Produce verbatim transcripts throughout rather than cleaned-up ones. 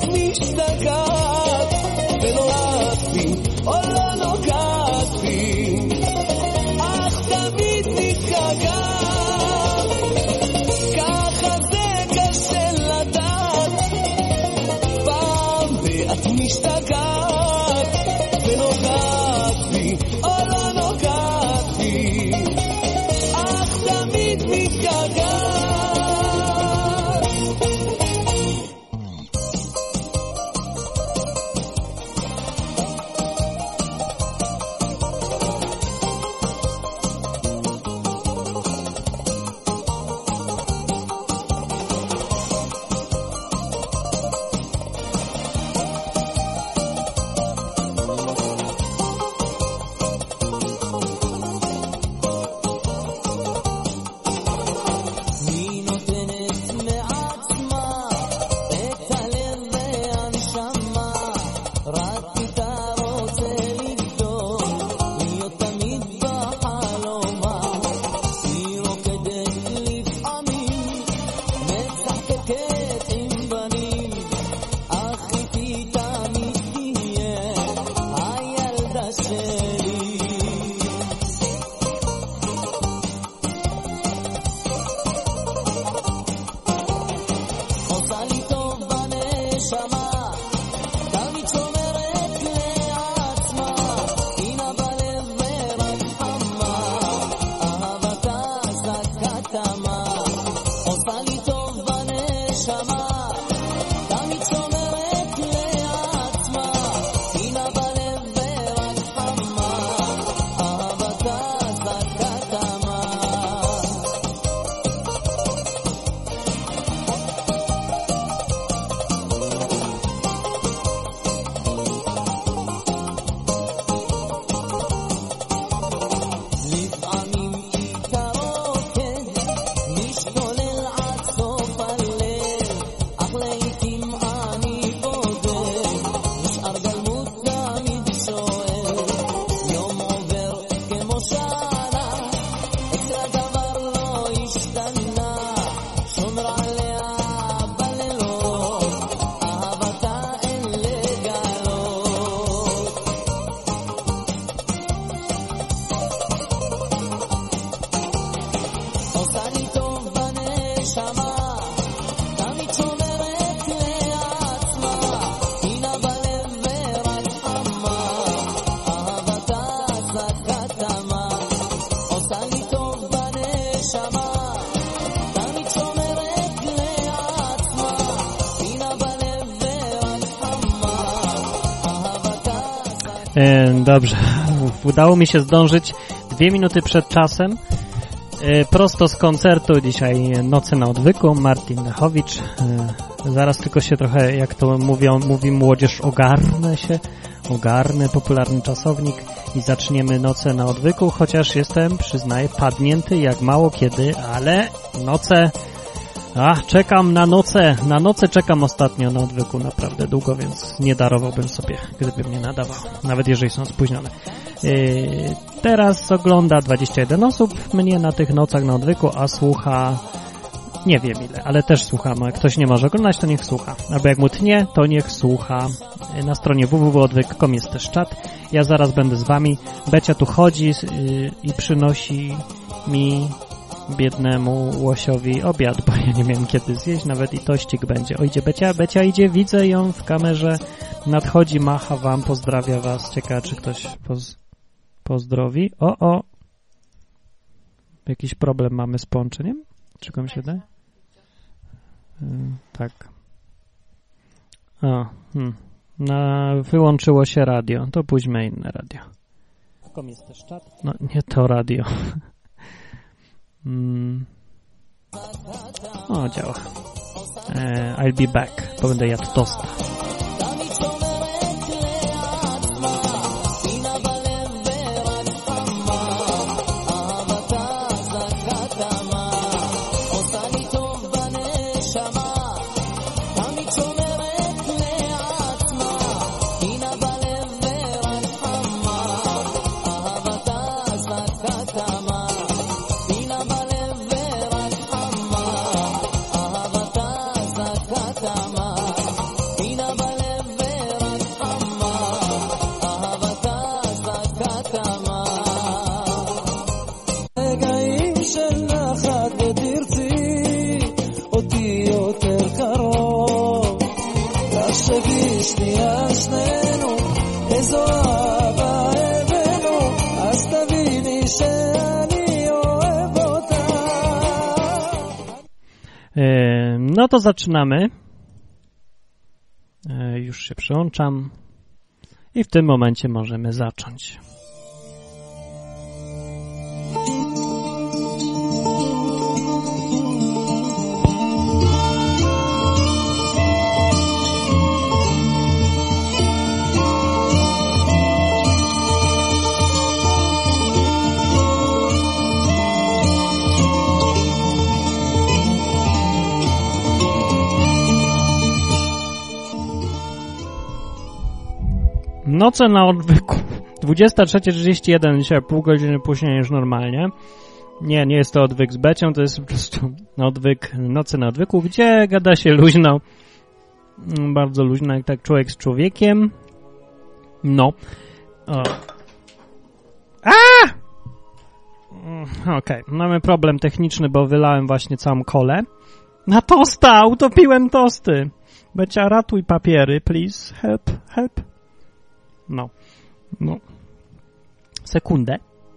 את משתגעת ונוראת בי או לא נוגעת בי אך תמיד מתגעגעת ככה זה קשה לדעת פעם ואת משתגעת ונוגעת בי או לא נוגעת בי אך תמיד מתגעגעת Dobrze, udało mi się zdążyć dwie minuty przed czasem. Prosto z koncertu dzisiaj Noce na odwyku, Martin Lechowicz. Zaraz tylko się trochę, jak to mówią, mówi młodzież, ogarnę się, ogarnę popularny czasownik i zaczniemy Noce na odwyku, chociaż jestem, przyznaję, padnięty jak mało kiedy, ale noce... Ach, czekam na noce, na noce czekam ostatnio na odwyku naprawdę długo, więc nie darowałbym sobie, gdybym nie nadawał, nawet jeżeli są spóźnione. Yy, teraz ogląda dwadzieścia jeden osób mnie na tych nocach na odwyku, a słucha, nie wiem ile, ale też słucham, jak ktoś nie może oglądać, to niech słucha, albo jak mu tnie, to niech słucha. Na stronie w w w kropka odwyk kropka com jest też czat, ja zaraz będę z wami, Becia tu chodzi yy, i przynosi mi... biednemu łosiowi obiad, bo ja nie miałem kiedy zjeść, nawet i tościk będzie. O, idzie Becia, Becia idzie, widzę ją w kamerze, nadchodzi, macha wam, pozdrawia was. Ciekawe, czy ktoś poz pozdrowi. O, o! Jakiś problem mamy z połączeniem? Czego mi się da? Yy, tak. O, hmm. Na, wyłączyło się radio. To pójdźmy inne radio. Kom jest też czat? No, nie to radio. Mm. O, działa. E, I'll be back, bo będę jadł tosta. Ina שגיש לי עצמנו, איזו אהבה הבאנו, אז תביני שאני אוהב אותה. No to zaczynamy. Już się przyłączam i w tym momencie możemy zacząć. Noce na odwyku. dwudziesta trzecia trzydzieści jeden, dzisiaj pół godziny później niż normalnie. Nie, nie jest to odwyk z Becią, to jest po prostu odwyk, noce na odwyku, gdzie gada się luźno. Bardzo luźno, jak tak człowiek z człowiekiem. No. O. A! Okej, okay. Mamy problem techniczny, bo wylałem właśnie całą kolę. Na tosta! Utopiłem tosty! Becia, ratuj papiery, please. Help, help. No, no. Sekundę.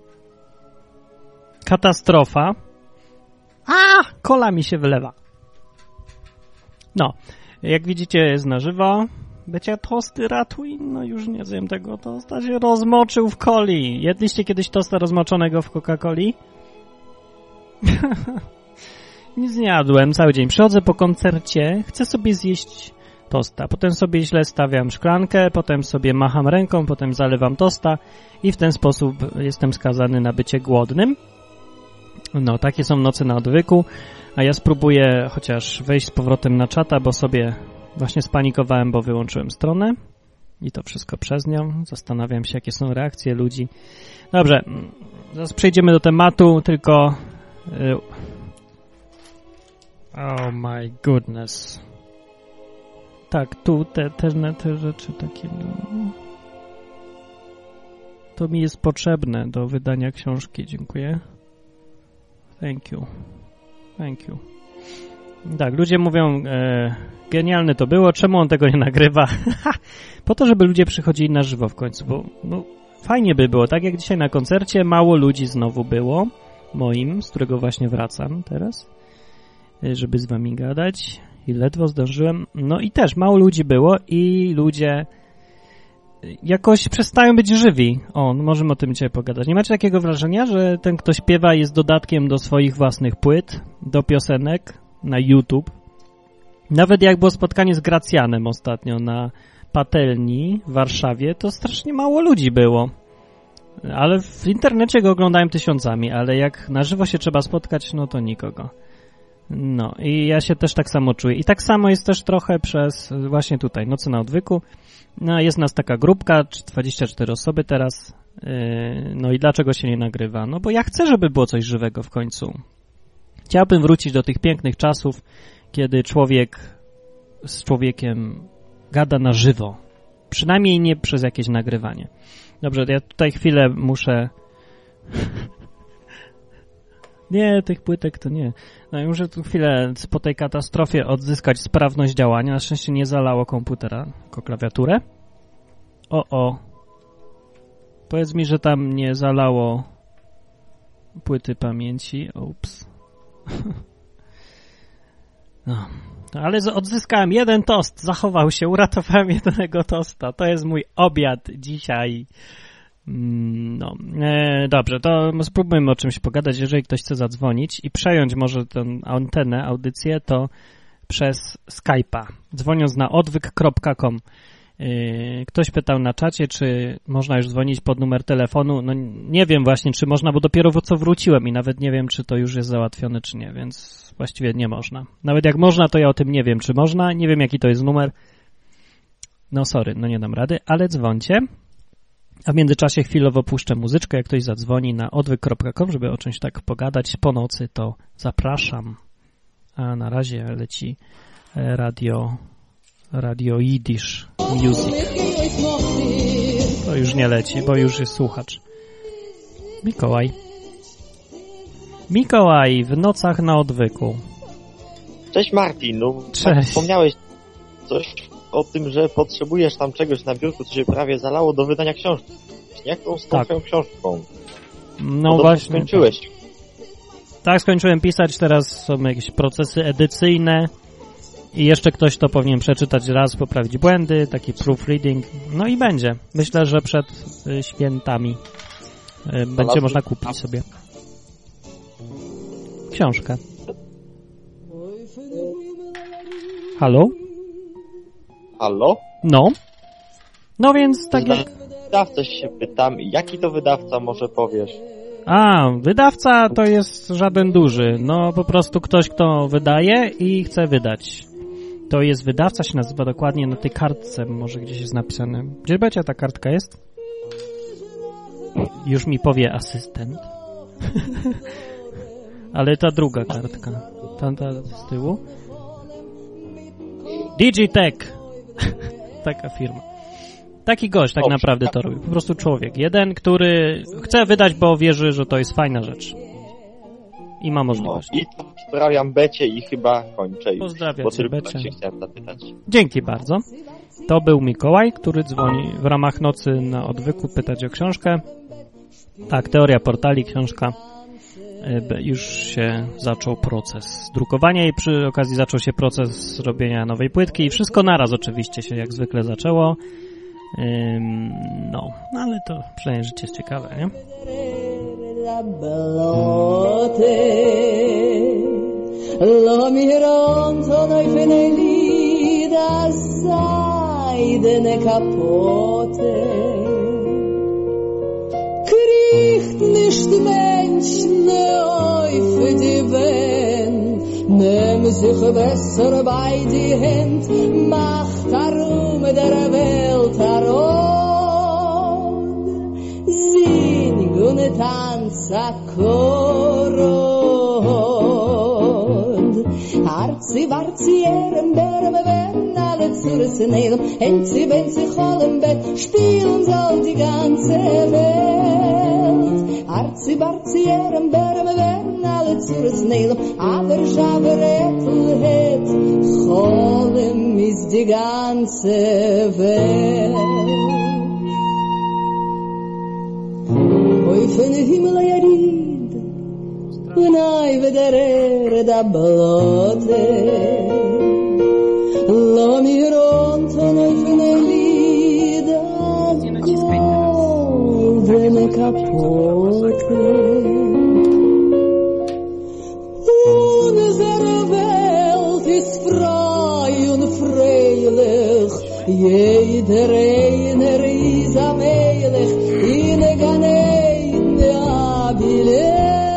Katastrofa. A, kola mi się wylewa. No, jak widzicie jest na żywo. Becia, tosty ratuj. No już nie zjem tego tosta, się rozmoczył w coli. Jedliście kiedyś tosta rozmoczonego w Coca-Coli? Nic nie jadłem cały dzień. Przychodzę po koncercie, chcę sobie zjeść tosta. Potem sobie źle stawiam szklankę, potem sobie macham ręką, potem zalewam tosta i w ten sposób jestem skazany na bycie głodnym. No, takie są noce na odwyku, a ja spróbuję chociaż wejść z powrotem na czata, bo sobie właśnie spanikowałem, bo wyłączyłem stronę i to wszystko przez nią. Zastanawiam się, jakie są reakcje ludzi. Dobrze, zaraz przejdziemy do tematu, tylko... Oh my goodness. Tak, tu te, te, te rzeczy takie, no, to mi jest potrzebne do wydania książki, dziękuję. Thank you. Thank you. Tak, ludzie mówią, e, genialne to było, czemu on tego nie nagrywa? Po to, żeby ludzie przychodzili na żywo w końcu, bo no, fajnie by było, tak jak dzisiaj na koncercie, mało ludzi znowu było, moim, z którego właśnie wracam teraz, żeby z wami gadać. I ledwo zdążyłem. No i też mało ludzi było i ludzie jakoś przestają być żywi. O, no możemy o tym dzisiaj pogadać. Nie macie takiego wrażenia, że ten, kto śpiewa, jest dodatkiem do swoich własnych płyt, do piosenek na YouTube? Nawet jak było spotkanie z Gracjanem ostatnio na Patelni w Warszawie, to strasznie mało ludzi było. Ale w internecie go oglądałem tysiącami, ale jak na żywo się trzeba spotkać, no to nikogo. No i ja się też tak samo czuję. I tak samo jest też trochę przez właśnie tutaj Noce na odwyku. No jest nas taka grupka, dwadzieścia cztery osoby teraz. Yy, no i dlaczego się nie nagrywa? No bo ja chcę, żeby było coś żywego w końcu. Chciałbym wrócić do tych pięknych czasów, kiedy człowiek z człowiekiem gada na żywo. Przynajmniej nie przez jakieś nagrywanie. Dobrze, ja tutaj chwilę muszę... Nie, tych płytek to nie. No i muszę tu chwilę po tej katastrofie odzyskać sprawność działania. Na szczęście nie zalało komputera, tylko klawiaturę. O, o. Powiedz mi, że tam nie zalało płyty pamięci. Ups. No. Ale odzyskałem jeden tost. Zachował się. Uratowałem jednego tosta. To jest mój obiad dzisiaj. No, e, dobrze, to spróbujmy o czymś pogadać. Jeżeli ktoś chce zadzwonić i przejąć może tę antenę, audycję, to przez Skype'a, dzwoniąc na odwyk kropka com. E, ktoś pytał na czacie, czy można już dzwonić pod numer telefonu. No nie wiem właśnie, czy można, bo dopiero co wróciłem i nawet nie wiem, czy to już jest załatwione, czy nie, więc właściwie nie można. Nawet jak można, to ja o tym nie wiem, czy można, nie wiem, jaki to jest numer. No sorry, no nie dam rady, ale dzwońcie. A w międzyczasie chwilowo puszczę muzyczkę, jak ktoś zadzwoni na odwyk kropka com, żeby o czymś tak pogadać po nocy, to zapraszam. A na razie leci radio, radio Yiddish Music. To już nie leci, bo już jest słuchacz. Mikołaj. Mikołaj w nocach na odwyku. Cześć Martin, no Cześć. Wspomniałeś coś o tym, że potrzebujesz tam czegoś na biurku, co się prawie zalało do wydania książki. Jak tą z tą Tak. twoją książką? No to właśnie. skończyłeś. Tak, skończyłem pisać, teraz są jakieś procesy edycyjne i jeszcze ktoś to powinien przeczytać raz, poprawić błędy, taki proofreading, no i będzie. Myślę, że przed y, świętami y, będzie Znalazłeś- można kupić sobie książkę. Halo? Halo? No. No więc tak Zna- jak... Wydawcę się pytam, jaki to wydawca, może powiesz? A, wydawca to jest żaden duży. No po prostu ktoś, kto wydaje i chce wydać. To jest wydawca, się nazywa dokładnie na tej kartce, może gdzieś jest napisane. Gdzie będzie ta kartka jest? Już mi powie asystent. Ale ta druga kartka. Ta, ta z tyłu. Digitech. Taka firma. Taki gość tak Dobrze. naprawdę to robi. Po prostu człowiek. Jeden, który chce wydać, bo wierzy, że to jest fajna rzecz. I ma No, możliwość. i pozdrawiam Becie i chyba kończę już. Pozdrawiam Bo cię, tylko Becie. tak się chciałem zapytać. Dzięki bardzo. To był Mikołaj, który dzwoni w ramach nocy na odwyku pytać o książkę. Tak, teoria portali, książka. Y, Już się zaczął proces drukowania i przy okazji zaczął się proces robienia nowej płytki i wszystko naraz oczywiście się jak zwykle zaczęło. Ym, no, ale to przynajmniej życie jest ciekawe, nie? Lo miron to noi feneli da seidene kapote Kriegt nicht Mensch ne oi für die Wend Nimm sich besser bei die Hand Mach darum der Welt herum Sing und tanz a korod Arzi warzi erem berem wenn alle zursen nehmen Enzi wenn sich allem Bett spielen soll die ganze Welt Arzi warzi erem berem wenn alle zursen nehmen aber Schaberetel het Cholem ist die ganze Welt Oi fin Himmel yarid Unai vedere da blote Lo miron to noi fin lida Goldene kapote Unsere Welt ist frei und freilich Jeder einer ist am Eilig In Ganein Abile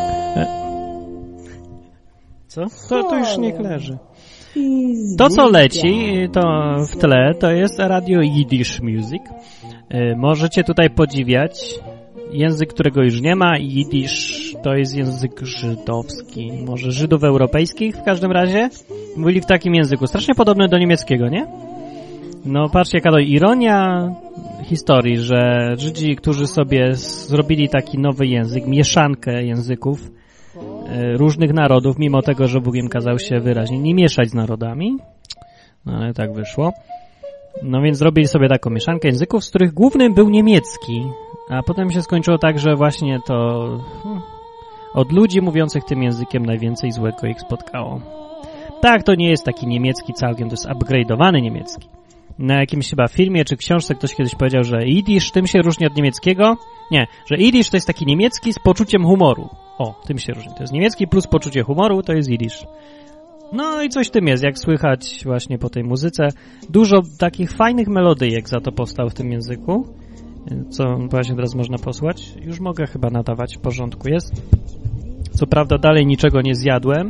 Co? To, to już niech leży. To, co leci to w tle, to jest radio Yiddish Music. Y, możecie tutaj podziwiać język, którego już nie ma. Yiddish to jest język żydowski. Może Żydów europejskich w każdym razie. Mówili w takim języku. Strasznie podobny do niemieckiego, nie? No patrzcie, jaka to ironia historii, że Żydzi, którzy sobie zrobili taki nowy język, mieszankę języków różnych narodów, mimo tego, że Bóg im kazał się wyraźnie nie mieszać z narodami, no ale tak wyszło. No więc zrobili sobie taką mieszankę języków, z których głównym był niemiecki, a potem się skończyło tak, że właśnie to hmm, od ludzi mówiących tym językiem najwięcej złego ich spotkało. Tak, to nie jest taki niemiecki całkiem, to jest upgrade'owany niemiecki. Na jakimś chyba filmie czy książce ktoś kiedyś powiedział, że Yiddish tym się różni od niemieckiego. Nie, że Yiddish to jest taki niemiecki z poczuciem humoru. O, tym się różni. To jest niemiecki plus poczucie humoru, to jest Yiddish. No i coś w tym jest, jak słychać właśnie po tej muzyce. Dużo takich fajnych melodyjek za to powstało w tym języku, co właśnie teraz można posłuchać. Już mogę chyba nadawać, w porządku jest. Co prawda dalej niczego nie zjadłem.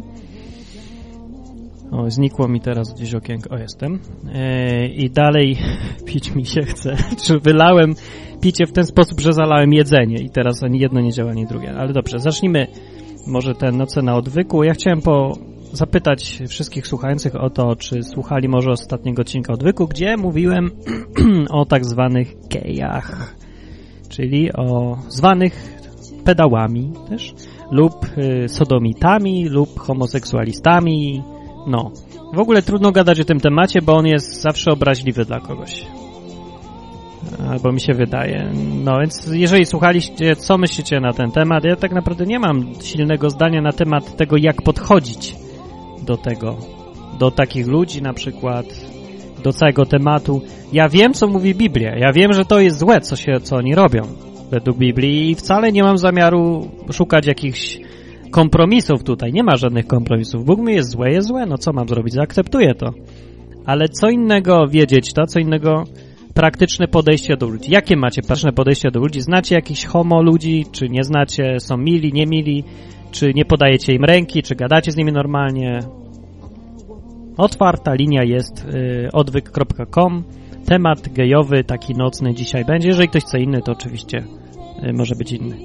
O, znikło mi teraz gdzieś okienko. O, jestem. Yy, I dalej pić mi się chce. Czy wylałem picie w ten sposób, że zalałem jedzenie i teraz ani jedno nie działa, ani drugie. Ale dobrze, zacznijmy może te noce na odwyku. Ja chciałem po zapytać wszystkich słuchających o to, czy słuchali może ostatniego odcinka odwyku, gdzie mówiłem o tak zwanych gejach, czyli o zwanych pedałami też, lub y, sodomitami, lub homoseksualistami. No, W ogóle trudno gadać o tym temacie, bo on jest zawsze obraźliwy dla kogoś. Albo mi się wydaje. No więc jeżeli słuchaliście, co myślicie na ten temat, ja tak naprawdę nie mam silnego zdania na temat tego, jak podchodzić do tego, do takich ludzi na przykład, do całego tematu. Ja wiem, co mówi Biblia. Ja wiem, że to jest złe, co się, co oni robią według Biblii i wcale nie mam zamiaru szukać jakichś kompromisów tutaj. Nie ma żadnych kompromisów. Bóg mi jest złe, jest złe. No co mam zrobić? Zaakceptuję to. Ale co innego wiedzieć to, co innego praktyczne podejście do ludzi. Jakie macie praktyczne podejście do ludzi? Znacie jakichś homo ludzi, czy nie znacie? Są mili, nie mili? Czy nie podajecie im ręki? Czy gadacie z nimi normalnie? Otwarta linia jest y, odwyk kropka com. Temat gejowy, taki nocny dzisiaj będzie. Jeżeli ktoś chce inny, to oczywiście y, może być inny.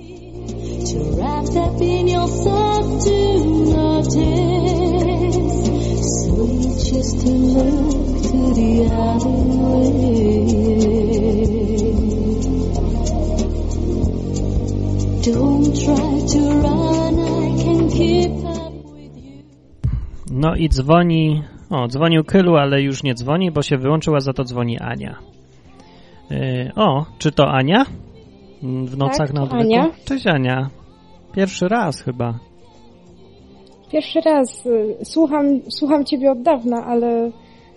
No i dzwoni, o, dzwonił Kylu, ale już nie dzwoni, bo się wyłączyła, za to dzwoni Ania. Yy, o, czy to Ania? W nocach tak, na odwyku? Ania. Cześć Ania. Pierwszy raz chyba. Pierwszy raz. Słucham, słucham ciebie od dawna, ale e,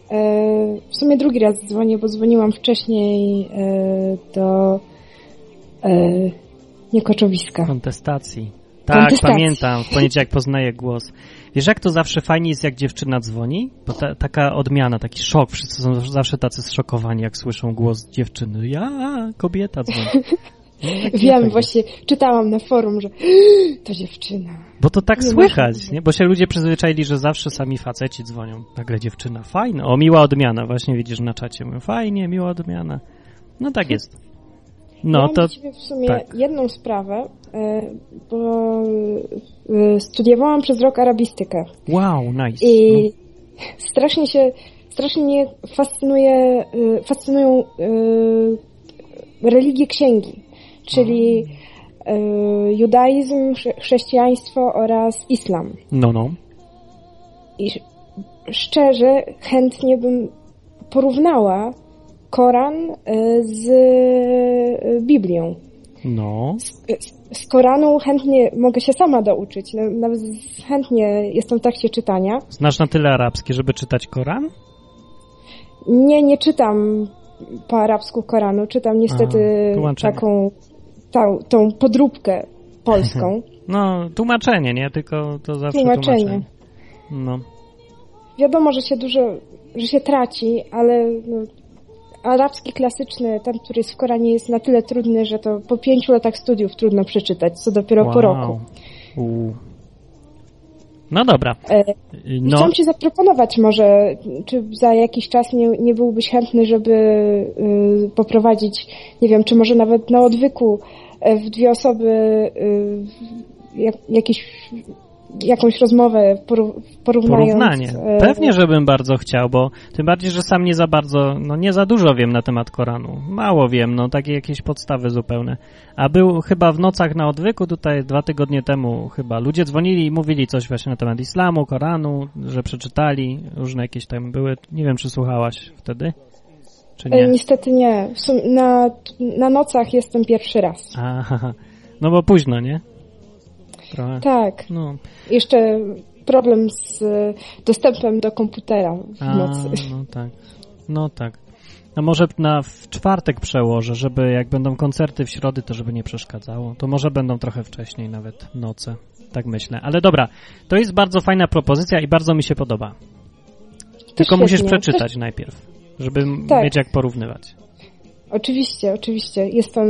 w sumie drugi raz dzwonię, bo dzwoniłam wcześniej e, do e, niekoczowiska. Kontestacji. Tak, Kontestacji. Pamiętam. W poniedziałek poznaję głos. Wiesz, jak to zawsze fajnie jest, jak dziewczyna dzwoni? Bo ta, taka odmiana, taki szok. Wszyscy są zawsze tacy zszokowani, jak słyszą głos dziewczyny. Ja, kobieta dzwoni. No, Wiem, właśnie czytałam na forum, że to dziewczyna. Bo to tak nie słychać, nie? Bo się ludzie przyzwyczaili, że zawsze sami faceci dzwonią. Nagle dziewczyna. Fajne. O, miła odmiana. Właśnie widzisz na czacie. Mówią, fajnie, miła odmiana. No tak jest. No ja to... mam w sumie tak. jedną sprawę, bo studiowałam przez rok arabistykę. Wow, nice. I no. strasznie się, strasznie mnie fascynuje, fascynują religie księgi, czyli judaizm, chrześcijaństwo oraz islam. No, no. I szczerze, chętnie bym porównała Koran z Biblią. No. Z, z Koranu chętnie mogę się sama douczyć. Nawet chętnie jestem w trakcie czytania. Znasz na tyle arabski, żeby czytać Koran? Nie, nie czytam po arabsku Koranu. Czytam niestety A, taką tą, tą podróbkę polską. No, tłumaczenie, nie? Tylko to zawsze tłumaczenie. tłumaczenie. No. Wiadomo, że się dużo, że się traci, ale no, arabski klasyczny, ten, który jest w Koranie, jest na tyle trudny, że to po pięciu latach studiów trudno przeczytać, co dopiero wow. po roku. U. No dobra. E, no. Chciałam ci zaproponować może, czy za jakiś czas nie, nie byłbyś chętny, żeby y, poprowadzić, nie wiem, czy może nawet na odwyku y, w dwie osoby y, jak, jakieś jakąś rozmowę porównując. Porównanie. Pewnie, żebym bardzo chciał, bo tym bardziej, że sam nie za bardzo, no nie za dużo wiem na temat Koranu. Mało wiem, no takie jakieś podstawy zupełne. A był chyba w nocach na odwyku tutaj dwa tygodnie temu chyba ludzie dzwonili i mówili coś właśnie na temat islamu, Koranu, że przeczytali, różne jakieś tam były. Nie wiem, czy słuchałaś wtedy? Czy nie? Niestety nie. Na, na nocach jestem pierwszy raz. Aha, no bo późno, nie? Trochę. Tak. No. Jeszcze problem z dostępem do komputera w A, nocy. no tak. No tak. A może na w czwartek przełożę, żeby jak będą koncerty w środę, to żeby nie przeszkadzało. To może będą trochę wcześniej nawet noce. Tak myślę. Ale dobra, to jest bardzo fajna propozycja i bardzo mi się podoba. To Tylko świetnie. musisz przeczytać to... najpierw, żeby tak. mieć jak porównywać. Oczywiście, oczywiście. Jestem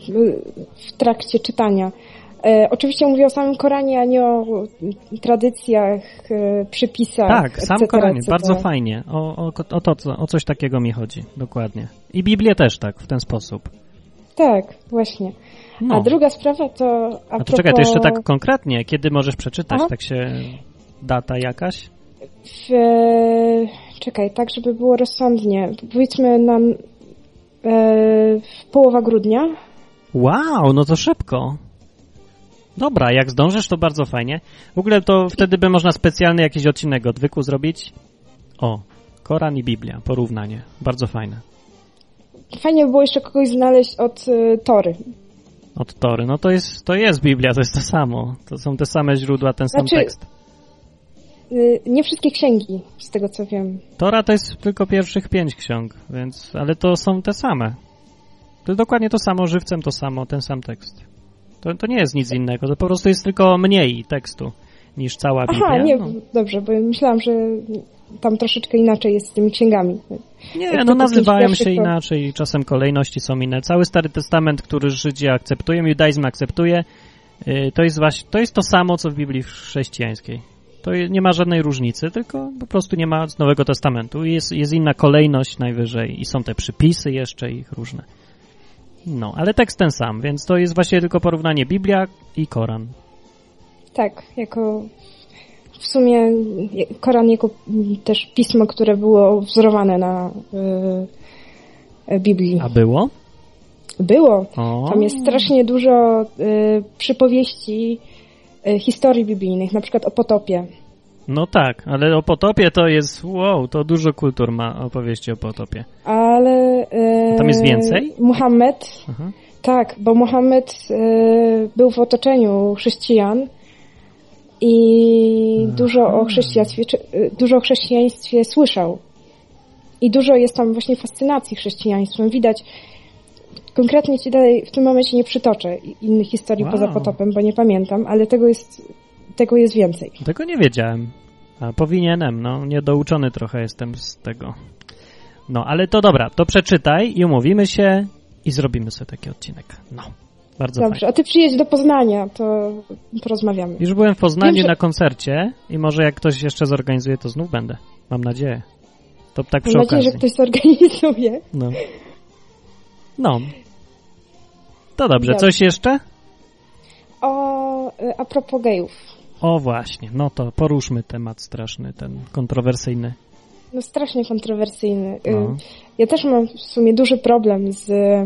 w trakcie czytania. E, oczywiście mówię o samym Koranie, a nie o tradycjach, e, przypisach. Tak, et sam cetera, Koranie, et cetera. bardzo fajnie. O, o, o, to, o coś takiego mi chodzi, dokładnie. I Biblię też tak, w ten sposób. Tak, właśnie. No. A druga sprawa to... A, a to propos... czekaj, to jeszcze tak konkretnie, kiedy możesz przeczytać, Aha. tak się... Data jakaś? W, e, czekaj, tak żeby było rozsądnie. Powiedzmy na e, w połowa grudnia. Wow, no to szybko. Dobra, jak zdążysz, to bardzo fajnie. W ogóle to wtedy by można specjalny jakiś odcinek odwyku zrobić O, Koran i Biblia, porównanie. Bardzo fajne. Fajnie by było jeszcze kogoś znaleźć od y, Tory. Od Tory. No to jest, to jest Biblia, to jest to samo. To są te same źródła, ten sam Znaczy, tekst. Y, nie wszystkie księgi, z tego co wiem. Tora to jest tylko pierwszych pięć ksiąg, więc, ale to są te same. To dokładnie to samo, żywcem to samo, ten sam tekst. To, to nie jest nic innego, to po prostu jest tylko mniej tekstu niż cała Biblia. Aha, nie, no. dobrze, bo myślałam, że tam troszeczkę inaczej jest z tymi księgami. Nie, Jak no to nazywają pierwszych, się to... inaczej, czasem kolejności są inne. Cały Stary Testament, który Żydzi akceptują, judaizm akceptuje, yy, to jest właśnie, to jest to samo, co w Biblii chrześcijańskiej. To je, nie ma żadnej różnicy, tylko po prostu nie ma z Nowego Testamentu. Jest, jest inna kolejność najwyżej i są te przypisy jeszcze ich różne. No, ale tekst ten sam, więc to jest właśnie tylko porównanie Biblia i Koran. Tak, jako w sumie Koran jako też pismo, które było wzorowane na y, Biblii. A było? Było. O. Tam jest strasznie dużo y, przypowieści, y, historii biblijnych, na przykład o potopie. No tak, ale o potopie to jest, wow, to dużo kultur ma opowieści o potopie. Ale... Y, Tam jest więcej? Muhammed, Aha. tak, bo Muhammed y, był w otoczeniu chrześcijan i Aha. dużo o chrześcijaństwie, czy, y, dużo o chrześcijaństwie słyszał. I dużo jest tam właśnie fascynacji chrześcijaństwem. Widać, konkretnie ci dalej w tym momencie nie przytoczę innych historii Wow. poza potopem, bo nie pamiętam, ale tego jest, tego jest więcej. Tego nie wiedziałem. A powinienem, no, niedouczony trochę jestem z tego. No, ale to dobra, to przeczytaj i umówimy się i zrobimy sobie taki odcinek. No, bardzo Dobrze, fajnie. a ty przyjedź do Poznania, to porozmawiamy. Już byłem w Poznaniu Wiem, że... na koncercie i może jak ktoś jeszcze zorganizuje, to znów będę. Mam nadzieję. To tak przy Mam nadzieję, okazji. że ktoś zorganizuje. No. No. To dobrze, Dobrze. coś jeszcze? O, a propos gejów. O właśnie, no to poruszmy temat straszny, ten kontrowersyjny. No strasznie kontrowersyjny. Y, No. Ja też mam w sumie duży problem z y,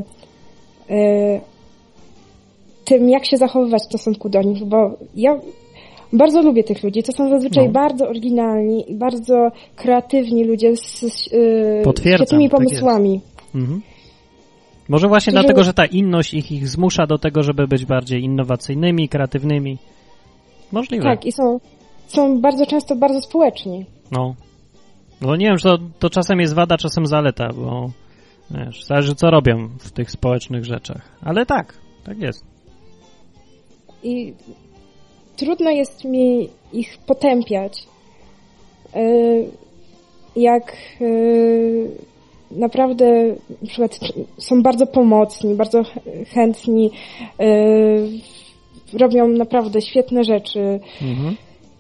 tym, jak się zachowywać w stosunku do nich, bo ja bardzo lubię tych ludzi. To są zazwyczaj No. bardzo oryginalni i bardzo kreatywni ludzie z, z y, Potwierdzam, świetnymi tak pomysłami. Mhm. Może właśnie Którzy- dlatego, że ta inność ich, ich zmusza do tego, żeby być bardziej innowacyjnymi, kreatywnymi. Możliwe. Tak, i są, są bardzo często bardzo społeczni. No. No nie wiem, że to, to czasem jest wada, czasem zaleta, bo wiesz, zależy co robią w tych społecznych rzeczach. Ale tak, tak jest. I trudno jest mi ich potępiać, y, jak y, naprawdę na przykład są bardzo pomocni, bardzo ch- chętni, y, robią naprawdę świetne rzeczy. Mhm.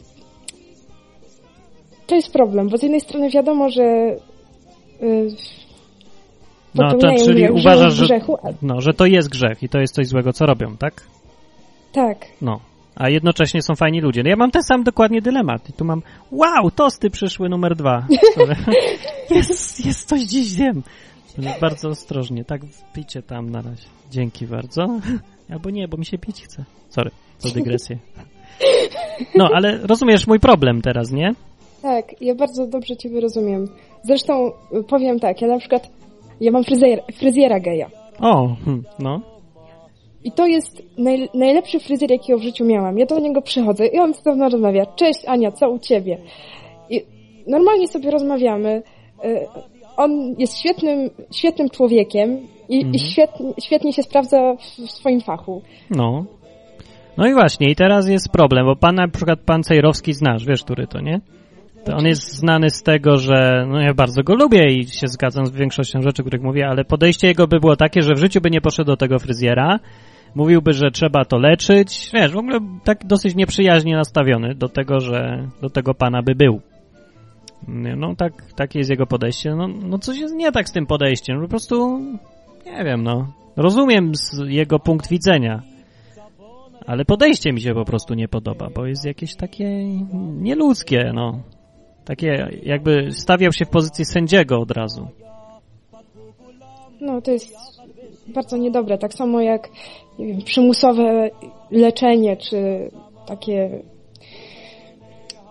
To jest problem, bo z jednej strony wiadomo, że y, No to popełniają czyli grzech, uważasz, żyją w że, grzechu, a- no, że to jest grzech i to jest coś złego, co robią, tak? tak. No. A jednocześnie są fajni ludzie. No ja mam ten sam dokładnie dylemat. I tu mam, wow, tosty przyszły numer dwa. jest, jest coś dziś, wiem. Bardzo ostrożnie. Tak, wpijcie tam na razie. Dzięki bardzo. Albo nie, bo mi się pić chce. Sorry, za dygresję. No, ale rozumiesz mój problem teraz, nie? Tak, ja bardzo dobrze Ciebie rozumiem. Zresztą y, powiem tak, ja na przykład, ja mam fryzjera, fryzjera geja. O, hm, no. I to jest naj, najlepszy fryzjer, jakiego w życiu miałam. Ja do niego przychodzę i on cudownie rozmawia. Cześć Ania, co u Ciebie? I normalnie sobie rozmawiamy. Y, On jest świetnym, świetnym człowiekiem i, Mhm. i świetnie, świetnie się sprawdza w, w swoim fachu. No. No i właśnie, i teraz jest problem, bo pan na przykład pan Cejrowski znasz, wiesz, który to, nie? To on jest znany z tego, że no ja bardzo go lubię i się zgadzam z większością rzeczy, których mówię, ale podejście jego by było takie, że w życiu by nie poszedł do tego fryzjera, mówiłby, że trzeba to leczyć, wiesz, w ogóle tak dosyć nieprzyjaźnie nastawiony do tego, że do tego pana by był. No tak, takie jest jego podejście. No, no coś jest nie tak z tym podejściem, po prostu nie wiem, no. Rozumiem z jego punkt widzenia, ale podejście mi się po prostu nie podoba, bo jest jakieś takie nieludzkie, no. Takie jakby stawiał się w pozycji sędziego od razu. No to jest bardzo niedobre. Tak samo jak nie wiem, przymusowe leczenie, czy takie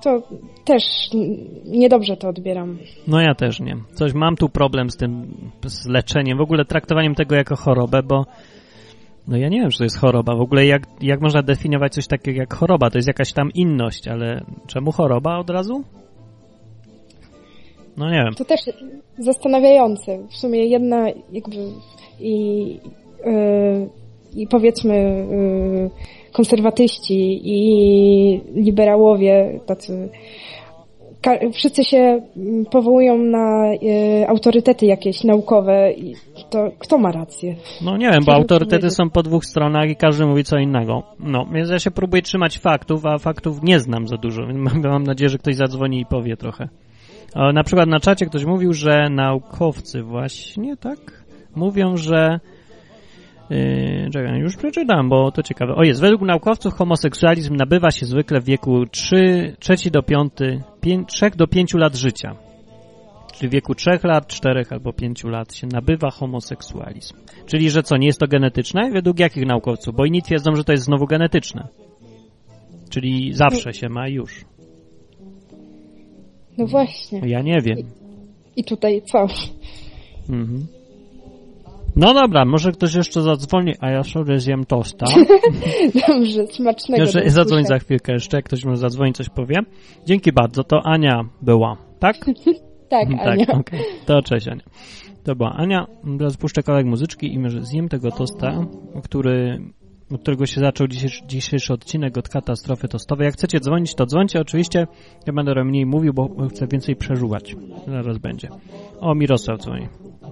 to też niedobrze to odbieram. No ja też nie. Coś mam tu problem z tym, z leczeniem, w ogóle traktowaniem tego jako chorobę, bo no ja nie wiem, czy to jest choroba. W ogóle jak, jak można definiować coś takiego jak choroba? To jest jakaś tam inność, ale czemu choroba od razu? No nie wiem. To też zastanawiające. W sumie jedna jakby i, yy, i powiedzmy yy, konserwatyści i liberałowie tacy ka- wszyscy się powołują na yy, autorytety jakieś naukowe i to kto ma rację? No nie wiem, bo autorytety są po dwóch stronach i każdy mówi co innego. No, więc ja się próbuję trzymać faktów, a faktów nie znam za dużo. Mam, mam nadzieję, że ktoś zadzwoni i powie trochę. O, na przykład na czacie ktoś mówił, że naukowcy właśnie, tak? Mówią, że Yy, czekaj, już przeczytam, bo to ciekawe. O jest, według naukowców homoseksualizm nabywa się zwykle w wieku trzy do pięciu lat życia. Czyli w wieku trzech lat, czterech albo pięciu lat się nabywa homoseksualizm. Czyli, że co, nie jest to genetyczne? Według jakich naukowców? Bo inni twierdzą, że to jest znowu genetyczne. Czyli zawsze się ma już. No właśnie. Ja nie wiem. I, i tutaj co? Mhm. No dobra, może ktoś jeszcze zadzwoni, a ja sobie zjem tosta. Dobrze, smacznego. Jeszcze zadzwoń za chwilkę jeszcze, jak ktoś może zadzwonić, coś powie. Dzięki bardzo, to Ania była, tak? Tak, Ania. Tak, okay. To cześć Ania. To była Ania, teraz puszczę kawałek muzyczki i może zjem tego tosta, który, od którego się zaczął dzisiejszy, dzisiejszy odcinek od katastrofy tostowej. Jak chcecie dzwonić, to dzwońcie, oczywiście. Ja będę mniej mówił, bo chcę więcej przeżuwać. Zaraz będzie. O, Mirosław dzwoni.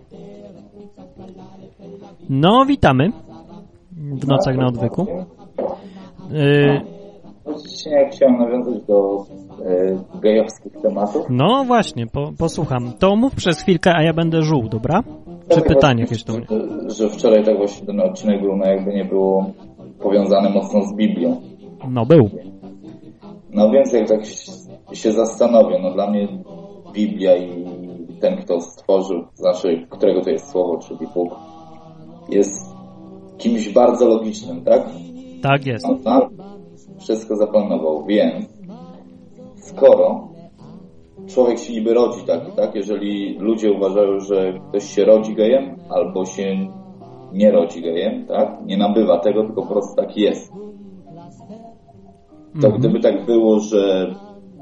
No, witamy w nocach na odwyku. Yy, Dzisiaj chciałem nawiązać do y, gejowskich tematów. No właśnie, po, posłucham. To mów przez chwilkę, a ja będę żuł, dobra? Czy tak, pytanie właśnie, jakieś do mnie? Że, że wczoraj tak właśnie ten odcinek był, no jakby nie było powiązany mocno z Biblią. No był. No więc jak tak się zastanowię, no dla mnie Biblia i ten, kto stworzył, znaczy którego to jest słowo, czyli Bóg, jest kimś bardzo logicznym, tak? Tak jest. On tam wszystko zaplanował, więc skoro człowiek się niby rodzi taki, tak? Jeżeli ludzie uważają, że ktoś się rodzi gejem albo się nie rodzi gejem, tak? Nie nabywa tego, tylko po prostu tak jest. To mm-hmm. gdyby tak było, że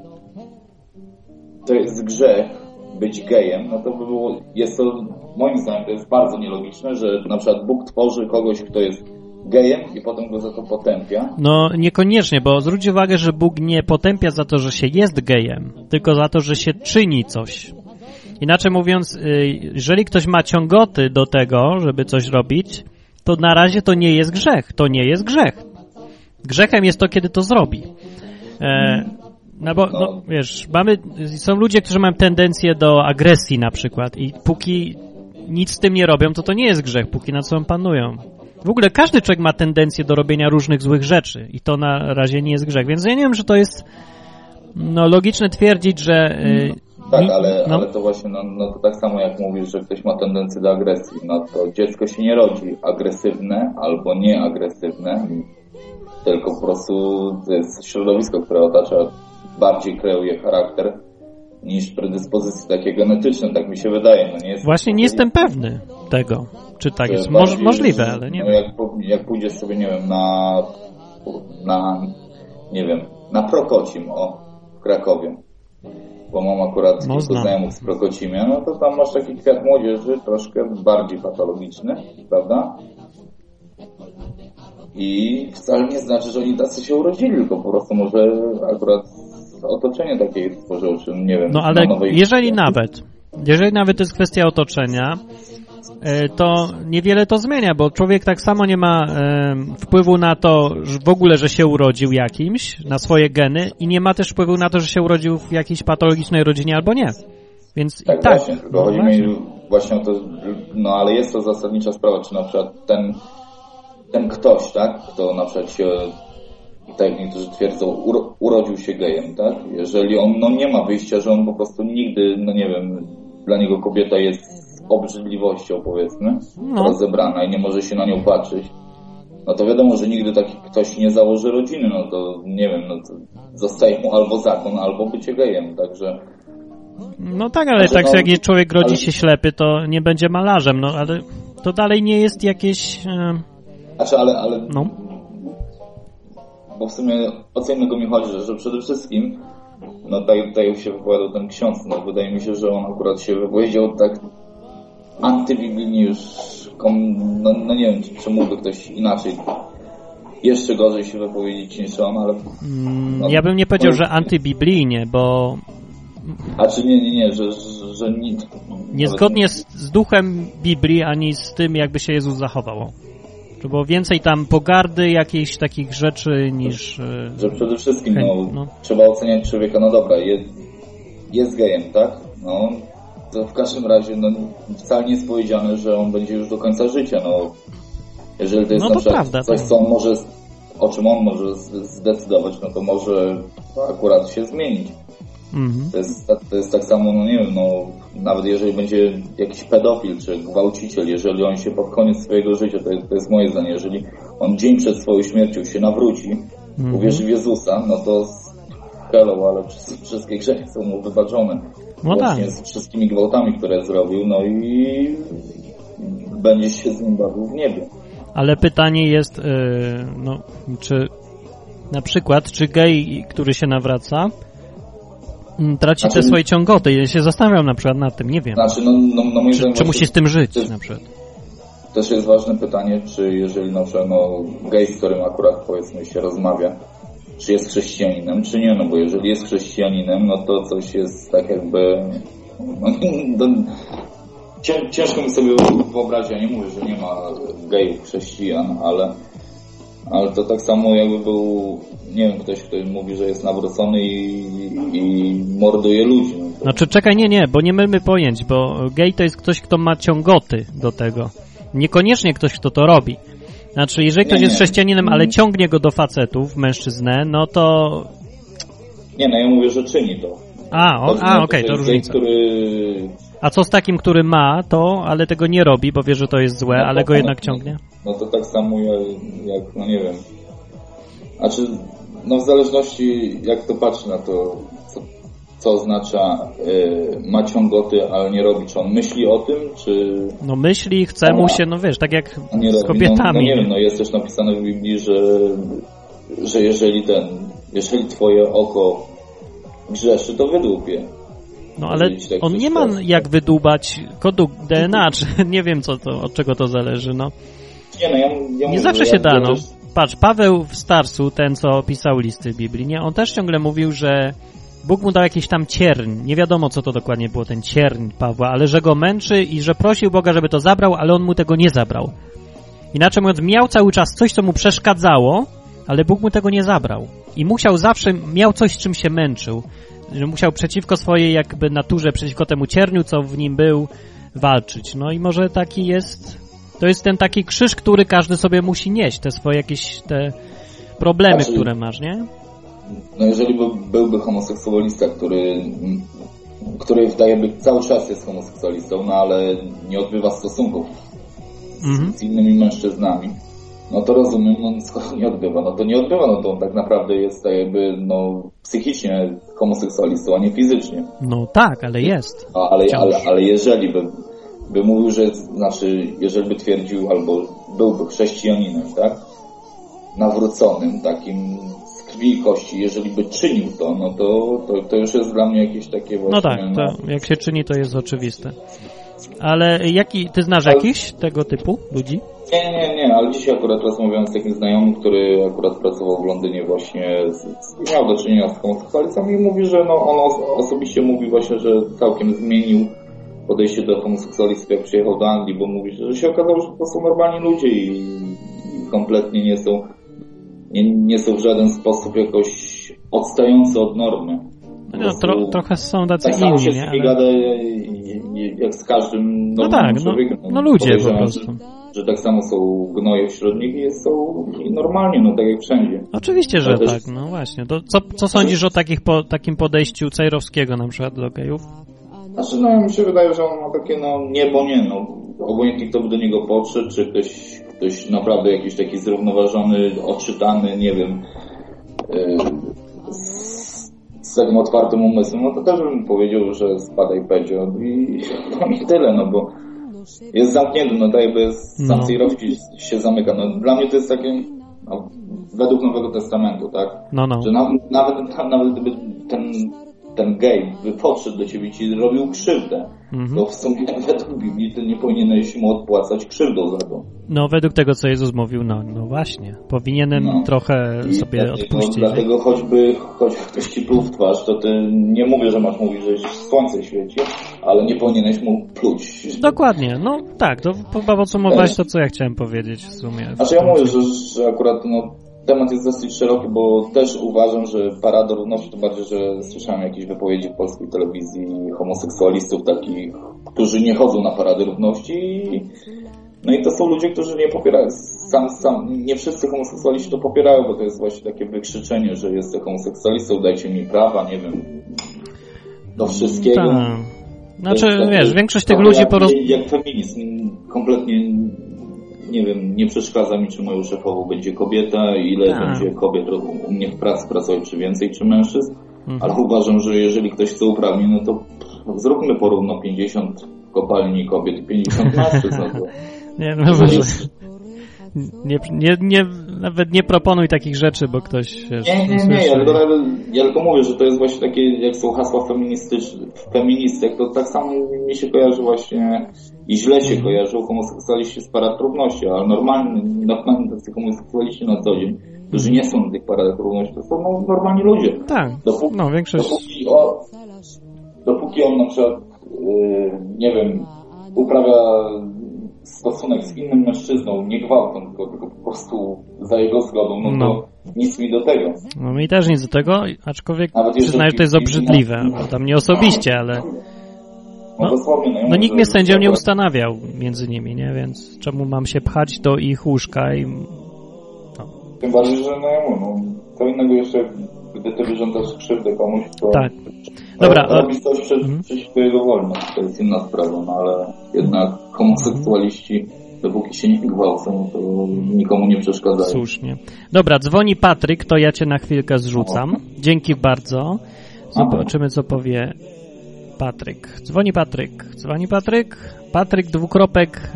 to jest grzech być gejem, no to by było, jest to, moim zdaniem, to jest bardzo nielogiczne, że na przykład Bóg tworzy kogoś, kto jest gejem i potem go za to potępia. No niekoniecznie, bo zwróć uwagę, że Bóg nie potępia za to, że się jest gejem, tylko za to, że się czyni coś. Inaczej mówiąc, jeżeli ktoś ma ciągoty do tego, żeby coś robić, to na razie to nie jest grzech. To nie jest grzech. Grzechem jest to, kiedy to zrobi. E, no bo, no, wiesz, mamy, są ludzie, którzy mają tendencję do agresji na przykład i póki nic z tym nie robią, to to nie jest grzech, póki nad sobą panują. W ogóle każdy człowiek ma tendencję do robienia różnych złych rzeczy i to na razie nie jest grzech. Więc ja nie wiem, że to jest no, logiczne twierdzić, że... Yy, tak, ale, no. ale to właśnie, no, no to tak samo jak mówisz, że ktoś ma tendencję do agresji, no to dziecko się nie rodzi agresywne albo nieagresywne, tylko po prostu to jest środowisko, które otacza, bardziej kreuje charakter niż predyspozycje takie genetyczne, tak mi się wydaje. No nie jest właśnie nie jestem pewny tego, czy tak jest. Moż, możliwe, ale nie no wiem. Jak, jak pójdziesz sobie, nie wiem, na, na nie wiem, na Prokocim, o, w Krakowie, bo mam akurat kilku znajomych z Prokocimia, no to tam masz taki kwiat młodzieży, troszkę bardziej patologiczny, prawda? I wcale nie znaczy, że oni tacy się urodzili, tylko po prostu może akurat otoczenie takie stworzyło, czy nie wiem. No ale jeżeli nawet, jeżeli nawet to jest kwestia otoczenia, to niewiele to zmienia, bo człowiek tak samo nie ma e, wpływu na to że w ogóle, że się urodził jakimś, na swoje geny i nie ma też wpływu na to, że się urodził w jakiejś patologicznej rodzinie albo nie. Więc tak, i tak. Właśnie, tylko no, chodzi właśnie. mi właśnie o to, no ale jest to zasadnicza sprawa, czy na przykład ten, ten ktoś, tak, kto na przykład się, tak jak niektórzy twierdzą, uro, urodził się gejem, tak, jeżeli on no nie ma wyjścia, że on po prostu nigdy, no nie wiem, dla niego kobieta jest obrzydliwością, powiedzmy, no. rozebrana i nie może się na nią patrzeć, no to wiadomo, że nigdy taki ktoś nie założy rodziny, no to nie wiem, no to zostaje mu albo zakon, albo bycie gejem, także... No tak, ale znaczy, tak no, jak człowiek rodzi ale... się ślepy, to nie będzie malarzem, no ale to dalej nie jest jakieś... E... Znaczy, ale... ale... No. Bo w sumie o co innego mi chodzi, że, że przede wszystkim, no tutaj, tutaj się wypowiadał ten ksiądz, no wydaje mi się, że on akurat się wypowiedział tak antybiblijnie już, no, no nie wiem, czy, czy mógłby ktoś inaczej jeszcze gorzej się wypowiedzieć niż on, ale... No, ja bym nie powiedział, no, że antybiblijnie, bo... A czy nie, nie, nie, że... że, że nie, niezgodnie z, z duchem Biblii, ani z tym, jakby się Jezus zachował. To było więcej tam pogardy, jakichś takich rzeczy niż... Że przede wszystkim, chęć, no, no, trzeba oceniać człowieka, no dobra, jest, jest gejem, tak? No, to w każdym razie, no, wcale nie jest powiedziane, że on będzie już do końca życia, no. Jeżeli to jest no na to przykład prawda, coś, tak. co on może, o czym on może zdecydować, no to może akurat się zmienić. Mhm. To jest, to jest tak samo, no nie wiem, no, nawet jeżeli będzie jakiś pedofil czy gwałciciel, jeżeli on się pod koniec swojego życia, to jest, to jest moje zdanie, jeżeli on dzień przed swoją śmiercią się nawróci, mhm. uwierzy w Jezusa, no to hello, ale wszystkie grzechy są mu wybaczone. No Właśnie tak. z wszystkimi gwałtami, które zrobił, no i będzie się z nim bawił w niebie. Ale pytanie jest, yy, no, czy na przykład, czy gej, który się nawraca, traci znaczy, te swoje ciągoty. Ja się zastanawiam na przykład nad tym, nie wiem. Znaczy, no, no, no moim czy, zdaniem czy musi z tym żyć jest, na przykład? Też jest ważne pytanie, czy jeżeli na przykład no, gej, z którym akurat powiedzmy się rozmawia, czy jest chrześcijaninem, czy nie, no bo jeżeli jest chrześcijaninem, no to coś jest tak jakby... No, no, ciężko mi sobie wyobrazić, ja nie mówię, że nie ma gejów, chrześcijan, ale, ale to tak samo jakby był, nie wiem, ktoś, kto mówi, że jest nawrócony i, i morduje ludzi. No to... Znaczy, czekaj, nie, nie, bo nie mylmy pojęć, bo gej to jest ktoś, kto ma ciągoty do tego. Niekoniecznie ktoś, kto to robi. Znaczy, jeżeli ktoś nie, jest nie. chrześcijaninem, ale ciągnie go do facetów, mężczyznę, no to... Nie, no ja mówię, że czyni to. A, o, a okej, okay, to różnica. Gej, który... A co z takim, który ma to, ale tego nie robi, bo wie, że to jest złe, no, ale no, go jednak no, ciągnie? No to tak samo jak, jak, no nie wiem. Znaczy, no w zależności jak to patrzy na to, co, co oznacza y, ma ciągoty, ale nie robi, czy on myśli o tym, czy... No myśli, chce mu się, no wiesz, tak jak z kobietami. No, no nie wiem, no jest też napisane w Biblii, że, że jeżeli ten, jeżeli twoje oko grzeszy, to wydłupie. No ale tak on nie ma jak wydłubać kodu D N A, czy nie wiem co to, od czego to zależy, no. Nie, no ja, ja nie mówię, zawsze ja, się da, ja no. też... Patrz, Paweł w Starsu, ten co pisał listy w Biblii, nie? On też ciągle mówił, że Bóg mu dał jakiś tam cierń. Nie wiadomo co to dokładnie było, ten cierń Pawła, ale że go męczy i że prosił Boga, żeby to zabrał, ale on mu tego nie zabrał. Inaczej mówiąc, miał cały czas coś, co mu przeszkadzało, ale Bóg mu tego nie zabrał. I musiał zawsze, miał coś, z czym się męczył. Że musiał przeciwko swojej jakby naturze, przeciwko temu cierniu, co w nim był, walczyć. No i może taki jest, to jest ten taki krzyż, który każdy sobie musi nieść, te swoje jakieś te problemy, znaczy, które masz, nie? No jeżeli by, byłby homoseksualista, który, który wydaje by cały czas jest homoseksualistą, no ale nie odbywa stosunków z, mm-hmm. z innymi mężczyznami, no to rozumiem, no skoro nie odbywa, no to nie odbywa, no to on tak naprawdę jest tak jakby, no psychicznie homoseksualistą, a nie fizycznie. No tak, ale jest. A, ale, ale, ale jeżeli by, by mówił, że, znaczy, jeżeli by twierdził, albo byłby chrześcijaninem, tak, nawróconym, takim z krwi i kości, jeżeli by czynił to, no to, to, to już jest dla mnie jakieś takie właśnie... No tak, to jak się czyni, to jest oczywiste. Ale jaki, ty znasz ale... jakiś tego typu ludzi? Nie, nie, nie, ale dzisiaj akurat rozmawiałem z takim znajomym, który akurat pracował w Londynie właśnie i miał do czynienia z homoseksualistą i mówi, że no on os- osobiście mówi właśnie, że całkiem zmienił podejście do homoseksualistów, jak przyjechał do Anglii, bo mówi, że się okazało, że to są normalni ludzie i, i kompletnie nie są nie, nie są w żaden sposób jakoś odstający od normy. No, tro, trochę są tacy tak inni, nie? Ale... Gada, jak z każdym no tak, no, no ludzie po prostu. Że, że tak samo są gnoje wśród nich i są i normalnie, no tak jak wszędzie. Oczywiście, że też... tak, no właśnie. To co, co sądzisz o takich po, takim podejściu Cejrowskiego na przykład do gejów? Znaczy, no mi się wydaje, że on ma takie, no nie, bo nie, no obojętnie kto by do niego podszedł, czy ktoś ktoś naprawdę jakiś taki zrównoważony, odczytany, nie wiem, yy, z, z takim otwartym umysłem, no to też bym powiedział, że spadaj Pedzio i no i tyle, no bo jest zamknięty, no tak jakby z sam Cejrowski się zamyka. No dla mnie to jest takie, no, według Nowego Testamentu, tak? No, no. Że nawet, nawet, nawet gdyby ten, ten gej by podszedł do ciebie i ci robił krzywdę, mm-hmm. to w sumie według Biblii ty nie powinieneś mu odpłacać krzywdą za to. No według tego, co Jezus mówił, no, no właśnie. Powinienem no. trochę I sobie dlatego, odpuścić. Dlatego choćby, choć ktoś ci pluł w twarz, to ty nie mówię, że masz mówić, że słońce świeci, ale nie powinieneś mu pluć. Dokładnie, no tak, to chyba podsumować to, co ja chciałem powiedzieć w sumie. Znaczy ja mówię, że, że akurat no, temat jest dosyć szeroki, bo też uważam, że Parada Równości, to bardziej, że słyszałem jakieś wypowiedzi w polskiej telewizji homoseksualistów takich, którzy nie chodzą na Paradę Równości. No i to są ludzie, którzy nie popierają, sam, sam, nie wszyscy homoseksualiści to popierają, bo to jest właśnie takie wykrzyczenie, że jestem homoseksualistą, dajcie mi prawa, nie wiem, do wszystkiego. Ta. Znaczy, wiesz, takie, większość tych ludzi jak, po prostu... Jak feminizm, kompletnie, nie wiem, nie przeszkadza mi, czy moją szefową będzie kobieta, ile Ta. będzie kobiet u mnie w pracy pracować, czy więcej, czy mężczyzn, mhm. ale uważam, że jeżeli ktoś chce uprawnić, no to zróbmy porówno pięćdziesiąt w kopalni kobiet i pięćdziesiąt mężczyzn. No to... Nie, no może... Nie, nie, nie, nawet nie proponuj takich rzeczy, bo ktoś... Wiesz, nie, nie, nie, ja tylko, ja tylko mówię, że to jest właśnie takie, jak są hasła feministyczne, feministek, to tak samo mi się kojarzy właśnie i źle się kojarzą homoseksualiści z Parad Równości, ale normalni, normalni tacy homoseksualiści na co dzień, którzy nie są na tych Paradach Równości, to są no, normalni ludzie. Tak, dopóki, no większość... Dopóki on, dopóki on na przykład, yy, nie wiem, uprawia stosunek z innym mężczyzną, nie gwałtą, tylko, tylko po prostu za jego zgodą, no, no. to nic mi do tego. No mi też nic do tego, aczkolwiek przyznaję, że to jest obrzydliwe, bo tam nie osobiście, ale... No, no, dosłownie, no, no nikt mnie sędzią nie ustanawiał między nimi, nie? Więc czemu mam się pchać do ich łóżka i... No. Tym bardziej, że no ja mówię, no, co innego jeszcze, gdy ty wyrządzasz krzywdę komuś, to... Tak. Dobra. To robisz coś przeciwko mhm. jego wolności, to jest inna sprawa, no ale jednak homoseksualiści, dopóki się nie gwałcą, to nikomu nie przeszkadzają. Słusznie. Dobra, dzwoni Patryk, to ja cię na chwilkę zrzucam. Dzięki bardzo. Zobaczymy, co powie Patryk. Dzwoni Patryk. Dzwoni Patryk. Patryk dwukropek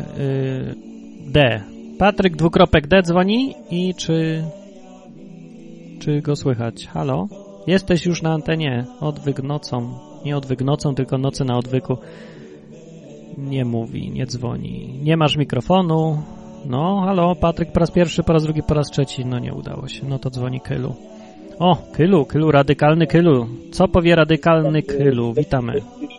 yy, D. Patryk dwukropek D dzwoni i czy... Czy go słychać? Halo? Jesteś już na antenie. Odwyk nocą. Nie odwyk nocą, tylko nocy na odwyku. Nie mówi, nie dzwoni. Nie masz mikrofonu. No, halo, Patryk po raz pierwszy, po raz drugi, po raz trzeci. No nie udało się. No to dzwoni Kylu. O, Kylu, Kylu, radykalny Kylu. Co powie radykalny Kylu? Witamy.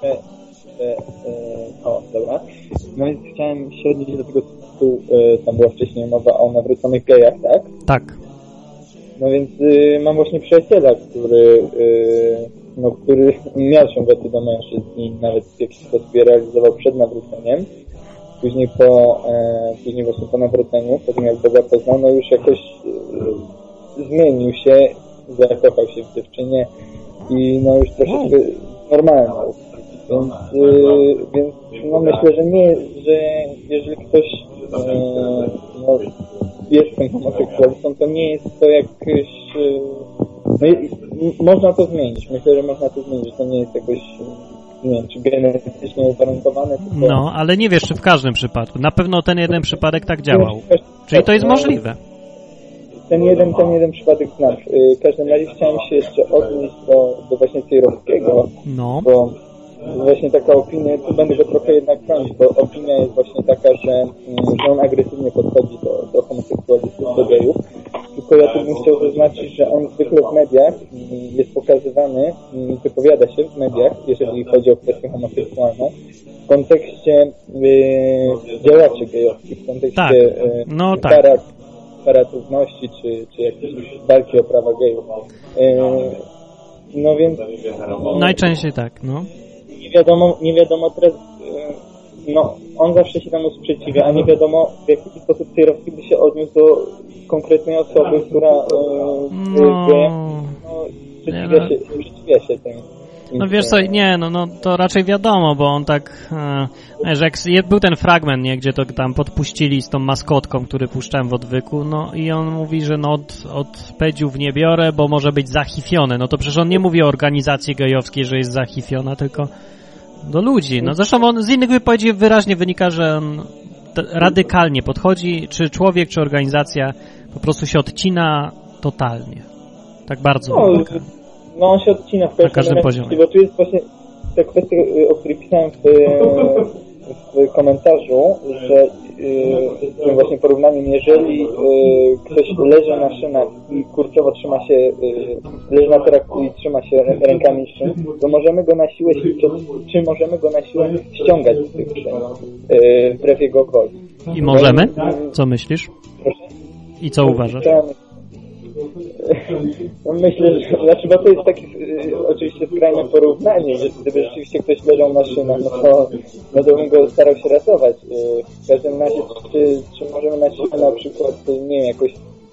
O, dobra. No więc chciałem się odnieść do tego, co tam była wcześniej mowa o nawróconych gejach, tak? Tak. No więc y, mam właśnie przyjaciela, który, y, no, który miał ciągoty do mężczyzn i nawet w jakiś sposób je realizował przed nawróceniem. Później po, e, później właśnie po nawróceniu, po tym jak Boga poznał, no już jakoś y, zmienił się, zakochał się w dziewczynie i no już troszeczkę normalną. Więc, y, więc no myślę, że nie, że jeżeli ktoś e, no, jest tym homoseksualistą, to nie jest to jakieś... No, można to zmienić. Myślę, że można to zmienić. To nie jest jakoś, nie wiem, czy genetycznie uwarunkowane. Tylko... No, ale nie wiesz, czy w każdym przypadku. Na pewno ten jeden przypadek tak działał. Czyli to jest możliwe. Ten jeden, ten jeden przypadek znam. W każdym razie chciałem się jeszcze odnieść do, do właśnie Cejrowskiego. No. Bo właśnie taka opinia, tu będę go trochę jednak chronić, bo opinia jest właśnie taka, że, że on agresywnie podchodzi do, do homoseksualistów, do gejów. Tylko ja tu bym chciał zaznaczyć, że on zwykle w mediach jest pokazywany, wypowiada się w mediach, jeżeli chodzi o kwestię homoseksualną, w kontekście y, działaczy gejowskich, w kontekście tak. y, no, tak. parad, parad równości, czy, czy jakiejś walki o prawa gejów. Y, no więc... Najczęściej tak, no. Nie wiadomo, nie wiadomo teraz, no, on zawsze się temu sprzeciwia, a nie wiadomo w jaki sposób Cejrowski by się odniósł do konkretnej osoby, która e, no, no, sprzeciwia, się, sprzeciwia się tym. No wiesz co, nie, no, no to raczej wiadomo, bo on tak, e, że jak był ten fragment, nie, gdzie to tam podpuścili z tą maskotką, który puszczałem w odwyku, no i on mówi, że no od, od pedziów nie biorę, bo może być zachifione. No to przecież on nie mówi o organizacji gejowskiej, że jest zachifiona, tylko do ludzi. No zresztą on z innych wypowiedzi wyraźnie wynika, że on radykalnie podchodzi, czy człowiek, czy organizacja po prostu się odcina totalnie. Tak bardzo. No, no on się odcina w każdym, każdym poziomie. Bo tu jest właśnie ta kwestia, o której pisałem w, w komentarzu, że z tym właśnie porównaniem, jeżeli ktoś leży na szynach i kurczowo trzyma się, leży na toraku i trzyma się rękami szyn, to możemy go na siłę, czy możemy go na siłę ściągać z tych szyn, wbrew jego woli. I możemy? Co myślisz? Proszę? I co uważasz? No myślę, że znaczy, bo to jest takie y, oczywiście skrajne porównanie, że gdyby rzeczywiście ktoś leżał na szynach, no to, no to bym go starał się ratować. Y, w każdym razie, czy, czy możemy na siłę na przykład, nie wiem, jakoś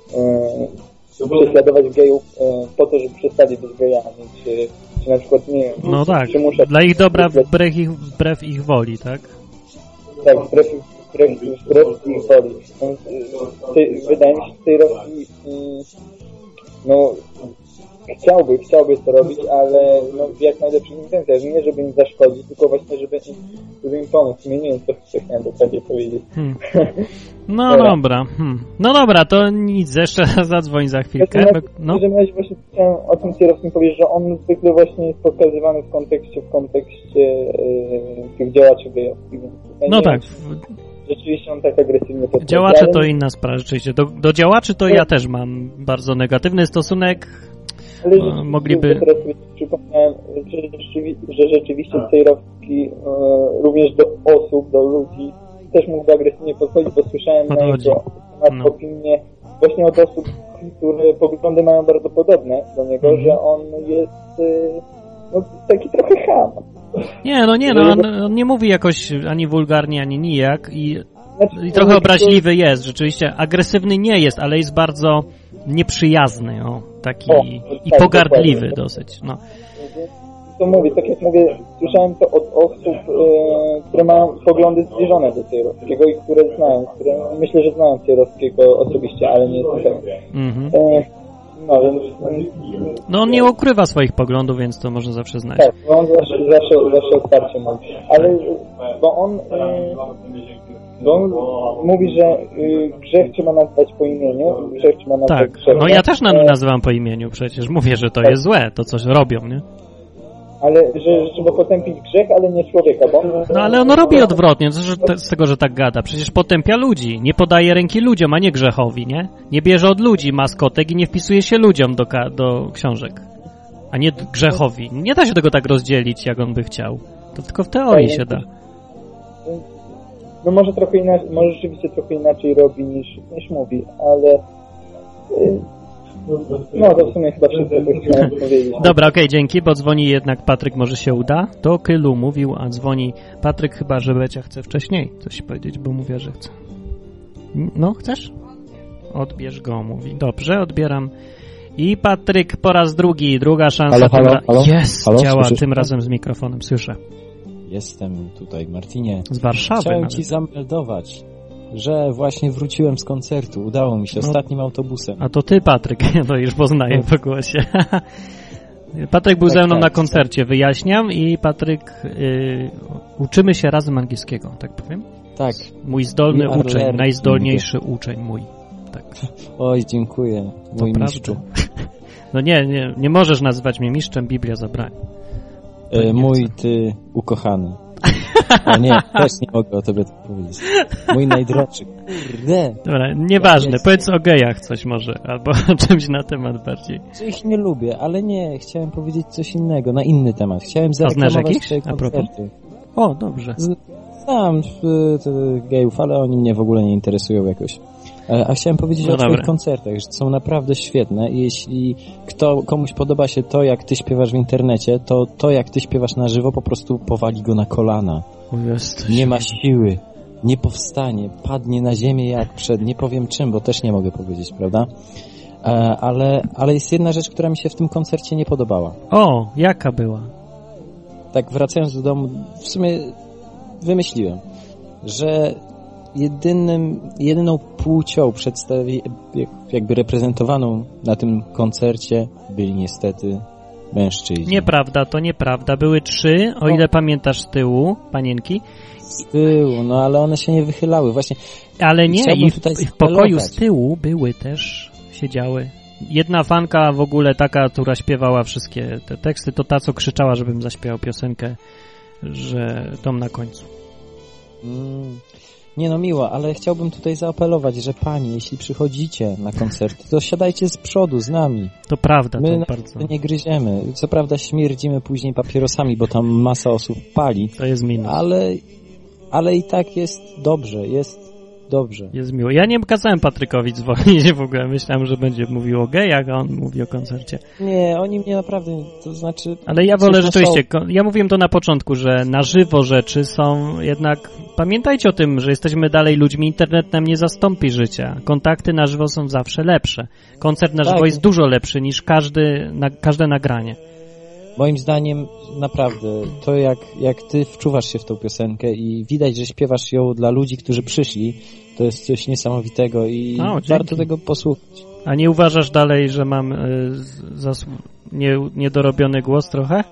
y, prześladować gejów y, po to, żeby przestali być gejami, czy, czy na przykład, nie wiem, no tak, przymuszać... Dla ich dobra wbrew ich, wbrew ich woli, tak? Tak, wbrew, wbrew, wbrew ich woli. No, ty, wydaje mi się, że w tej Rosji y, no chciałby, chciałby to robić, ale no, w jak najlepszych intencjach. Nie, żeby im zaszkodzić, tylko właśnie, żeby im, żeby im pomóc. Nie, nie wiem, co chciałem dokładnie powiedzieć. Hmm. No dobra. Hmm. No dobra, to nic, jeszcze zadzwoń za chwilkę. W każdym razie właśnie chciałem o tym kierowcom powiedzieć, że on zwykle właśnie jest pokazywany w kontekście, w kontekście yy, tych działaczy gejowskich. No tak. Wiem, rzeczywiście on tak agresywnie podchodzi. Działacze to inna sprawa, rzeczywiście. Do, do działaczy to ja też mam bardzo negatywny stosunek. Ale no, mogliby... teraz przypomniałem, że, rzeczywi że rzeczywiście Cejrowski e, również do osób, do ludzi też mógłby agresywnie podchodzić, bo słyszałem Podchodzi. na jego temat no. opinię właśnie od osób, które poglądy mają bardzo podobne do niego, mm. że on jest e, no, taki trochę cham. Nie, no nie, no on, on nie mówi jakoś ani wulgarnie, ani nijak i, znaczy, i trochę obraźliwy jest, rzeczywiście agresywny nie jest, ale jest bardzo nieprzyjazny, o, taki o, i tak, pogardliwy dokładnie. Dosyć, no. To mówię, tak jak mówię, słyszałem to od osób, e, które mają poglądy zbliżone do Cejrowskiego i które znają, które myślę, że znają Cejrowskiego osobiście, ale nie jestem pewien. Mm-hmm. E, No, więc... no on nie ukrywa swoich poglądów, więc to można zawsze znać. Tak, bo on zawsze, zawsze, zawsze otwarcie mówi. Ale, bo on, bo on mówi, że grzech trzeba nazwać po imieniu, grzech trzeba nazwać tak, grzechem. No ja też nazywam po imieniu przecież, mówię, że to tak. jest złe, to coś robią, nie? Ale, że trzeba potępić grzech, ale nie człowieka, bo on... No ale on robi odwrotnie, z tego, że tak gada. Przecież potępia ludzi, nie podaje ręki ludziom, a nie grzechowi, nie? Nie bierze od ludzi maskotek i nie wpisuje się ludziom do, do książek, a nie grzechowi. Nie da się tego tak rozdzielić, jak on by chciał. To tylko w teorii się da. No może trochę inaczej, może rzeczywiście trochę inaczej robi niż, niż mówi, ale... No, to w sumie chyba wszystko, co chciałem powiedzieć. Dobra, okej, okay, dzięki, bo dzwoni jednak Patryk, może się uda. To Kylu mówił, a dzwoni Patryk, chyba że Becia chce wcześniej coś powiedzieć, bo mówię, że chce. No, chcesz? Odbierz go, mówi. Dobrze, odbieram. I Patryk po raz drugi, druga szansa. Halo, halo, ra... halo? Jest, halo? działa Słyszysz? tym razem z mikrofonem, słyszę. Jestem tutaj, Martinie. Z Warszawy Chciałem nawet. ci zameldować, że właśnie wróciłem z koncertu. Udało mi się, no, ostatnim autobusem. A to ty, Patryk, ja to już poznaję po głosie. Patryk był tak, ze mną tak, na koncercie, wyjaśniam, i Patryk, y, uczymy się razem angielskiego, tak powiem? Tak. Mój zdolny uczeń, learning. Najzdolniejszy uczeń mój. Tak. Oj, dziękuję, mój mistrzu. No nie, nie, nie możesz nazywać mnie mistrzem, Biblia zabroni. E, mój chcę. Ty ukochany. A nie, też nie mogę o tobie tak powiedzieć. Mój najdroższy. Kurde. Dobra, nieważne. Powiedz o gejach coś może, albo o czymś na temat bardziej. Że ich nie lubię, ale nie, chciałem powiedzieć coś innego, na inny temat. Chciałem zareklamować swoje koncerty. O, dobrze. Znam y, gejów, ale oni mnie w ogóle nie interesują jakoś. A chciałem powiedzieć no o twoich koncertach, że są naprawdę świetne i jeśli kto, komuś podoba się to, jak ty śpiewasz w internecie, to to, jak ty śpiewasz na żywo, po prostu powali go na kolana. Nie ma siły, nie powstanie, padnie na ziemię jak przed, nie powiem czym, bo też nie mogę powiedzieć, prawda? Ale, ale jest jedna rzecz, która mi się w tym koncercie nie podobała. O, jaka była? tak wracając do domu, w sumie wymyśliłem, że jedynym, jedyną płcią przedstawi, jakby reprezentowaną na tym koncercie byli niestety mężczyźni. Nieprawda, to nieprawda. Były trzy, o ile pamiętasz z tyłu, panienki. Z tyłu, no ale one się nie wychylały. Właśnie. Ale nie, i w, tutaj w pokoju z tyłu były też, siedziały. Jedna fanka w ogóle taka, która śpiewała wszystkie te teksty, to ta, co krzyczała, żebym zaśpiewał piosenkę, że tom na końcu. Mm. Nie no, miło, ale chciałbym tutaj zaapelować, że panie, jeśli przychodzicie na koncert, to siadajcie z przodu, z nami. To prawda, My to bardzo. nie gryziemy. Co prawda śmierdzimy później papierosami, bo tam masa osób pali. To jest minus. Ale, ale i tak jest dobrze, jest dobrze. Jest miło. Ja nie kazałem Patrykowi dzwonić w ogóle. Myślałem, że będzie mówił o gejach, a on mówi o koncercie. Nie, oni mnie naprawdę, to znaczy... Ale ja wolę rzeczywiście, ja mówiłem to na początku, że na żywo rzeczy są jednak... Pamiętajcie o tym, że jesteśmy dalej ludźmi, internet nam nie zastąpi życia. Kontakty na żywo są zawsze lepsze. Koncert na żywo tak. jest dużo lepszy niż każdy, na, każde nagranie. Moim zdaniem naprawdę, to jak, jak ty wczuwasz się w tą piosenkę i widać, że śpiewasz ją dla ludzi, którzy przyszli, to jest coś niesamowitego i o, warto tego posłuchać. A nie uważasz dalej, że mam y, zasłu- nie, niedorobiony głos trochę?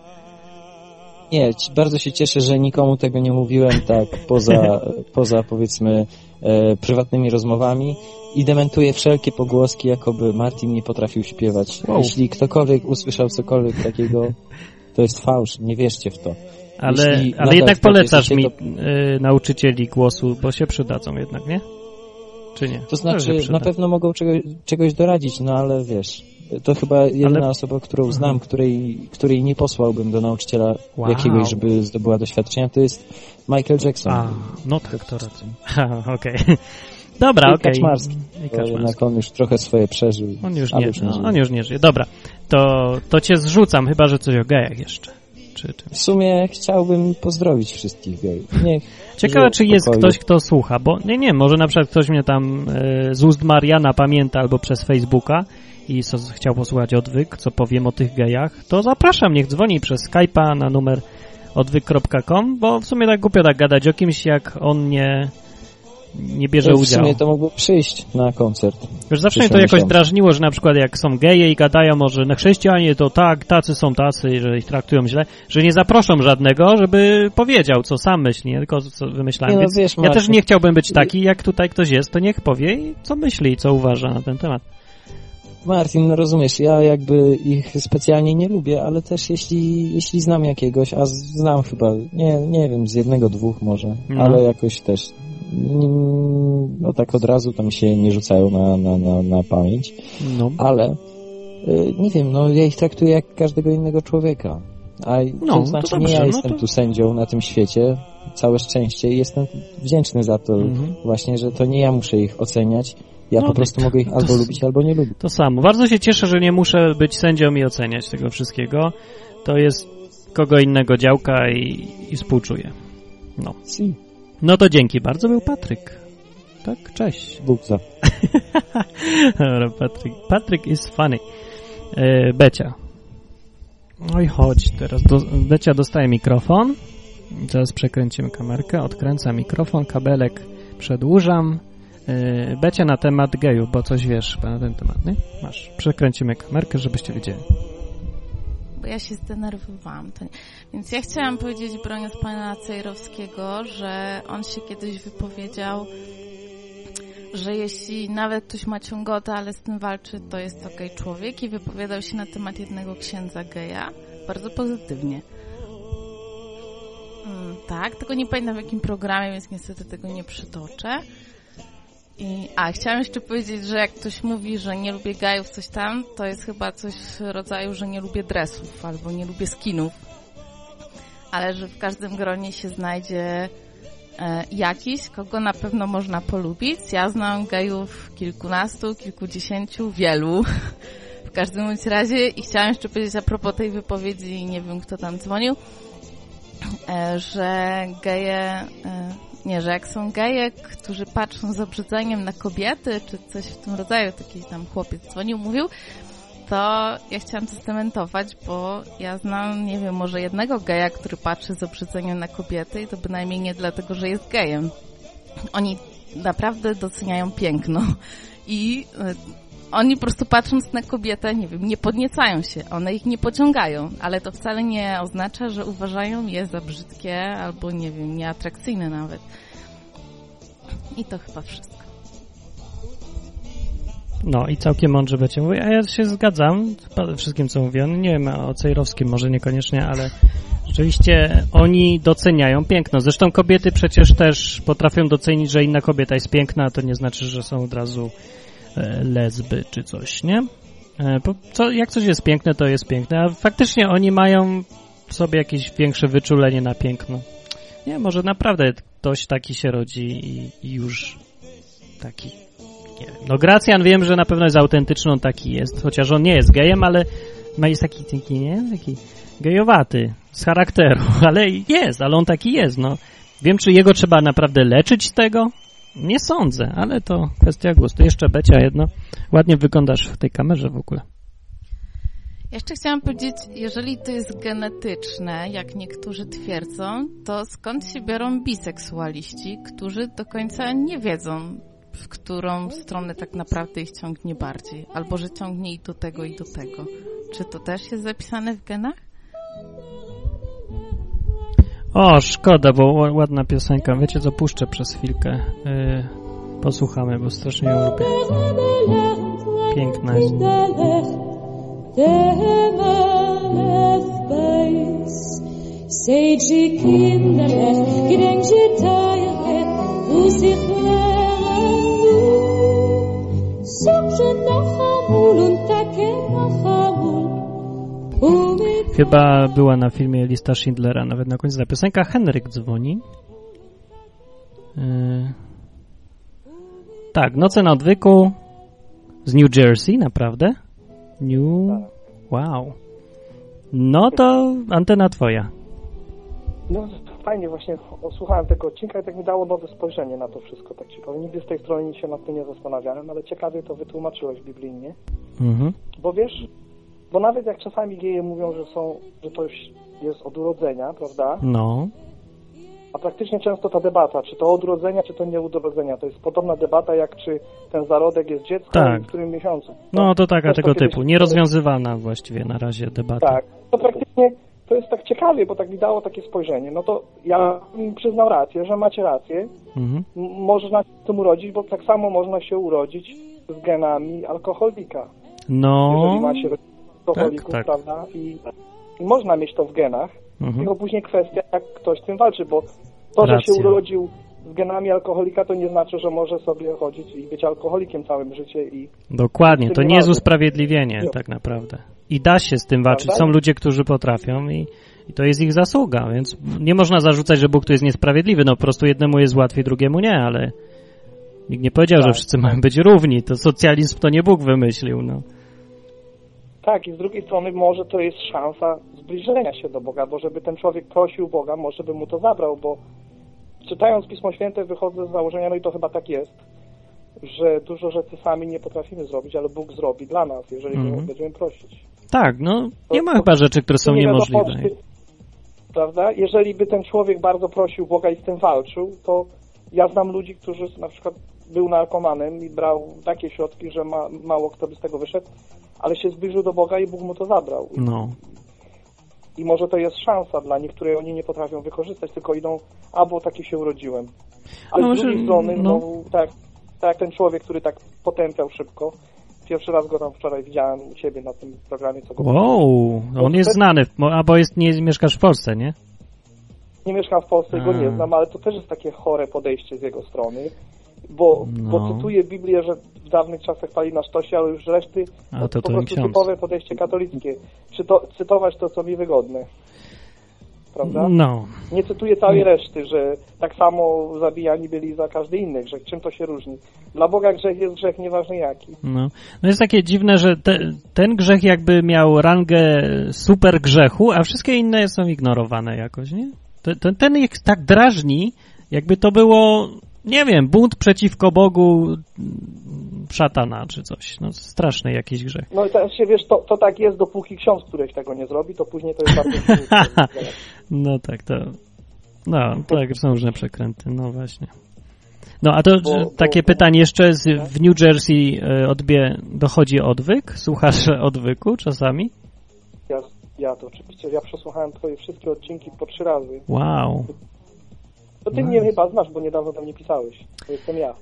Nie, bardzo się cieszę, że nikomu tego nie mówiłem tak poza, poza powiedzmy e, prywatnymi rozmowami i dementuję wszelkie pogłoski, jakoby Martin nie potrafił śpiewać. Wow. Jeśli ktokolwiek usłyszał cokolwiek takiego, to jest fałsz, nie wierzcie w to. Ale, ale jednak polecasz mi to... y, nauczycieli głosu, bo się przydadzą jednak, nie? Czy nie? To znaczy, na pewno mogą czegoś, czegoś doradzić, no ale wiesz, to chyba jedyna ale... osoba, którą znam, której, której nie posłałbym do nauczyciela wow. jakiegoś, żeby zdobyła doświadczenia, to jest Michael Jackson. A, no tak, to racja. Okej. Okay. Dobra, okej. Okay. Kaczmarski. Jednak on już trochę swoje przeżył. On już nie, już nie, no, on już nie żyje. Dobra, to, to cię zrzucam, chyba że coś o gejach jeszcze. Czy, czy... W sumie chciałbym pozdrowić wszystkich gejów. Niech Ciekawe, czy jest ktoś, kto słucha, bo nie, nie, może na przykład ktoś mnie tam y, z ust Mariana pamięta albo przez Facebooka i so, chciał posłuchać odwyk, co powiem o tych gejach, to zapraszam, niech dzwoni przez Skype'a na numer odwyk kropka com, bo w sumie tak głupio tak gadać o kimś, jak on nie, nie bierze to w udziału. W sumie to mógłby przyjść na koncert. Wiesz, zawsze mnie to jakoś miesiąc. drażniło, że na przykład jak są geje i gadają, może na chrześcijanie to tak, tacy są tacy, że ich traktują źle, że nie zaproszą żadnego, żeby powiedział, co sam myśli, nie tylko co wymyślałem. Nie, no, wiesz, ja też nie chciałbym być taki, jak tutaj ktoś jest, to niech powie, co myśli i co uważa na ten temat. Martin, no rozumiesz, ja jakby ich specjalnie nie lubię, ale też jeśli, jeśli znam jakiegoś, a znam chyba, nie, nie wiem, z jednego, dwóch może, no. ale jakoś też, no tak od razu tam się nie rzucają na, na, na, na pamięć, no. ale nie wiem, no ja ich traktuję jak każdego innego człowieka, a no, to znaczy to dobrze, nie ja no jestem to... tu sędzią na tym świecie, całe szczęście i jestem wdzięczny za to mhm. właśnie, że to nie ja muszę ich oceniać. Ja no, po prostu mogę ich albo to, lubić, albo nie lubić. To samo. Bardzo się cieszę, że nie muszę być sędzią i oceniać tego wszystkiego. To jest kogo innego działka i, i współczuję. No. Si. No to dzięki bardzo. Był Patryk. Tak? Cześć. Bóg za. Dobra, Patryk. Patryk is funny. E, Becia. Oj, chodź teraz. Do, Becia dostaje mikrofon. Teraz przekręcimy kamerkę. Odkręcam mikrofon. Kabelek przedłużam. Becia na temat gejów, bo coś wiesz na ten temat, nie? Masz, przekręcimy kamerkę, żebyście wiedzieli. Bo ja się zdenerwowałam. To nie. Więc ja chciałam powiedzieć, broniąc pana Cejrowskiego, że on się kiedyś wypowiedział, że jeśli nawet ktoś ma ciągotę, ale z tym walczy, to jest to gej człowiek i wypowiadał się na temat jednego księdza geja bardzo pozytywnie. Hmm, tak, tylko nie pamiętam w jakim programie, więc niestety tego nie przytoczę. I, a, chciałam jeszcze powiedzieć, że jak ktoś mówi, że nie lubię gejów, coś tam, to jest chyba coś w rodzaju, że nie lubię dresów albo nie lubię skinów. Ale że w każdym gronie się znajdzie e, jakiś, kogo na pewno można polubić. Ja znam gejów kilkunastu, kilkudziesięciu, wielu. W każdym bądź razie i chciałam jeszcze powiedzieć a propos tej wypowiedzi, nie wiem kto tam dzwonił, e, że geje... E, Nie, że jak są geje, którzy patrzą z obrzydzeniem na kobiety, czy coś w tym rodzaju, taki tam chłopiec dzwonił, mówił, co, ja chciałam to zdementować, bo ja znam, nie wiem, może jednego geja, który patrzy z obrzydzeniem na kobiety i to bynajmniej nie dlatego, że jest gejem. Oni naprawdę doceniają piękno i oni po prostu patrząc na kobietę, nie wiem, nie podniecają się, one ich nie pociągają, ale to wcale nie oznacza, że uważają je za brzydkie albo, nie wiem, nieatrakcyjne nawet. I to chyba wszystko. No i całkiem mądrze będzie mówić, a ja się zgadzam z wszystkim, co mówiono. Nie wiem, o Cejrowskim może niekoniecznie, ale rzeczywiście oni doceniają piękno. Zresztą kobiety przecież też potrafią docenić, że inna kobieta jest piękna, a to nie znaczy, że są od razu e, lesby czy coś, nie? E, bo co, jak coś jest piękne, to jest piękne, a faktycznie oni mają w sobie jakieś większe wyczulenie na piękno. Nie, może naprawdę ktoś taki się rodzi i, i już taki... Nie wiem. No Gracjan wiem, że na pewno jest autentyczny, on taki jest, chociaż on nie jest gejem, ale ma jest taki, taki, nie? Taki gejowaty z charakteru, ale jest, ale on taki jest, no. Wiem, czy jego trzeba naprawdę leczyć z tego? Nie sądzę, ale to kwestia gustu. Jeszcze Becia jedno. Ładnie wyglądasz w tej kamerze w ogóle. Jeszcze chciałam powiedzieć, jeżeli to jest genetyczne, jak niektórzy twierdzą, to skąd się biorą biseksualiści, którzy do końca nie wiedzą, w którą stronę tak naprawdę ich ciągnie bardziej, albo że ciągnie i do tego, i do tego. Czy to też jest zapisane w genach? O, szkoda, bo ładna piosenka. Wiecie co, puszczę przez chwilkę. Yy, posłuchamy, bo strasznie ją lubię. Piękna jest. Chyba była na filmie Lista Schindlera, nawet na końcu ta piosenka. Henryk dzwoni. Yy... Tak, Noce na odwyku z New Jersey, naprawdę? New... Wow. No to antena twoja. No fajnie, właśnie słuchałem tego odcinka i tak mi dało nowe spojrzenie na to wszystko, tak ci powiem. Nigdy z tej strony się nad tym nie zastanawiałem, ale ciekawie to wytłumaczyłeś biblijnie. Mhm. Bo wiesz, bo nawet jak czasami geje mówią, że są, że to jest od urodzenia, prawda? No. A praktycznie często ta debata, czy to od urodzenia, czy to nie od urodzenia, to jest podobna debata, jak czy ten zarodek jest dzieckiem tak. i w którym miesiącu. No to taka tego typu, nierozwiązywana właściwie na razie debata. Tak, to praktycznie to jest tak ciekawie, bo tak mi dało takie spojrzenie. No to ja przyznam rację, że macie rację. Mhm. M- można się z tym urodzić, bo tak samo można się urodzić z genami alkoholika. No. Jeżeli ma się alkoholików, tak, tak. prawda? I, I można mieć to w genach. Mhm. Tylko później kwestia, jak ktoś z tym walczy, bo to, Racja. że się urodził z genami alkoholika, to nie znaczy, że może sobie chodzić i być alkoholikiem całym życie. I Dokładnie, to nie jest usprawiedliwienie nie. tak naprawdę. I da się z tym walczyć. Są ludzie, którzy potrafią i, i to jest ich zasługa, więc nie można zarzucać, że Bóg tu jest niesprawiedliwy. No po prostu jednemu jest łatwiej, drugiemu nie, ale nikt nie powiedział, tak. że wszyscy mają być równi. To socjalizm to nie Bóg wymyślił, no. Tak, i z drugiej strony może to jest szansa zbliżenia się do Boga, bo żeby ten człowiek prosił Boga, może by mu to zabrał, bo czytając Pismo Święte wychodzę z założenia, no i to chyba tak jest, że dużo rzeczy sami nie potrafimy zrobić, ale Bóg zrobi dla nas, jeżeli mm. go będziemy prosić. Tak, no nie to, ma to, chyba rzeczy, które są nie niemożliwe. Wiadomo, czy, prawda? Jeżeli by ten człowiek bardzo prosił Boga i z tym walczył, to ja znam ludzi, którzy na przykład był narkomanem i brał takie środki, że ma, mało kto by z tego wyszedł, ale się zbliżył do Boga i Bóg mu to zabrał. No. I może to jest szansa dla nich, której oni nie potrafią wykorzystać, tylko idą, a bo taki się urodziłem. Ale no, z drugiej że, strony, no. no tak, tak jak ten człowiek, który tak potępiał szybko, pierwszy raz go tam wczoraj widziałem u ciebie na tym programie, co go... Wow, on jest znany, albo jest, nie mieszkasz w Polsce, nie? Nie mieszkam w Polsce i go nie znam, ale to też jest takie chore podejście z jego strony, bo, no. bo cytuję Biblię, że w dawnych czasach pali na sztosie, ale już reszty a to, to to po prostu ksiądz. typowe podejście katolickie. Czy to, cytować to, co mi wygodne. Prawda? No. Nie cytuję całej reszty, że tak samo zabijani byli za każdy inny grzech. Czym to się różni? Dla Boga grzech jest grzech, nieważne jaki. No, no jest takie dziwne, że te, ten grzech jakby miał rangę super grzechu, a wszystkie inne są ignorowane jakoś, nie? Ten, ten ich tak drażni, jakby to było, nie wiem, bunt przeciwko Bogu szatana czy coś. No straszny jakiś grzech. No i teraz się, wiesz, to, to tak jest, dopóki ksiądz któreś tego nie zrobi, to później to jest bardzo trudne. No tak, to... No, tak, są różne przekręty, no właśnie. No, a to bo, takie bo, pytanie jeszcze, z, w New Jersey odbie, dochodzi odwyk? Słuchasz odwyku czasami? Ja, ja to oczywiście, ja przesłuchałem twoje wszystkie odcinki po trzy razy. Wow. To ty nice. Mnie chyba znasz, bo niedawno do mnie pisałeś. To jestem ja.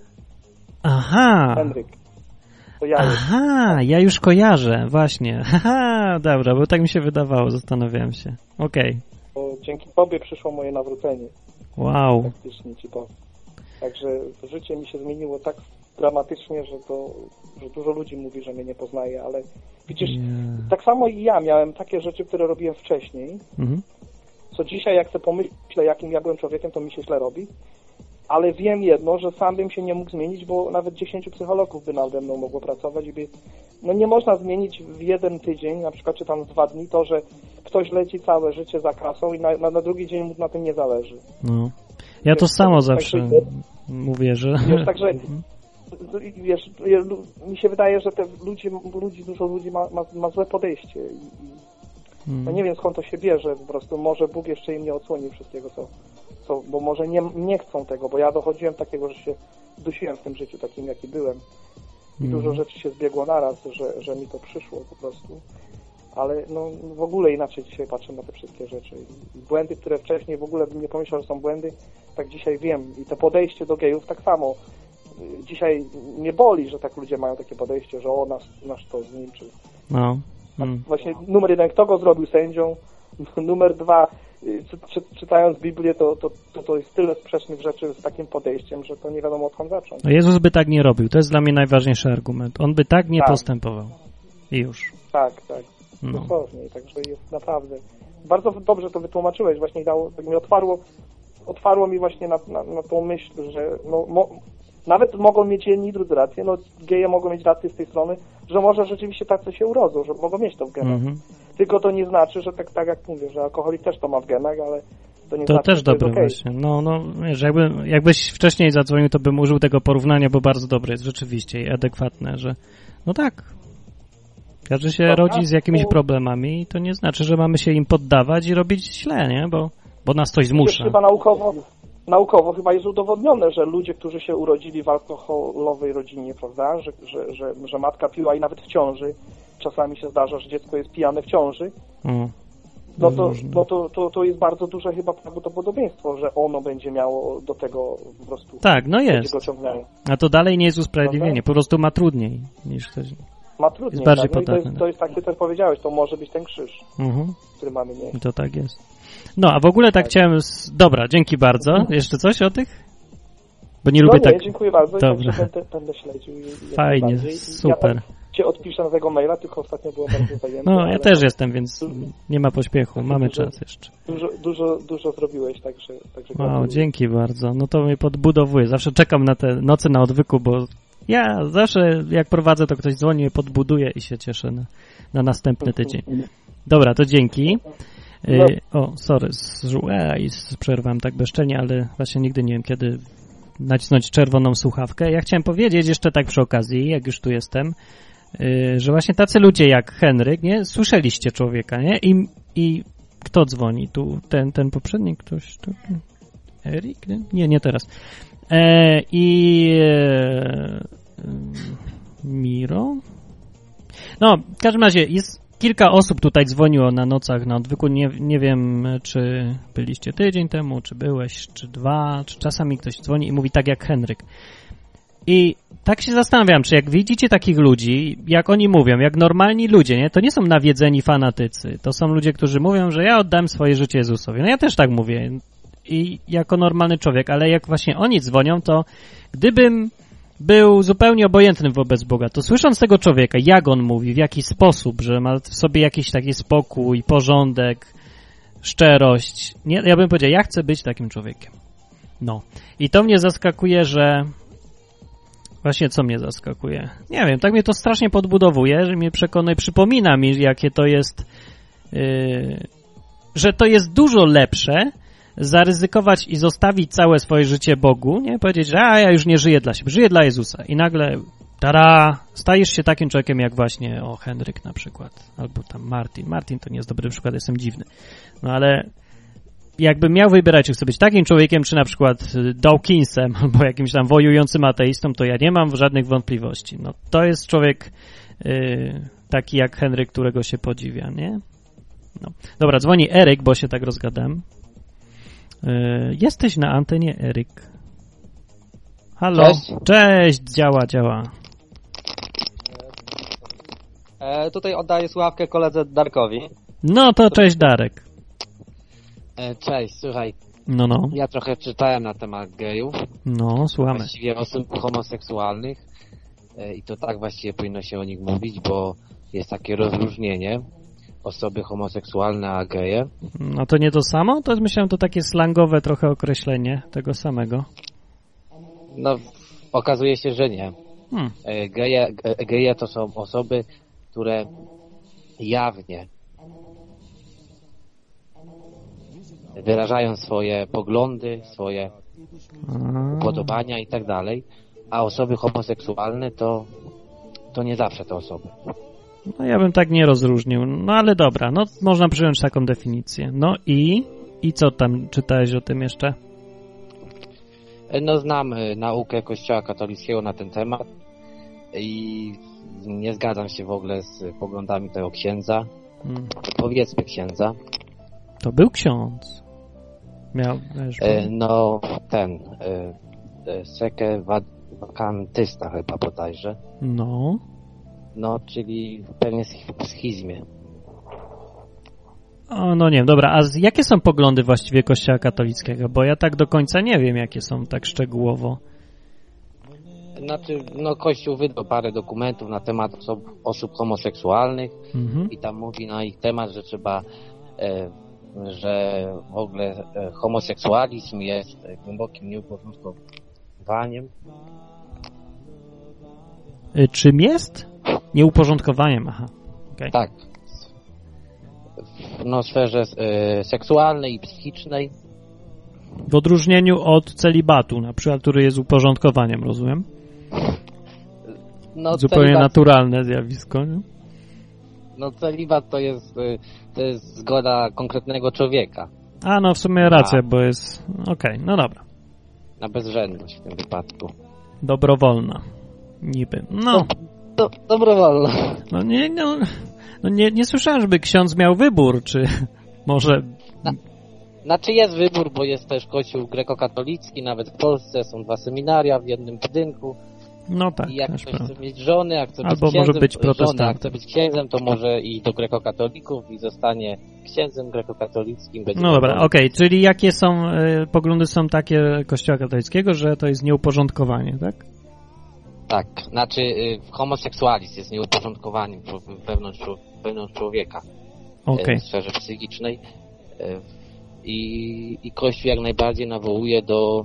Aha. Henryk. To ja Aha, jestem. Ja już kojarzę, właśnie. Haha, dobra, bo tak mi się wydawało, zastanawiałem się. Okej. Okay. Dzięki tobie przyszło moje nawrócenie. Wow. Praktycznie ci powiem. Także życie mi się zmieniło tak dramatycznie, że to, że dużo ludzi mówi, że mnie nie poznaje, ale widzisz, yeah. tak samo i ja miałem takie rzeczy, które robiłem wcześniej, mm-hmm. co dzisiaj jak sobie pomyślę, jakim ja byłem człowiekiem, to mi się źle robi, ale wiem jedno, że sam bym się nie mógł zmienić, bo nawet dziesięciu psychologów by nade mną mogło pracować i by, no nie można zmienić w jeden tydzień, na przykład czy tam dwa dni, to, że ktoś leci całe życie za kasą i na, na, na drugi dzień mu na tym nie zależy. No. Ja to wiesz, samo to, zawsze także, mówię, że... Wiesz, także wiesz, mi się wydaje, że te ludzie, ludzi, dużo ludzi ma, ma, ma złe podejście i, hmm. no nie wiem skąd to się bierze, po prostu może Bóg jeszcze im nie odsłonił wszystkiego, co, co bo może nie, nie chcą tego, bo ja dochodziłem takiego, że się dusiłem w tym życiu takim, jaki byłem i hmm. dużo rzeczy się zbiegło naraz, że, że mi to przyszło po prostu. Ale no w ogóle inaczej dzisiaj patrzę na te wszystkie rzeczy. I błędy, które wcześniej w ogóle bym nie pomyślał, że są błędy, tak dzisiaj wiem. I to podejście do gejów tak samo. Dzisiaj mnie boli, że tak ludzie mają takie podejście, że o, nas, nasz to z nim, czy... No. Mm. Właśnie numer jeden, kto go zrobił sędzią? Numer dwa, czy, czy, czytając Biblię, to, to, to, to jest tyle sprzecznych rzeczy z takim podejściem, że to nie wiadomo odkąd zacząć. No Jezus by tak nie robił. To jest dla mnie najważniejszy argument. On by tak nie tak. postępował. I już. Tak, tak. No. Dosłownie, także jest naprawdę bardzo dobrze to wytłumaczyłeś, właśnie dało, tak mi otwarło otwarło mi właśnie na, na, na tą myśl, że no, mo, nawet mogą mieć jedni i drudzy rację, no geje mogą mieć rację z tej strony, że może rzeczywiście tacy się urodzą, że mogą mieć to w genach. Mm-hmm. Tylko to nie znaczy, że tak, tak jak mówię, że alkoholik też to ma w genach, ale to nie to znaczy, też że to dobre jest okay. właśnie. No, no, wiesz, jakby, jakbyś wcześniej zadzwonił, to bym użył tego porównania, bo bardzo dobre jest rzeczywiście i adekwatne, że no tak, każdy się Dobra, rodzi z jakimiś problemami i to nie znaczy, że mamy się im poddawać i robić źle, nie? Bo, bo nas coś zmusza. Chyba naukowo, naukowo chyba jest udowodnione, że ludzie, którzy się urodzili w alkoholowej rodzinie, prawda, że, że, że, że matka piła i nawet w ciąży, czasami się zdarza, że dziecko jest pijane w ciąży, mm. no, to, no to, to, to jest bardzo duże chyba prawdopodobieństwo, że ono będzie miało do tego po prostu... Tak, no jest. A to dalej nie jest usprawiedliwienie, prawda? Po prostu ma trudniej niż ktoś... Ma trudniej, jest bardziej tak? No to, jest, to jest tak, jak ty też powiedziałeś, to może być ten krzyż, uh-huh. który mamy nie. I to tak jest. No, a w ogóle tak, tak. chciałem... Z... Dobra, dzięki bardzo. Jeszcze coś o tych? Bo nie no lubię nie, tak... dziękuję bardzo. Dobra. Będę, będę śledził. Fajnie, super. Ja cię odpiszę na tego maila, tylko ostatnio było bardzo zajęte. No, ja też jestem, więc nie ma pośpiechu. Mamy dużo, czas jeszcze. Dużo, dużo, dużo zrobiłeś, także... także wow, dzięki bardzo. No to mnie podbudowuje. Zawsze czekam na te noce na odwyku, bo ja zawsze jak prowadzę, to ktoś dzwoni, mnie podbuduje i się cieszę na, na następny tydzień. Dobra, to dzięki. No. Y, o, sorry, i przerwałem tak bezczelnie, ale właśnie nigdy nie wiem, kiedy nacisnąć czerwoną słuchawkę. Ja chciałem powiedzieć jeszcze tak przy okazji, jak już tu jestem, y, że właśnie tacy ludzie jak Henryk, nie? Słyszeliście człowieka, nie? I, i kto dzwoni? Tu ten, ten poprzedni ktoś? Tu, Erik? Nie? nie, nie teraz. E, I e, Miro? No, w każdym razie jest kilka osób tutaj dzwoniło na nocach na odwyku. Nie, nie wiem, czy byliście tydzień temu, czy byłeś, czy dwa, czy czasami ktoś dzwoni i mówi tak jak Henryk. I tak się zastanawiam, czy jak widzicie takich ludzi, jak oni mówią, jak normalni ludzie, nie, to nie są nawiedzeni fanatycy. To są ludzie, którzy mówią, że ja oddałem swoje życie Jezusowi. No ja też tak mówię. I jako normalny człowiek, ale jak właśnie oni dzwonią, to gdybym był zupełnie obojętny wobec Boga, to słysząc tego człowieka, jak on mówi, w jaki sposób, że ma w sobie jakiś taki spokój, porządek, szczerość, nie, ja bym powiedział, ja chcę być takim człowiekiem. No. I to mnie zaskakuje, że właśnie co mnie zaskakuje? Nie wiem, tak mnie to strasznie podbudowuje, że mnie przekonuje, przypomina mi, jakie to jest, yy, że to jest dużo lepsze, zaryzykować i zostawić całe swoje życie Bogu, nie? Powiedzieć, że a ja już nie żyję dla siebie, żyję dla Jezusa. I nagle tada, stajesz się takim człowiekiem jak właśnie, o, Henryk na przykład, albo tam Martin. Martin to nie jest dobry przykład, jestem dziwny. No ale jakbym miał wybierać, czy chcę być takim człowiekiem, czy na przykład Dawkinsem, albo jakimś tam wojującym ateistą, to ja nie mam żadnych wątpliwości. No to jest człowiek yy, taki jak Henryk, którego się podziwia, nie? No. Dobra, dzwoni Eryk, bo się tak rozgadam. Yy, jesteś na antenie, Eryk. Halo. Cześć. Cześć, działa, działa. E, tutaj oddaję słuchawkę koledze Darkowi. No to cześć, Darek. E, cześć, słuchaj. No, no. Ja trochę czytałem na temat gejów. No, słuchamy. Właściwie osób homoseksualnych. E, I to tak właściwie powinno się o nich mówić, bo jest takie rozróżnienie. Osoby homoseksualne, a geje. No to nie to samo? To myślałem, to takie slangowe trochę określenie tego samego. No, okazuje się, że nie. Hmm. E, geje, ge, geje to są osoby, które jawnie wyrażają swoje poglądy, swoje A. upodobania i tak dalej, a osoby homoseksualne to, to nie zawsze te osoby. No ja bym tak nie rozróżnił. No ale dobra, no można przyjąć taką definicję. No i? I co tam czytałeś o tym jeszcze? No znam naukę Kościoła katolickiego na ten temat i nie zgadzam się w ogóle z poglądami tego księdza. Hmm. Powiedzmy księdza. To był ksiądz. Miał, wiesz, e, no ten e, seke wakantysta chyba bodajże. No. No, czyli w pewnie schizmie. O, no nie wiem, dobra, a z, jakie są poglądy właściwie Kościoła katolickiego? Bo ja tak do końca nie wiem, jakie są tak szczegółowo. Znaczy, no Kościół wydał parę dokumentów na temat osób, osób homoseksualnych mhm. i tam mówi na ich temat, że trzeba, e, że w ogóle e, homoseksualizm jest e, głębokim nieuporządkowaniem. E, czym jest? Nieuporządkowaniem, aha. Okay. Tak. W no, sferze e, seksualnej i psychicznej. W odróżnieniu od celibatu, na przykład, który jest uporządkowaniem, rozumiem? No, zupełnie celibat, naturalne zjawisko, nie? No celibat to jest, to jest zgoda konkretnego człowieka. A, no w sumie racja, A. bo jest... Okej, okay, no dobra. Na bezrzędność w tym wypadku. Dobrowolna. Niby. No. Do, do, dobrowolna. No nie, no, no nie, nie słyszałem, żeby ksiądz miał wybór, czy może... Na, znaczy jest wybór, bo jest też kościół grekokatolicki, nawet w Polsce są dwa seminaria w jednym budynku. No tak. I jak ktoś chce mieć żony, a chce Albo być księdzem, może być protestantem. żony, a chce być księdzem, to może i do grekokatolików i zostanie księdzem grekokatolickim. No dobra, okej, okay. Czyli jakie są, y, poglądy są takie Kościoła katolickiego, że to jest nieuporządkowanie, tak? Tak, znaczy y, homoseksualizm jest nieuporządkowaniem wewnątrz, wewnątrz człowieka okay. y, w sferze psychicznej y, i, i Kościół jak najbardziej nawołuje do...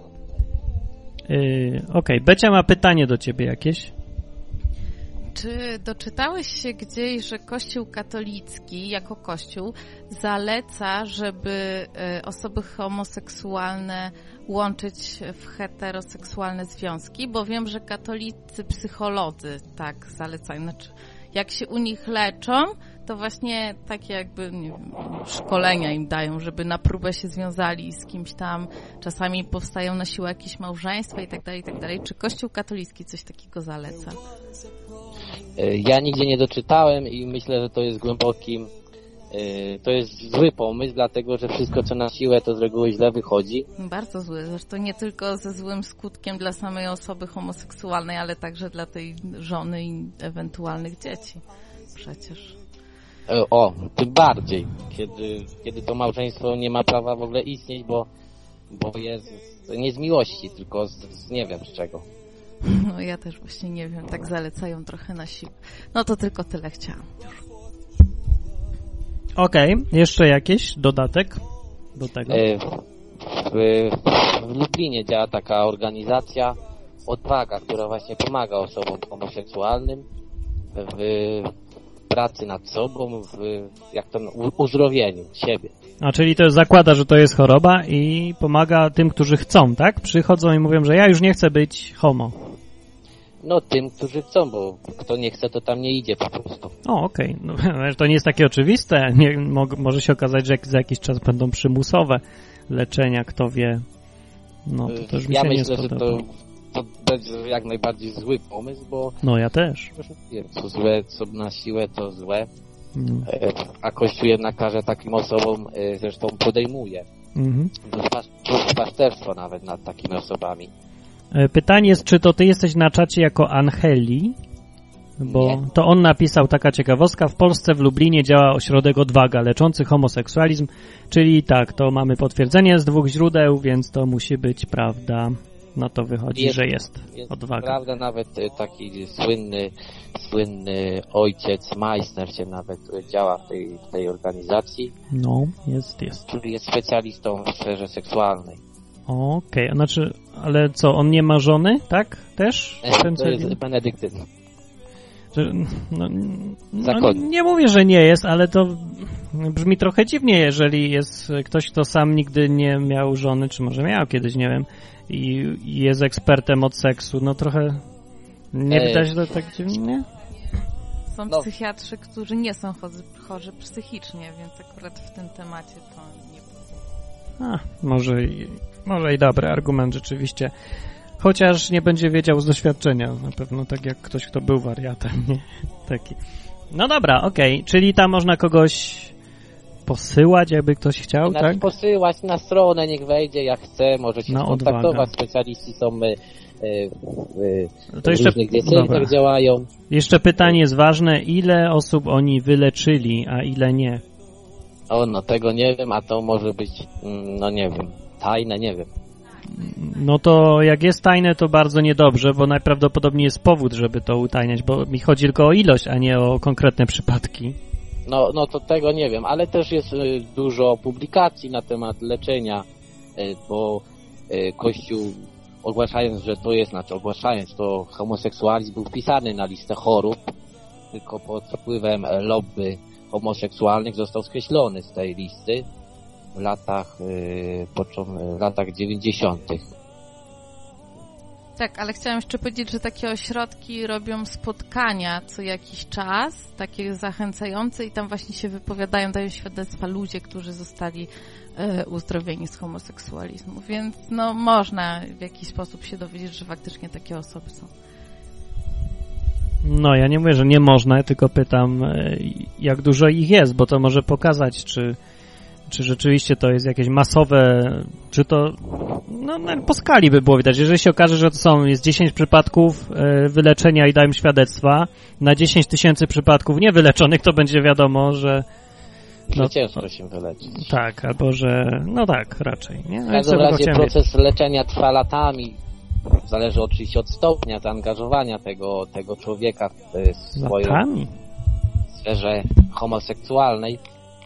Yy, Okej, okay. Becia ma pytanie do ciebie jakieś? Czy doczytałeś się gdzieś, że Kościół katolicki jako Kościół zaleca, żeby osoby homoseksualne łączyć w heteroseksualne związki? Bo wiem, że katolicy psycholodzy tak zalecają. Znaczy, jak się u nich leczą, to właśnie takie jakby nie wiem, szkolenia im dają, żeby na próbę się związali z kimś tam. Czasami powstają na siłę jakieś małżeństwa i tak dalej, i tak dalej. Czy Kościół katolicki coś takiego zaleca? Ja nigdzie nie doczytałem i myślę, że to jest głębokim, to jest zły pomysł, dlatego że wszystko co na siłę to z reguły źle wychodzi. Bardzo zły, zresztą nie tylko ze złym skutkiem dla samej osoby homoseksualnej, ale także dla tej żony i ewentualnych dzieci. Przecież. O, tym bardziej, kiedy, kiedy to małżeństwo nie ma prawa w ogóle istnieć, bo, bo jest nie z miłości, tylko z, z nie wiem z czego. No ja też właśnie nie wiem, tak zalecają trochę na siłę. No to tylko tyle chciałam. Okej, okay. Jeszcze jakiś dodatek do tego? W, w Lublinie działa taka organizacja Odwaga, która właśnie pomaga osobom homoseksualnym w pracy nad sobą, w jak to, uzdrowieniu siebie. A czyli to zakłada, że to jest choroba i pomaga tym, którzy chcą, tak? Przychodzą i mówią, że ja już nie chcę być homo. No tym, którzy chcą, bo kto nie chce, to tam nie idzie po prostu. O, okej. Okay. No, to nie jest takie oczywiste. Nie, mo, może się okazać, że za jakiś czas będą przymusowe leczenia, kto wie. No, to też mi ja się myślę, nie że to, to będzie jak najbardziej zły pomysł, bo... No, ja też. Co złe, co na siłę, to złe. Mm. A Kościół jednak każe takim osobom, zresztą podejmuje. Mhm. Duszpasterstwo nawet nad takimi osobami. Pytanie jest, czy to ty jesteś na czacie jako Angeli? Bo nie. To on napisał, taka ciekawostka, w Polsce w Lublinie działa ośrodek Odwaga, leczący homoseksualizm, czyli tak, to mamy potwierdzenie z dwóch źródeł, więc to musi być prawda. No to wychodzi, jest, że jest, jest Odwaga. Prawda, nawet taki słynny, słynny ojciec Meissner się nawet działa w tej, w tej organizacji. No, jest, jest. Który jest specjalistą w sferze seksualnej. Okej, okay. Znaczy, ale co, on nie ma żony, tak? Też? Ten, to jest benedyktyn. No, no, nie mówię, że nie jest, ale to brzmi trochę dziwnie, jeżeli jest ktoś, kto sam nigdy nie miał żony, czy może miał kiedyś, nie wiem, i, i jest ekspertem od seksu, no trochę nie Ej. widać to tak dziwnie? Są no. psychiatrzy, którzy nie są chorzy, chorzy psychicznie, więc akurat w tym temacie to nie powiem. A, może i, może i dobry argument rzeczywiście. Chociaż nie będzie wiedział z doświadczenia, na pewno tak jak ktoś, kto był wariatem, nie? Taki. No dobra, okej, okay. Czyli tam można kogoś posyłać, jakby ktoś chciał, znaczy, tak? Posyłać na stronę, niech wejdzie jak chce, może się na skontaktować, odwaga. Specjaliści są y, y, y, to w jeszcze, różnych dziecięcach działają. Jeszcze pytanie jest ważne, ile osób oni wyleczyli, a ile nie? O, no tego nie wiem, a to może być, no nie wiem, tajne, nie wiem. No to jak jest tajne, to bardzo niedobrze, bo najprawdopodobniej jest powód, żeby to utajniać, bo mi chodzi tylko o ilość, a nie o konkretne przypadki. No, no to tego nie wiem, ale też jest y, dużo publikacji na temat leczenia, y, bo y, Kościół ogłaszając, że to jest, znaczy ogłaszając, to homoseksualizm był wpisany na listę chorób, tylko pod wpływem lobby homoseksualnych został skreślony z tej listy w latach, y, począ- w latach dziewięćdziesiątych. Tak, ale chciałam jeszcze powiedzieć, że takie ośrodki robią spotkania co jakiś czas, takie zachęcające i tam właśnie się wypowiadają, dają świadectwa ludzie, którzy zostali e, uzdrowieni z homoseksualizmu, więc no można w jakiś sposób się dowiedzieć, że faktycznie takie osoby są. No ja nie mówię, że nie można, ja tylko pytam, jak dużo ich jest, bo to może pokazać, czy czy rzeczywiście to jest jakieś masowe, czy to, no, no po skali by było widać. Jeżeli się okaże, że to są, jest dziesięć przypadków y, wyleczenia i dają świadectwa, na dziesięć tysięcy przypadków niewyleczonych, to będzie wiadomo, że no, ciężko się wyleczyć. Tak, albo że, no tak, raczej. Nie? W każdym razie proces leczenia trwa latami, zależy oczywiście od stopnia zaangażowania tego, tego człowieka w swoją latami? sferze homoseksualnej.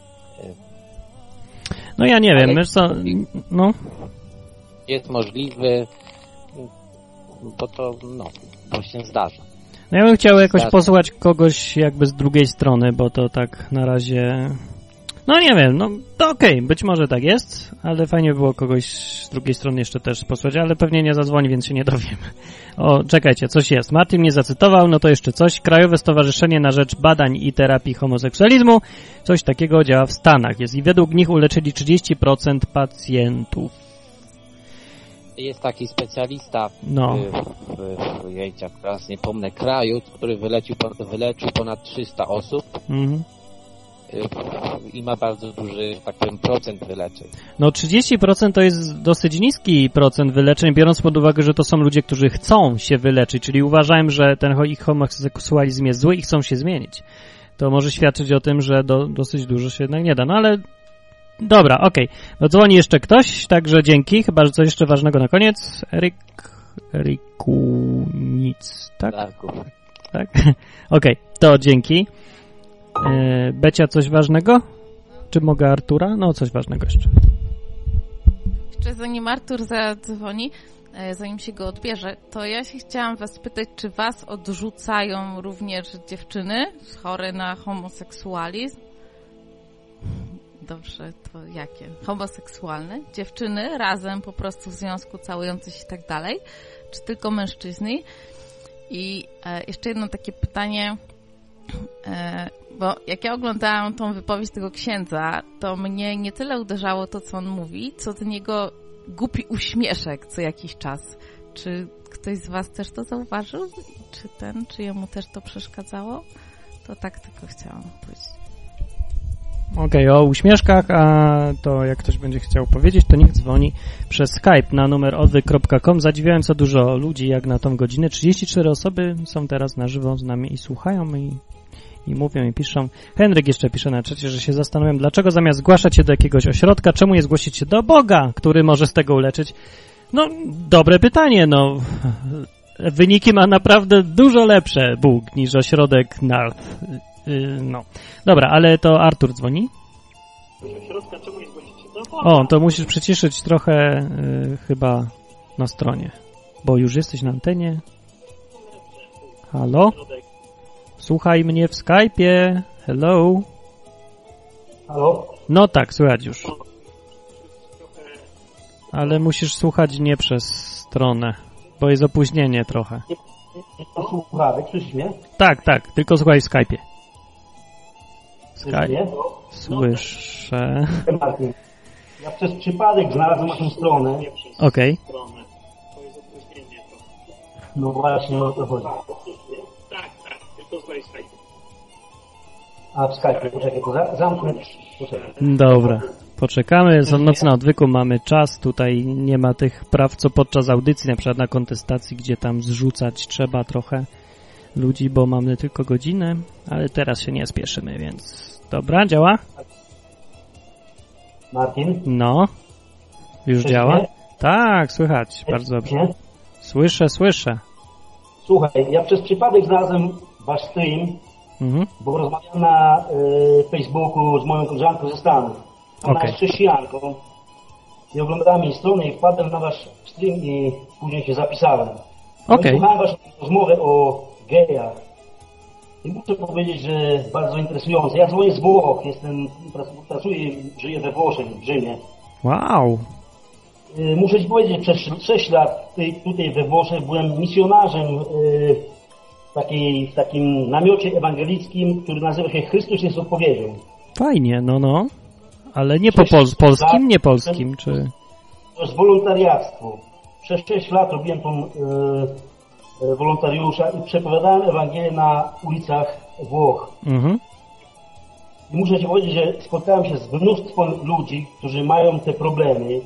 No ja nie wiem, wiesz co, no. Jest możliwy, bo to, no, to się zdarza. No ja bym chciał jakoś zdarza. posłuchać kogoś jakby z drugiej strony, bo to tak na razie, no nie wiem, no to okej, okay, być może tak jest, ale fajnie by było kogoś z drugiej strony jeszcze też posłuchać, ale pewnie nie zadzwoni, więc się nie dowiemy. O, czekajcie, coś jest. Martin mnie zacytował, no to jeszcze coś. Krajowe Stowarzyszenie na Rzecz Badań i Terapii Homoseksualizmu. Coś takiego działa w Stanach. Jest i według nich uleczyli trzydzieści procent pacjentów. Jest taki specjalista no. w, w, w jejciach, teraz nie pomnę kraju, który wyleczył, wyleczył ponad trzysta osób. Mhm. I ma bardzo duży, tak powiem, procent wyleczeń. No trzydzieści procent to jest dosyć niski procent wyleczeń, biorąc pod uwagę, że to są ludzie, którzy chcą się wyleczyć, czyli uważają, że ten ich homoseksualizm jest zły i chcą się zmienić. To może świadczyć o tym, że do, dosyć dużo się jednak nie da. No ale dobra, okej. Okay. No dzwoni jeszcze ktoś, także dzięki. Chyba, że coś jeszcze ważnego na koniec. Eryk... Eryku... nic, tak? Tak? Okej, okay. To dzięki. Becia, coś ważnego? Czy mogę Artura? No, coś ważnego jeszcze. Jeszcze zanim Artur zadzwoni, zanim się go odbierze, to ja się chciałam was spytać, czy was odrzucają również dziewczyny chore na homoseksualizm? Dobrze, to jakie? Homoseksualne? Dziewczyny razem po prostu w związku całujące się i tak dalej? Czy tylko mężczyźni? I e, jeszcze jedno takie pytanie, e, bo jak ja oglądałam tą wypowiedź tego księdza, to mnie nie tyle uderzało to, co on mówi, co ten jego głupi uśmieszek co jakiś czas. Czy ktoś z was też to zauważył? Czy ten, czy jemu też to przeszkadzało? To tak tylko chciałam powiedzieć. Okej, okay, o uśmieszkach, a to jak ktoś będzie chciał powiedzieć, to niech dzwoni przez Skype na numer odwyk kropka com. Zadziwiałem, co dużo ludzi jak na tą godzinę. trzydzieści cztery osoby są teraz na żywo z nami i słuchają i, i mówią i piszą. Henryk jeszcze pisze na czacie, że się zastanawiam, dlaczego zamiast zgłaszać się do jakiegoś ośrodka, czemu nie zgłosić się do Boga, który może z tego uleczyć? No, dobre pytanie, no. Wyniki ma naprawdę dużo lepsze Bóg niż ośrodek North. No. Dobra, ale to Artur dzwoni. O, to musisz przyciszyć trochę y, chyba na stronie, bo już jesteś na antenie. Halo? Słuchaj mnie w Skype'ie. Hello? Halo? No tak, słychać już. Ale musisz słuchać nie przez stronę, bo jest opóźnienie trochę. Słuchawek, słyszysz mnie? Tak, tak, tylko słuchaj w Skype'ie. Skype. Słyszę. Martin, ja przez przypadek znalazłem naszą stronę. Okej. Okay. No właśnie o to chodzi. Tak, tak, tylko słuchaj Skype. A w Skype, poczekaj, to zamknę. Poczekaj. Dobra, poczekamy. Za noc na odwyku mamy czas. Tutaj nie ma tych praw, co podczas audycji, na przykład na kontestacji, gdzie tam zrzucać trzeba trochę ludzi, bo mamy tylko godzinę, ale teraz się nie spieszymy, więc dobra, działa? Martin? No, już Słyszę? działa? Tak, słychać, bardzo dobrze. Słyszę, słyszę. Słuchaj, ja przez przypadek znalazłem wasz stream, mhm. bo rozmawiam na y, Facebooku z moją koleżanką ze Stanów. Ona okay. jest chrześcijanką i oglądałem jej stronę i wpadłem na wasz stream i później się zapisałem. Okay. Słuchałem waszą rozmowę o gejach i muszę powiedzieć, że bardzo interesujące. Ja dzwonię z Włoch, jestem, pracuję, żyję we Włoszech, w Rzymie. Wow. Muszę ci powiedzieć, przez sześć lat tutaj we Włoszech byłem misjonarzem w, takiej, w takim namiocie ewangelickim, który nazywa się Chrystus jest odpowiedzią. Fajnie, no no. Ale nie po pol polskim, lat, nie polskim, czy... To jest wolontariactwo. Przez sześć lat robiłem tą e, wolontariusza i przepowiadałem Ewangelię na ulicach Włoch. Mhm. I muszę ci powiedzieć, że spotkałem się z mnóstwem ludzi, którzy mają te problemy.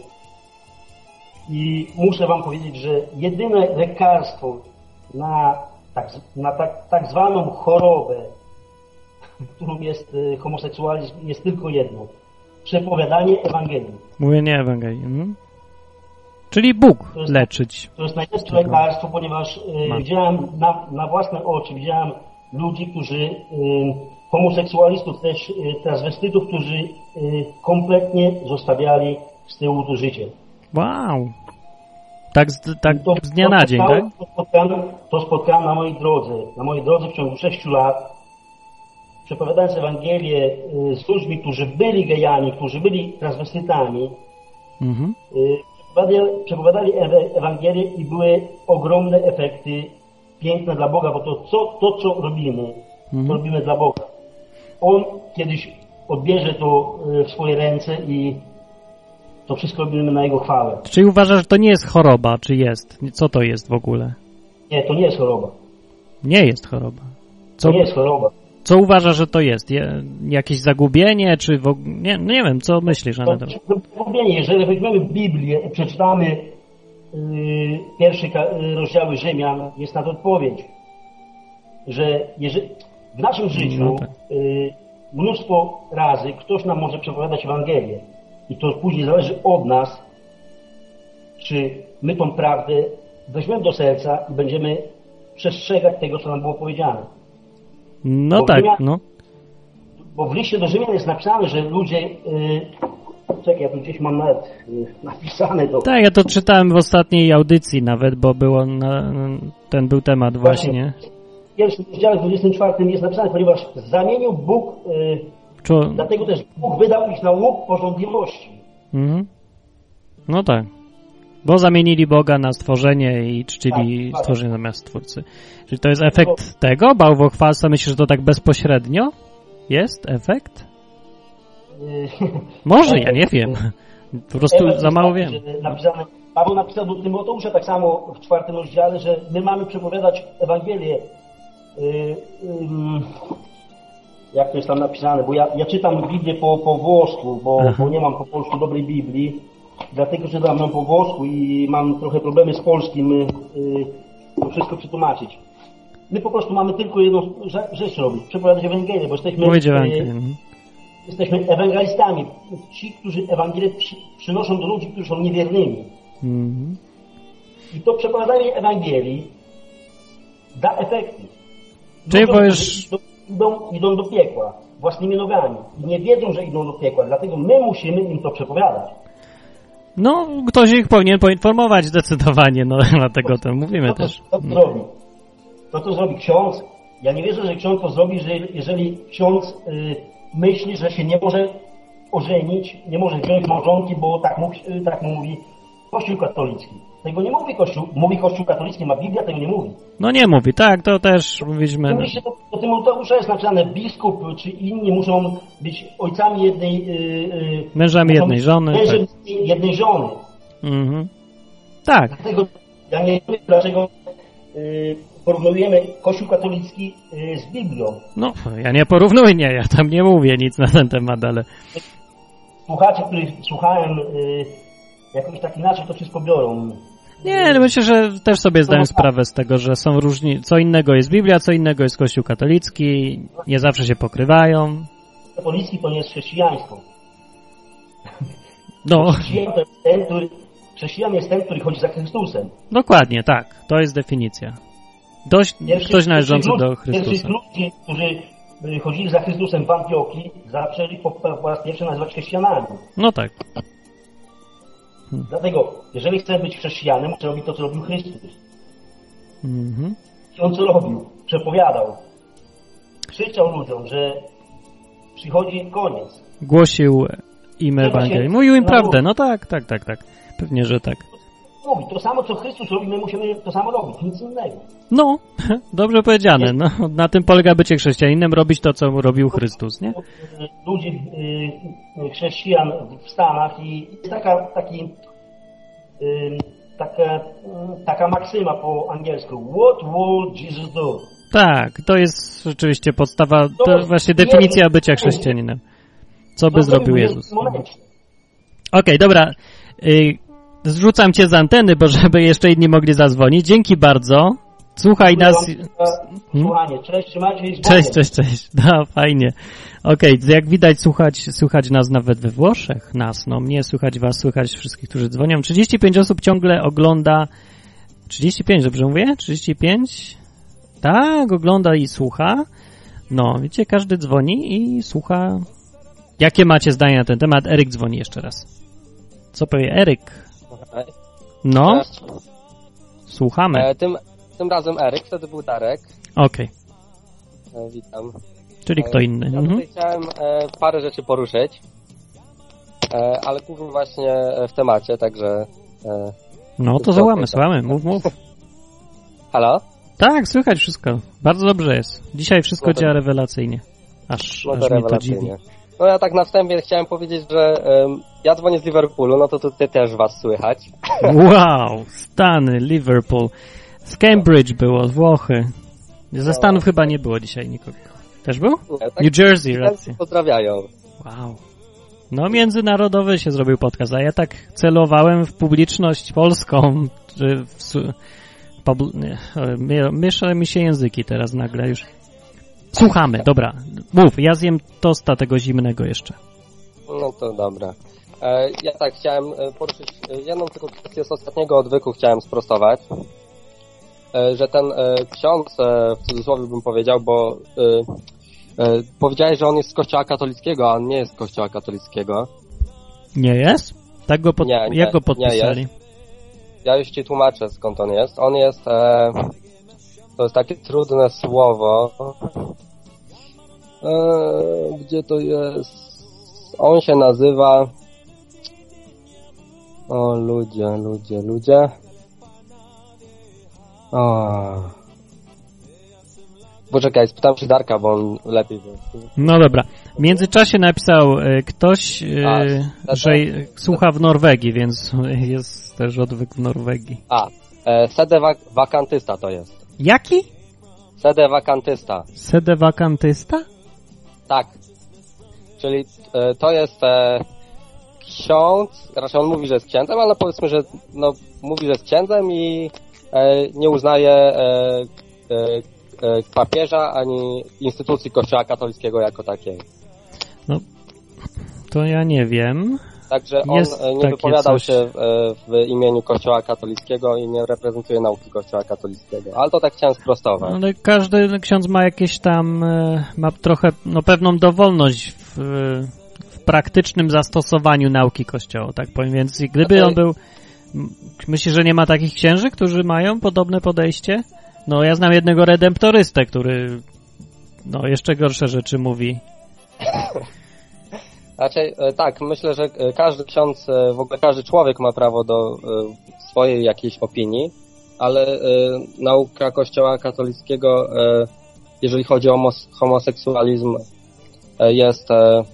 I muszę wam powiedzieć, że jedyne lekarstwo na tak, na tak, tak zwaną chorobę, którą jest homoseksualizm, jest tylko jedno. Przepowiadanie Ewangelii. Mówienie Ewangelii. Mhm. Czyli Bóg to jest, leczyć. To jest najlepsze lekarstwo, ponieważ y, widziałem na, na własne oczy, widziałem ludzi, którzy, y, homoseksualistów, też y, transwestytów, którzy y, kompletnie zostawiali z tyłu to życie. Wow. Tak z, tak to, z dnia na dzień, tak? To spotkałem, to spotkałem na mojej drodze. Na mojej drodze w ciągu sześciu lat, przepowiadając Ewangelię y, z ludźmi, którzy byli gejami, którzy byli transwestytami, mhm. y, przepowiadali, przepowiadali Ewangelię i były ogromne efekty, piękne dla Boga, bo to, co, to co robimy, mhm. to robimy dla Boga. On kiedyś odbierze to y, w swoje ręce i to wszystko robimy na Jego chwałę. Czyli uważasz, że to nie jest choroba, czy jest? Co to jest w ogóle? Nie, to nie jest choroba. Nie jest choroba. Co, to nie jest choroba. Co uważasz, że to jest? Je, jakieś zagubienie, czy w ogóle... Nie, no nie wiem, co myślisz na ten temat? Zagubienie. Jeżeli weźmiemy Biblię i przeczytamy yy, pierwsze rozdziały Rzymian, jest na to odpowiedź, że jeżeli, w naszym życiu no tak. yy, mnóstwo razy ktoś nam może przepowiadać Ewangelię. I to później zależy od nas, czy my tą prawdę weźmiemy do serca i będziemy przestrzegać tego, co nam było powiedziane. No bo tak, Rzymian, no. Bo w liście do Rzymian jest napisane, że ludzie... Yy, czekaj, ja tu gdzieś mam nawet yy, napisane to. Tak, ja to czytałem w ostatniej audycji nawet, bo było na, ten był temat właśnie. właśnie. W pierwszym rozdziale dwudziestym czwartym jest napisane, ponieważ zamienił Bóg... Yy, Czu... Dlatego też Bóg wydał ich na łuk porządliwości. Mhm. No tak. Bo zamienili Boga na stworzenie i czcili tak, stworzenie zamiast Stwórcy. Czyli to jest efekt tego? Bałwochwalstwa? Myślisz, że to tak bezpośrednio jest efekt? Może, ja nie wiem. Po prostu za mało wiem. Napisane, Paweł napisał do Tymoteusza tak samo w czwartym rozdziale, że my mamy przepowiadać Ewangelię. Yy, yy, jak to jest tam napisane? Bo ja, ja czytam Biblię po, po włosku, bo, bo nie mam po polsku dobrej Biblii. Dlatego czytam ją po włosku i mam trochę problemy z polskim, yy, to wszystko przetłumaczyć. My po prostu mamy tylko jedną rzecz robić, przepowiadać Ewangelię, bo jesteśmy, yy, jesteśmy ewangelistami. Ci, którzy Ewangelię przy, przynoszą do ludzi, którzy są niewiernymi. Mm. I to przepowiadanie Ewangelii da efekty. Czyli boisz... idą, idą do piekła własnymi nogami i nie wiedzą, że idą do piekła, dlatego my musimy im to przepowiadać. No, ktoś ich powinien poinformować zdecydowanie, no dlatego to mówimy to, też. To, to zrobi. To, to zrobi ksiądz. Ja nie wierzę, że ksiądz to zrobi, że jeżeli ksiądz y, myśli, że się nie może ożenić, nie może wziąć małżonki, bo tak mu, y, tak mu mówi Kościół katolicki. Tego nie mówi Kościół, mówi Kościół katolicki, a Biblia tego nie mówi. No nie mówi, tak, to też mówiliśmy. No. Do, do Tymoteusza jest napisane, biskup czy inni muszą być ojcami jednej... Yy, mężami jednej żony. Mężem tak. jednej żony. Mhm. Tak. Dlatego ja nie wiem, dlaczego yy, porównujemy Kościół katolicki yy, z Biblią. No, ja nie porównuję, nie, ja tam nie mówię nic na ten temat, ale... Słuchacze, których słuchałem... Yy, jakoś tak inaczej to wszystko biorą. Nie, myślę, że też sobie zdają sprawę z tego, że są różni, co innego jest Biblia, co innego jest Kościół katolicki, nie zawsze się pokrywają. Katolicki to nie jest chrześcijaństwo. No. Chrześcijan, to jest ten, który, chrześcijan jest ten, który chodzi za Chrystusem. Dokładnie, tak. To jest definicja. Dość, pierwszy, ktoś należący ludzi, do Chrystusa. Pierwszych ludzi, którzy chodzili za Chrystusem w Antiochii, zaczęli po, po raz pierwszy nazywać chrześcijanami. No tak. Hmm. Dlatego, jeżeli chcę być chrześcijanem, muszę robić to, co robił Chrystus. Mhm. I on co robił? Przepowiadał. Krzyczał ludziom, że przychodzi koniec. Głosił im Ewangelię. Mówił im prawdę. No tak, tak, tak, tak. Pewnie, że tak. Mówi, to samo, co Chrystus robi, my musimy to samo robić. Nic innego. No, dobrze powiedziane. No, na tym polega bycie chrześcijaninem, robić to, co robił Chrystus, nie? Ludzi, y, chrześcijan w Stanach i jest taka, taki, y, taka, y, taka maksyma po angielsku. What would Jesus do? Tak, to jest rzeczywiście podstawa, to jest właśnie definicja bycia chrześcijaninem. Co by zrobił Jezus? Okej, okay, dobra. Y, Zrzucam cię z anteny, bo żeby jeszcze inni mogli zadzwonić. Dzięki bardzo. Słuchaj nas... Słuchanie, cześć, trzymajcie się. Cześć, cześć, cześć. No, fajnie. Okej, okay, jak widać, słuchać, słuchać nas nawet we Włoszech. Nas, no mnie słychać was, słychać wszystkich, którzy dzwonią. trzydzieści pięć osób ciągle ogląda... trzydzieści pięć, dobrze mówię? trzydzieści pięć? Tak, ogląda i słucha. No, wiecie, każdy dzwoni i słucha. Jakie macie zdania na ten temat? Eryk dzwoni jeszcze raz. Co powie Eryk? No, słuchamy. E, tym, tym razem Eryk, wtedy był Darek. Okej. Okay. E, witam. Czyli kto inny. Ja mhm. tutaj chciałem e, parę rzeczy poruszyć, e, ale głównie właśnie w temacie, także... E, no to załamy, słuchamy, mów, mów. Halo? Tak, słychać wszystko. Bardzo dobrze jest. Dzisiaj wszystko no to... działa rewelacyjnie. Aż, no aż mnie to dziwi. No ja tak na wstępie chciałem powiedzieć, że um, ja dzwonię z Liverpoolu, no to tutaj też was słychać. Wow, Stany, Liverpool. Z Cambridge było, z Włochy. Ze Stanów no. chyba nie było dzisiaj nikogo. Też był? Nie, tak New Jersey, racja. Pozdrawiają. Wow. No międzynarodowy się zrobił podcast, a ja tak celowałem w publiczność polską, czy w... Pabl... Nie, mieszają mi się języki teraz nagle już. Słuchamy, dobra. Mów, ja zjem tosta tego zimnego jeszcze. No to dobra. E, ja tak chciałem poruszyć jedną tylko kwestię z ostatniego odwyku, chciałem sprostować. E, że ten e, ksiądz, e, w cudzysłowie bym powiedział, bo e, e, powiedziałeś, że on jest z kościoła katolickiego, a on nie jest z kościoła katolickiego. Nie jest? Tak go pod... nie, nie, Jak go podpisali? Ja już ci tłumaczę, skąd on jest. On jest... E, to jest takie trudne słowo. E, gdzie to jest? On się nazywa... O, ludzie, ludzie, ludzie. O. Poczekaj, spytam się Darka, bo on lepiej wie. No dobra. W międzyczasie napisał y, ktoś, y, A, że y, słucha w Norwegii, więc jest też odwyk w Norwegii. A, e, Sede wak- wakantysta to jest. Jaki? Sede wakantysta. Sede wakantysta? Tak. Czyli e, to jest e, ksiądz, raczej on mówi, że jest księdzem, ale powiedzmy, że no, mówi, że jest księdzem i e, nie uznaje e, e, papieża, ani instytucji Kościoła katolickiego jako takiej. No, to ja nie wiem. Także on jest nie wypowiadał coś. się w, w imieniu Kościoła katolickiego i nie reprezentuje nauki Kościoła katolickiego. Ale to tak chciałem sprostować. Ale każdy ksiądz ma jakieś tam, ma trochę, no pewną dowolność w, w praktycznym zastosowaniu nauki Kościoła, tak powiem. Więc gdyby znaczy... on był, myślisz, że nie ma takich księży, którzy mają podobne podejście? No, ja znam jednego redemptorystę, który no jeszcze gorsze rzeczy mówi. Znaczy, tak, myślę, że każdy ksiądz, w ogóle każdy człowiek ma prawo do swojej jakiejś opinii, ale nauka Kościoła katolickiego, jeżeli chodzi o homoseksualizm, jest,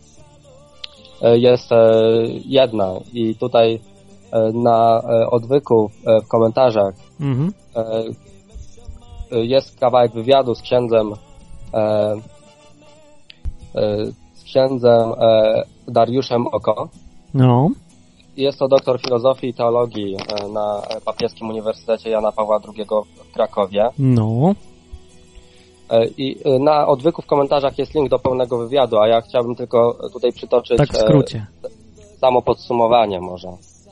jest jedna i tutaj na odwyku w komentarzach mhm. jest kawałek wywiadu z księdzem e, e, z księdzem e, Dariuszem Oko. No. Jest to doktor filozofii i teologii e, na Papieskim Uniwersytecie Jana Pawła drugiego w Krakowie. No. E, I na odwyku w komentarzach jest link do pełnego wywiadu, a ja chciałbym tylko tutaj przytoczyć tak w skrócie. E, samo podsumowanie może.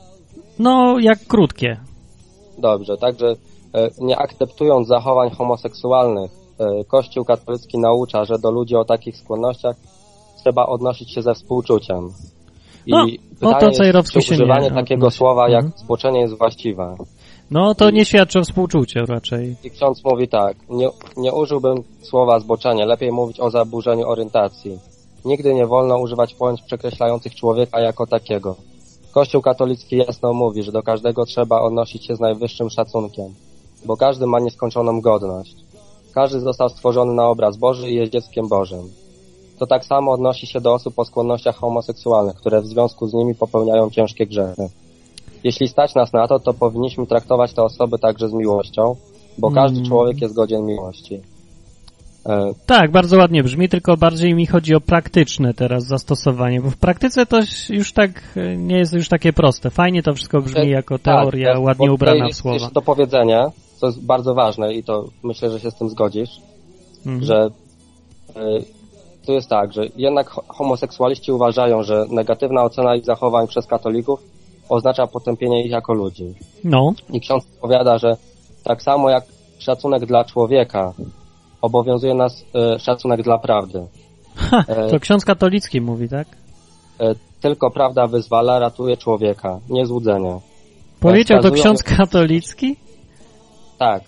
No, jak krótkie. Dobrze, także nie akceptując zachowań homoseksualnych, Kościół katolicki naucza, że do ludzi o takich skłonnościach trzeba odnosić się ze współczuciem. I no, pytanie no to jest, czy używanie nie, takiego odnosi. słowa jak mhm. zboczenie jest właściwe. No to nie świadczy o współczuciu raczej. I ksiądz mówi tak, nie, nie użyłbym słowa zboczenie, lepiej mówić o zaburzeniu orientacji. Nigdy nie wolno używać pojęć przekreślających człowieka jako takiego. Kościół katolicki jasno mówi, że do każdego trzeba odnosić się z najwyższym szacunkiem, bo każdy ma nieskończoną godność. Każdy został stworzony na obraz Boży i jest dzieckiem Bożym. To tak samo odnosi się do osób o skłonnościach homoseksualnych, które w związku z nimi popełniają ciężkie grzechy. Jeśli stać nas na to, to powinniśmy traktować te osoby także z miłością, bo każdy mm. człowiek jest godzien miłości. E... Tak, bardzo ładnie brzmi, tylko bardziej mi chodzi o praktyczne teraz zastosowanie, bo w praktyce to już tak nie jest już takie proste. Fajnie to wszystko brzmi jako teoria, tak, ładnie ubrana w słowa. Jest do powiedzenia, co jest bardzo ważne i to myślę, że się z tym zgodzisz, mm. że y, to jest tak, że jednak homoseksualiści uważają, że negatywna ocena ich zachowań przez katolików oznacza potępienie ich jako ludzi. No. I ksiądz powiada, że tak samo jak szacunek dla człowieka obowiązuje nas y, szacunek dla prawdy. Ha, to ksiądz katolicki mówi, tak? Y, tylko prawda wyzwala, ratuje człowieka, nie złudzenie. Powiedział to ksiądz katolicki? Tak.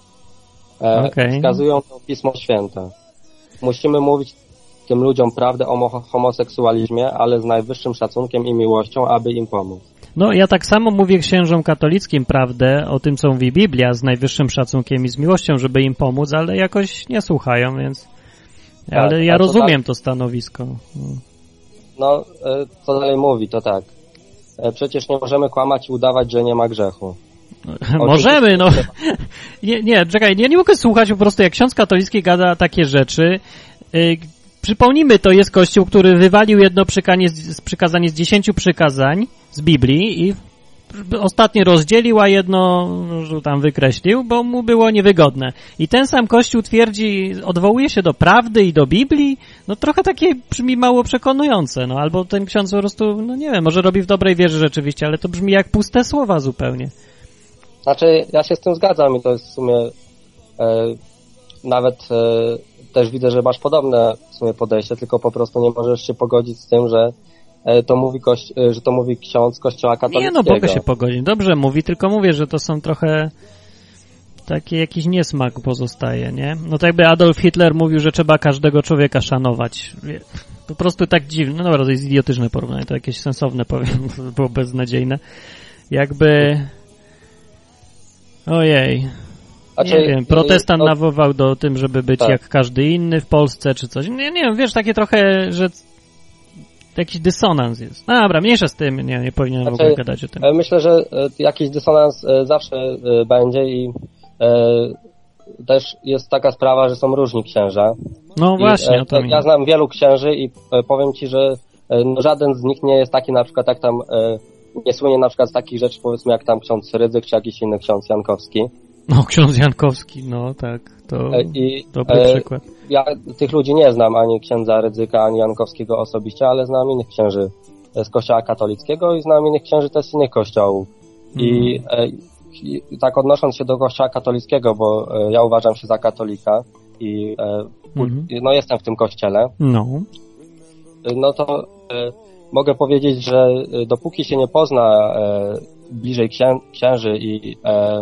E, okay. Wskazują to Pismo Święte. Musimy mówić tym ludziom prawdę o homoseksualizmie, ale z najwyższym szacunkiem i miłością, aby im pomóc. No, ja tak samo mówię księżom katolickim prawdę o tym, co mówi Biblia, z najwyższym szacunkiem i z miłością, żeby im pomóc, ale jakoś nie słuchają, więc... Tak, ale ja rozumiem tak... to stanowisko. No, co dalej mówi, to tak. Przecież nie możemy kłamać i udawać, że nie ma grzechu. Możemy, no. Nie, nie, czekaj, ja nie mogę słuchać po prostu, jak ksiądz katolicki gada takie rzeczy. Yy, przypomnijmy, to jest kościół, który wywalił jedno przykazanie z, przykazanie z dziesięciu przykazań z Biblii i ostatnie rozdzielił, a jedno tam wykreślił, bo mu było niewygodne. I ten sam kościół twierdzi, odwołuje się do prawdy i do Biblii, no trochę takie brzmi mało przekonujące, no albo ten ksiądz po prostu, no nie wiem, może robi w dobrej wierze rzeczywiście, ale to brzmi jak puste słowa zupełnie. Znaczy, ja się z tym zgadzam i to jest w sumie e, nawet e, też widzę, że masz podobne w sumie podejście, tylko po prostu nie możesz się pogodzić z tym, że e, to mówi kości- że to mówi ksiądz Kościoła katolickiego. Nie, no mogę się pogodzić. Dobrze mówi, tylko mówię, że to są trochę taki jakiś niesmak pozostaje, nie? No to jakby Adolf Hitler mówił, że trzeba każdego człowieka szanować. Po prostu tak dziwne. No dobra, to jest idiotyczne porównanie, to jakieś sensowne powiem, to było beznadziejne. jakby... Ojej... Znaczy, nie wiem, protestant no, nawoływał do tym, żeby być tak. jak każdy inny w Polsce, czy coś. Nie, nie wiem, wiesz, takie trochę, że jakiś dysonans jest. No dobra, mniejsza z tym, nie, nie powinienem znaczy, w ogóle gadać o tym. Myślę, że jakiś dysonans zawsze będzie i e, też jest taka sprawa, że są różni księża. No właśnie, I, o to Ja znam wielu księży i powiem ci, że no, żaden z nich nie jest taki na przykład jak tam, e, nie słynie na przykład z takich rzeczy, powiedzmy jak tam ksiądz Rydzyk, czy jakiś inny ksiądz Jankowski. No, ksiądz Jankowski, no tak, to I, dobry e, przykład. Ja tych ludzi nie znam, ani księdza Rydzyka, ani Jankowskiego osobiście, ale znam innych księży z kościoła katolickiego i znam innych księży też z innych kościołów. Mm. I, e, I tak odnosząc się do kościoła katolickiego, bo e, ja uważam się za katolika i e, mm. no jestem w tym kościele, no, no to e, mogę powiedzieć, że dopóki się nie pozna e, bliżej księ, księży i e,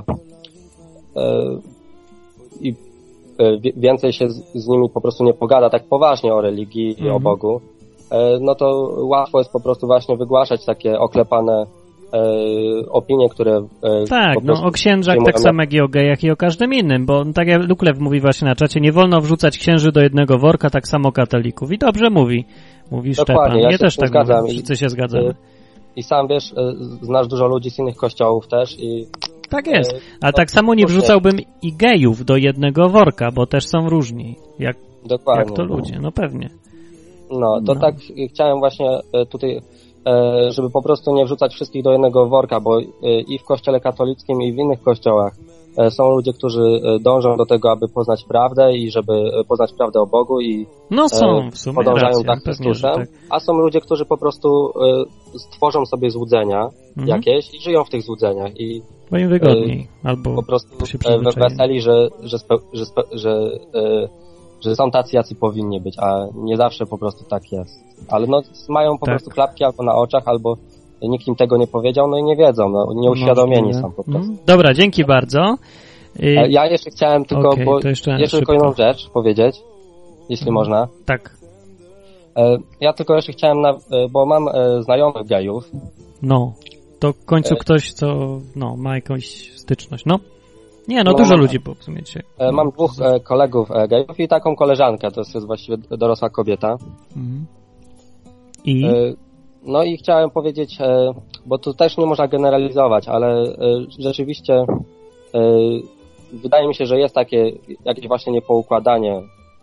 i więcej się z nimi po prostu nie pogada tak poważnie o religii i mm-hmm. o Bogu, no to łatwo jest po prostu właśnie wygłaszać takie oklepane opinie, które tak, no o księżach tak samo jak i o gejach i o każdym innym, bo tak jak Luklew mówi właśnie na czacie, nie wolno wrzucać księży do jednego worka, tak samo katolików i dobrze mówi, mówi Dokładnie, Szczepan, ja mnie też tak zgadzam. mówi, wszyscy się zgadzamy. I sam wiesz, znasz dużo ludzi z innych kościołów też i tak jest, ale tak samo nie wrzucałbym i gejów do jednego worka, bo też są różni, jak, jak to ludzie, no pewnie. No, to no. tak chciałem właśnie tutaj, żeby po prostu nie wrzucać wszystkich do jednego worka, bo i w kościele katolickim, i w innych kościołach są ludzie, którzy dążą do tego, aby poznać prawdę i żeby poznać prawdę o Bogu i no są, w sumie podążają racja, za Chrystusem, tak. A są ludzie, którzy po prostu stworzą sobie złudzenia mhm. jakieś i żyją w tych złudzeniach i bo im wygodniej, albo po prostu się weseli, że, że, spe, że, spe, że, że są tacy, jacy powinni być, a nie zawsze po prostu tak jest. Ale no mają po tak. prostu klapki albo na oczach, albo nikt im tego nie powiedział, no i nie wiedzą, no nieuświadomieni no, są po prostu. Mm. Dobra, dzięki bardzo. I... Ja jeszcze chciałem tylko, okay, bo jeszcze, jeszcze tylko jedną rzecz powiedzieć, jeśli mm. można. Tak. Ja tylko jeszcze chciałem, na, bo mam znajomych gejów. No, to w końcu ktoś, co no, ma jakąś styczność, no. Nie, no, no dużo mam, ludzi po w sumie dzisiaj. Mam dwóch kolegów gejów i taką koleżankę, to jest właściwie dorosła kobieta. Mm. I? No i chciałem powiedzieć, bo tu też nie można generalizować, ale rzeczywiście wydaje mi się, że jest takie jakieś właśnie niepoukładanie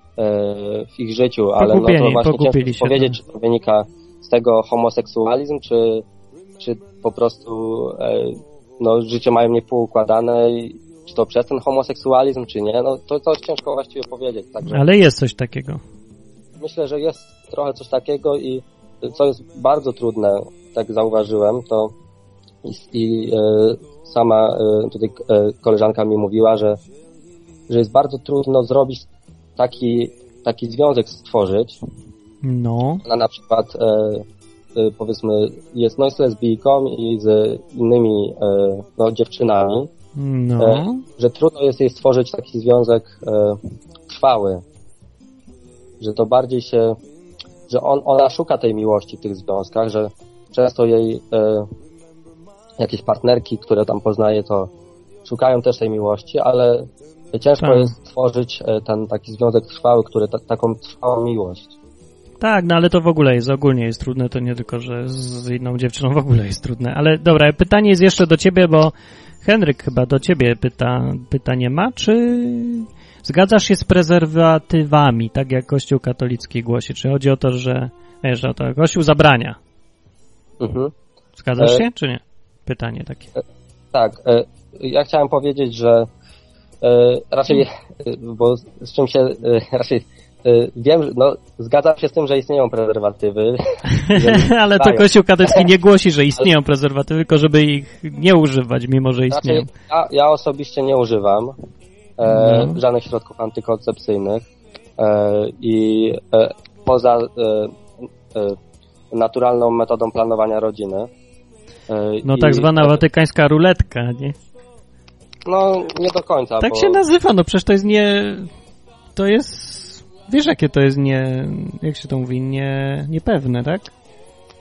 w ich życiu, ale no to właśnie ciężko powiedzieć, czy to wynika z tego homoseksualizm, czy, czy po prostu no, życie mają niepoukładane i czy to przez ten homoseksualizm, czy nie, no to, to jest ciężko właściwie powiedzieć. Także ale jest coś takiego. Myślę, że jest trochę coś takiego i co jest bardzo trudne, tak zauważyłem, to i, i e, sama e, tutaj e, koleżanka mi mówiła, że, że jest bardzo trudno zrobić taki, taki związek stworzyć. No. Ona na przykład e, e, powiedzmy jest, no jest lesbijką i z innymi e, no, dziewczynami. No. E, że trudno jest jej stworzyć taki związek e, trwały. Że to bardziej się że on, ona szuka tej miłości w tych związkach, że często jej e, jakieś partnerki, które tam poznaje, to szukają też tej miłości, ale ciężko tak. jest stworzyć e, ten taki związek trwały, który ta, taką trwałą miłość. Tak, no ale to w ogóle jest, ogólnie jest trudne, to nie tylko, że z inną dziewczyną w ogóle jest trudne. Ale dobra, pytanie jest jeszcze do ciebie, bo Henryk chyba do ciebie pyta, pytanie ma, czy zgadzasz się z prezerwatywami, tak jak Kościół katolicki głosi? Czy chodzi o to, że wiesz, o to Kościół zabrania? Mhm. Zgadzasz się, e... czy nie? Pytanie takie. E... Tak, e... ja chciałem powiedzieć, że e... raczej, bo z czym się e... raczej wiem, no zgadzam się z tym, że istnieją prezerwatywy. Ale to Kościół katolicki nie głosi, że istnieją prezerwatywy, tylko żeby ich nie używać, mimo że istnieją. Ja, ja osobiście nie używam e, no. żadnych środków antykoncepcyjnych e, i e, poza e, e, naturalną metodą planowania rodziny. E, no tak i, zwana watykańska ruletka, nie? No nie do końca. Tak bo... się nazywa, no przecież to jest nie... To jest... Wiesz, jakie to jest nie... Jak się to mówi? Nie, niepewne, tak?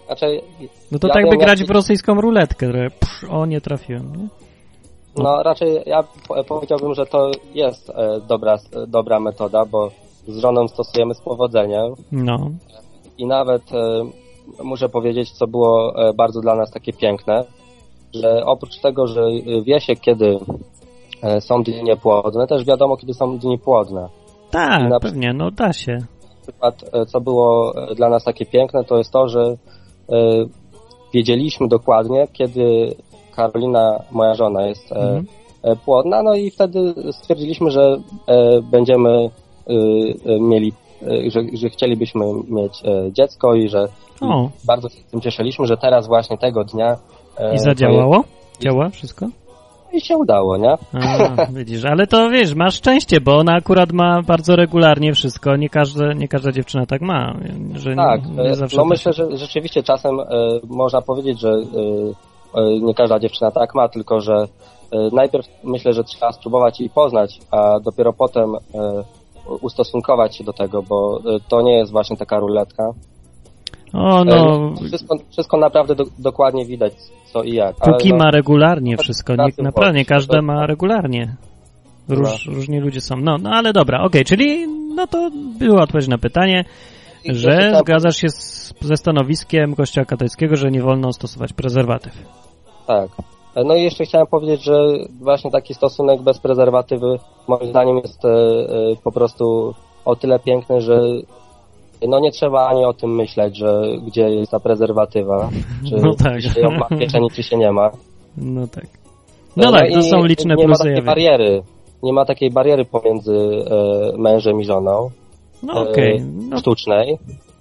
Znaczy, no to ja tak wiem, by grać jak... w rosyjską ruletkę, że psz, o, nie trafiłem, nie? No. no raczej ja powiedziałbym, że to jest e, dobra, dobra metoda, bo z żoną stosujemy z powodzeniem. No. I nawet e, muszę powiedzieć, co było e, bardzo dla nas takie piękne, że oprócz tego, że wie się, kiedy e, są dni niepłodne, też wiadomo, kiedy są dni płodne. Tak, na pewnie, no da się. Na przykład, e, co było dla nas takie piękne, to jest to, że e, wiedzieliśmy dokładnie, kiedy Karolina, moja żona, jest e, mhm. e, płodna, no i wtedy stwierdziliśmy, że e, będziemy e, e, mieli, e, że, że chcielibyśmy mieć e, dziecko i że o. i bardzo się tym cieszyliśmy, że teraz właśnie tego dnia e, i zadziałało? Jest... Działa wszystko? I się udało, nie? A, widzisz, ale to wiesz, masz szczęście, bo ona akurat ma bardzo regularnie wszystko, nie, każde, nie każda dziewczyna tak ma. Że tak, nie, nie zawsze no myślę, że rzeczywiście czasem e, można powiedzieć, że e, nie każda dziewczyna tak ma, tylko że najpierw myślę, że trzeba spróbować i poznać, a dopiero potem ustosunkować się do tego, bo to nie jest właśnie taka ruletka. O, no. Wszystko, wszystko naprawdę do, dokładnie widać, co i jak. Póki no, ma regularnie wszystko, nie, naprawdę nie każda ma regularnie. Róż, no. Różni ludzie są. No, no ale dobra, okej, okay, czyli no to była odpowiedź na pytanie, I że zgadzasz się z, ze stanowiskiem Kościoła katolickiego, że nie wolno stosować prezerwatyw. Tak. No i jeszcze chciałem powiedzieć, że właśnie taki stosunek bez prezerwatywy moim zdaniem jest e, e, po prostu o tyle piękny, że no nie trzeba ani o tym myśleć, że gdzie jest ta prezerwatywa, czy no tak. się ją ma w kieszeni, czy się nie ma. No tak. No, no tak, to są liczne nie plusy. Nie ma takiej bariery. Nie ma takiej bariery pomiędzy e, mężem i żoną. No okej. Okay. No. Sztucznej.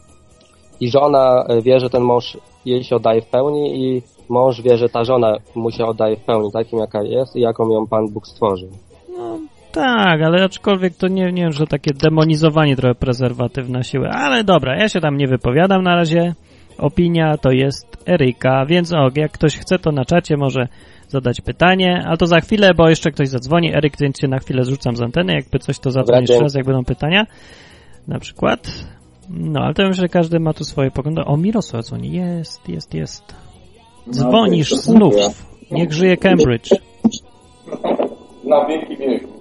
I żona wie, że ten mąż jej się oddaje w pełni i mąż wie, że ta żona mu się oddaje w pełni takim, jaka jest i jaką ją Pan Bóg stworzył. No tak, ale aczkolwiek to nie, nie wiem, że takie demonizowanie trochę prezerwatyw na siłę. Ale dobra, ja się tam nie wypowiadam na razie. Opinia to jest Eryka, więc o, jak ktoś chce, to na czacie może zadać pytanie, ale to za chwilę, bo jeszcze ktoś zadzwoni. Eryk, więc cię na chwilę zrzucam z anteny, jakby coś to zadzwoni jeszcze raz, jak będą pytania. Na przykład. No, ale to myślę, że każdy ma tu swoje poglądy. O, Mirosław dzwoni. Jest, jest, jest. Dzwonisz znów. Niech żyje Cambridge. Na wieki wieku.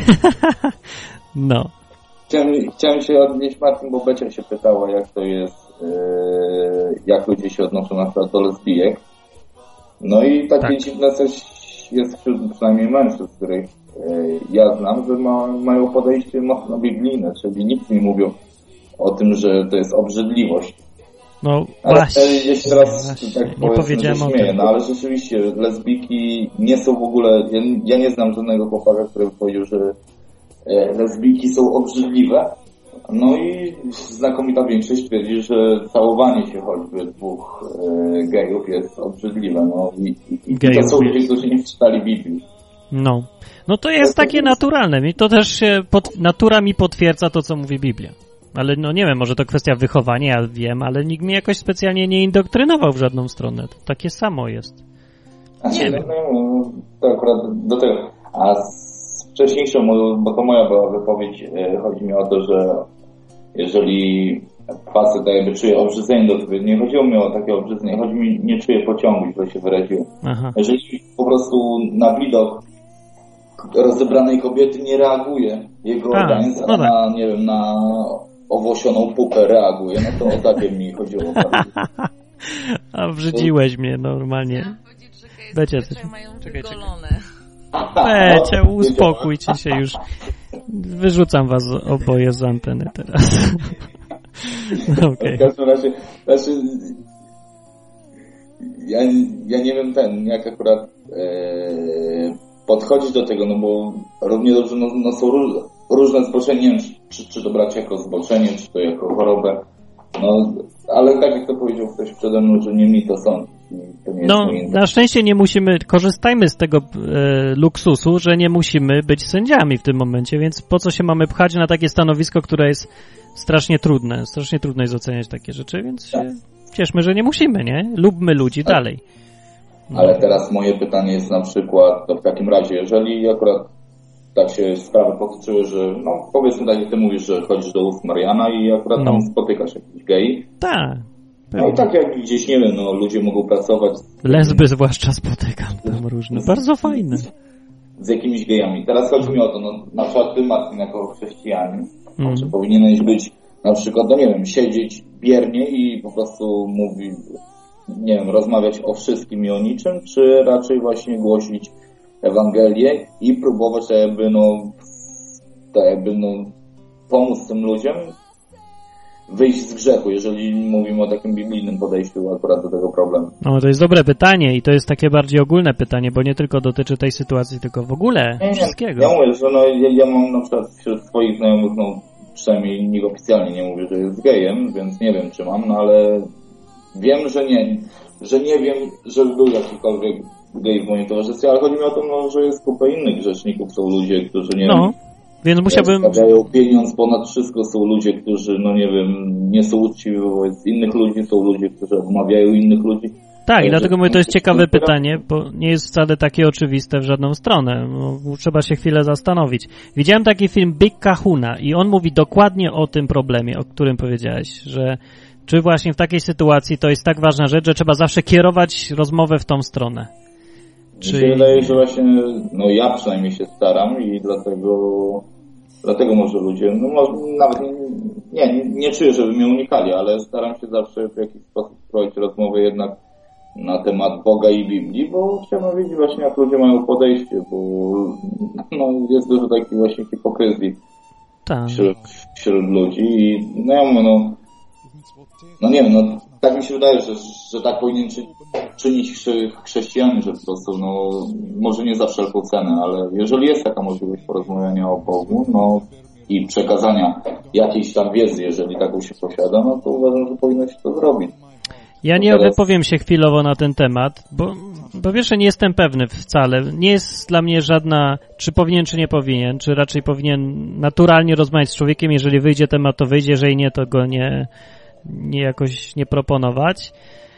No. Chciałem, chciałem się odnieść, Martin, bo Becia się pytała, jak to jest, yy, jak ludzie się odnoszą na przykład do lesbijek. No i takie tak. dziwne coś jest wśród przynajmniej mężczyzn, których yy, ja znam, że ma, mają podejście mocno biblijne, czyli nikt nie mówią o tym, że to jest obrzydliwość. No ale właśnie, jeśli teraz właśnie, tak powiedzmy, że śmieję, no ale rzeczywiście lesbijki nie są w ogóle, ja, ja nie znam żadnego chłopaka, który powiedział, że e, lesbijki są obrzydliwe. No i znakomita większość twierdzi, że całowanie się choćby dwóch e, gejów jest obrzydliwe. No i, i, i to są ludzie, którzy nie czytali Biblii. No. No to jest takie naturalne. I to też się pod, natura mi potwierdza to, co mówi Biblia. Ale no nie wiem, może to kwestia wychowania, ja wiem, ale nikt mnie jakoś specjalnie nie indoktrynował w żadną stronę. To takie samo jest. Znaczy, nie no, wiem. No, to akurat do tego. A z wcześniejszą, bo to moja była wypowiedź, chodzi mi o to, że jeżeli facet jakby czuje obrzydzenie do tego, nie chodziło mi o takie obrzydzenie, chodzi mi, nie czuje pociągu, źle się wyraziło. Aha. Jeżeli po prostu na widok rozebranej kobiety nie reaguje jego organizm, a, no tak. na, nie wiem, na owłosioną pupę reaguje, no to o takie mi chodziło. A brzydziłeś mnie normalnie. Becia, mają wygolone. Becia, uspokójcie się już. Wyrzucam was oboje z anteny teraz. No, okay. W każdym razie, znaczy, ja, ja nie wiem ten, jak akurat e, podchodzić do tego, no bo równie dobrze no, no są róż, różne zboczenia, nie wiem, czy, czy to brać jako zboczenie, czy to jako chorobę, no ale tak jak to powiedział ktoś przede mną, że nie mi to sądzić. To nie no, jest na szczęście nie musimy, korzystajmy z tego e, luksusu, że nie musimy być sędziami w tym momencie, więc po co się mamy pchać na takie stanowisko, które jest strasznie trudne, strasznie trudno jest oceniać takie rzeczy, więc się cieszmy, że nie musimy, nie? Lubmy ludzi tak. dalej. No. Ale teraz moje pytanie jest na przykład, to w takim razie, jeżeli akurat tak się sprawy potoczyły, że no powiedzmy tak jak ty mówisz, że chodzisz do ust Mariana i akurat no. tam spotykasz jakiś gej. Tak. No i tak jak gdzieś, nie wiem, no ludzie mogą pracować... Lesby zwłaszcza spotykam tam różne, bardzo fajne. Z jakimiś gejami. Teraz chodzi mi o to, no na przykład ty, Martin, jako chrześcijanin, mm. czy powinieneś być na przykład, no nie wiem, siedzieć biernie i po prostu mówić, nie wiem, rozmawiać o wszystkim i o niczym, czy raczej właśnie głosić Ewangelię i próbować tak jakby, no, tak jakby, no, pomóc tym ludziom wyjść z grzechu, jeżeli mówimy o takim biblijnym podejściu akurat do tego problemu. No to jest dobre pytanie i to jest takie bardziej ogólne pytanie, bo nie tylko dotyczy tej sytuacji, tylko w ogóle nie, wszystkiego. Ja mówię, że no, ja, ja mam na przykład wśród swoich znajomych, no przynajmniej nikt oficjalnie nie mówi, że jest gejem, więc nie wiem, czy mam, no ale wiem, że nie, że nie wiem, żeby był jakikolwiek gej w moim towarzystwie, ale chodzi mi o to, no, że jest kupę innych grzeszników, są ludzie, którzy nie no. wiem, Więc musiałbym... stawiają pieniądz ponad wszystko, są ludzie, którzy, no nie wiem, nie są uczciwi wobec innych ludzi, są ludzie, którzy odmawiają innych ludzi. Tak, i dlatego mówię, to jest ciekawe pytanie, bo nie jest wcale takie oczywiste w żadną stronę. No, trzeba się chwilę zastanowić. Widziałem taki film Big Kahuna i on mówi dokładnie o tym problemie, o którym powiedziałeś, że czy właśnie w takiej sytuacji to jest tak ważna rzecz, że trzeba zawsze kierować rozmowę w tą stronę. Czy... Mi się wydaje, że właśnie, no ja przynajmniej się staram i dlatego, dlatego może ludzie, no może, nawet nie, nie, nie czuję, żeby mnie unikali, ale staram się zawsze w jakiś sposób prowadzić rozmowę jednak na temat Boga i Biblii, bo chciałbym wiedzieć właśnie, jak ludzie mają podejście, bo no, jest dużo takiej właśnie hipokryzji tak. wśród, wśród ludzi i no ja mówię, no, no nie wiem, no tak mi się wydaje, że, że tak powinien czy, czynić chrześcijanin, że po prostu, no, może nie za wszelką cenę, ale jeżeli jest taka możliwość porozmawiania o Bogu, no i przekazania jakiejś tam wiedzy, jeżeli taką się posiada, no to uważam, że powinno się to zrobić. Ja nie teraz... wypowiem się chwilowo na ten temat, bo po pierwsze nie jestem pewny wcale. Nie jest dla mnie żadna, czy powinien, czy nie powinien, czy raczej powinien naturalnie rozmawiać z człowiekiem, jeżeli wyjdzie temat, to wyjdzie, jeżeli nie, to go nie, nie jakoś nie proponować.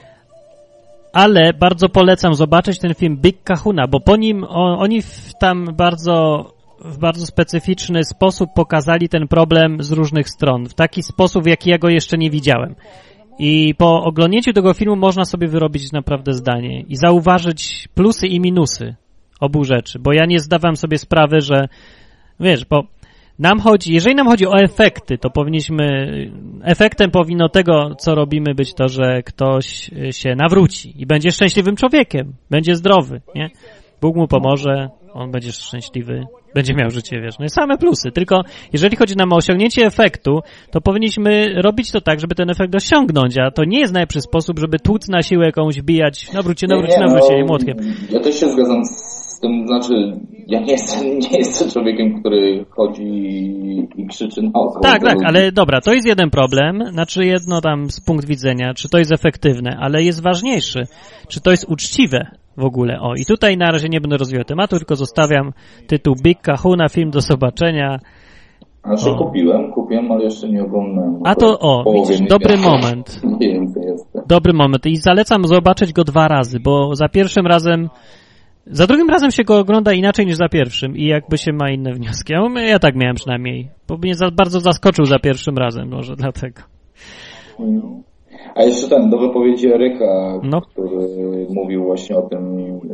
Ale bardzo polecam zobaczyć ten film Big Kahuna, bo po nim o, oni tam bardzo w bardzo specyficzny sposób pokazali ten problem z różnych stron. W taki sposób, w jaki ja go jeszcze nie widziałem. I po oglądnięciu tego filmu można sobie wyrobić naprawdę zdanie i zauważyć plusy i minusy obu rzeczy, bo ja nie zdawałem sobie sprawy, że wiesz, bo nam chodzi, jeżeli nam chodzi o efekty, to powinniśmy, efektem powinno tego, co robimy, być to, że ktoś się nawróci i będzie szczęśliwym człowiekiem, będzie zdrowy, nie? Bóg mu pomoże, on będzie szczęśliwy, będzie miał życie wieczne. Same plusy. Tylko jeżeli chodzi nam o osiągnięcie efektu, to powinniśmy robić to tak, żeby ten efekt osiągnąć, a to nie jest najlepszy sposób, żeby tłuc na siłę jakąś bijać, nawróćcie, nawróćcie, nawróćcie, no, młotkiem. Ja też się zgadzam z tym, znaczy ja nie jestem, nie jestem człowiekiem, który chodzi i krzyczy naokoło. Tak, tak, ale dobra, to jest jeden problem, znaczy jedno tam z punkt widzenia, czy to jest efektywne, ale jest ważniejszy, czy to jest uczciwe w ogóle. O, i tutaj na razie nie będę rozwijał tematu, tylko zostawiam tytuł Big Kahuna, film do zobaczenia. Znaczy kupiłem, kupiłem, ale jeszcze nie oglądałem. A to, o, widzisz, dobry moment. Nie wiem, co jest. Dobry moment i zalecam zobaczyć go dwa razy, bo za pierwszym razem, za drugim razem się go ogląda inaczej niż za pierwszym i jakby się ma inne wnioski. Ja, ja tak miałem przynajmniej, bo mnie za, bardzo zaskoczył za pierwszym razem, może dlatego. Hmm. A jeszcze ten, do wypowiedzi Eryka, no. który mówił właśnie o tym,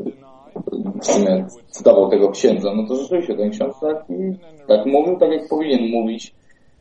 w sumie cytował tego księdza, no to rzeczywiście ten ksiądz tak, i tak mówił, tak jak powinien mówić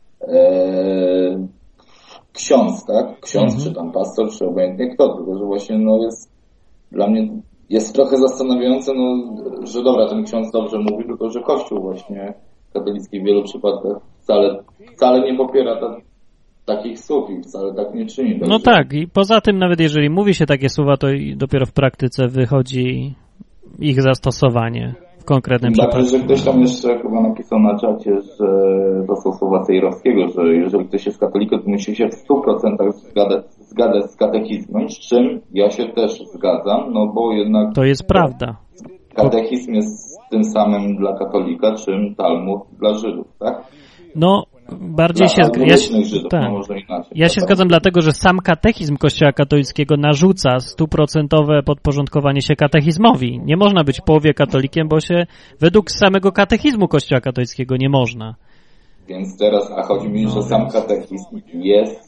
e, ksiądz, tak? Ksiądz, mhm. czy tam pastor, czy obojętnie kto, tylko że właśnie no jest, dla mnie jest trochę zastanawiające, no, że dobra, ten ksiądz dobrze mówi, tylko że Kościół właśnie katolicki w wielu przypadkach wcale, wcale nie popiera ta, takich słów i wcale tak nie czyni. No że... tak, i poza tym nawet jeżeli mówi się takie słowa, to dopiero w praktyce wychodzi ich zastosowanie w konkretnym tak, przypadku. Że ktoś tam jeszcze chyba napisał na czacie, że to są słowa Cejrowskiego, że jeżeli ktoś jest katolikiem, to musi się w stu procentach zgadzać, zgadzać z katechizmem, z czym ja się też zgadzam, no bo jednak... To jest prawda. Katechizm jest tym samym dla katolika, czym Talmud dla Żydów, tak? No, bardziej się zgadzam. Ja, się, tak. no inaczej, ja się zgadzam dlatego, że sam katechizm Kościoła katolickiego narzuca stuprocentowe podporządkowanie się katechizmowi. Nie można być w połowie katolikiem, bo się według samego katechizmu Kościoła katolickiego nie można. Więc teraz, a chodzi mi, że sam katechizm jest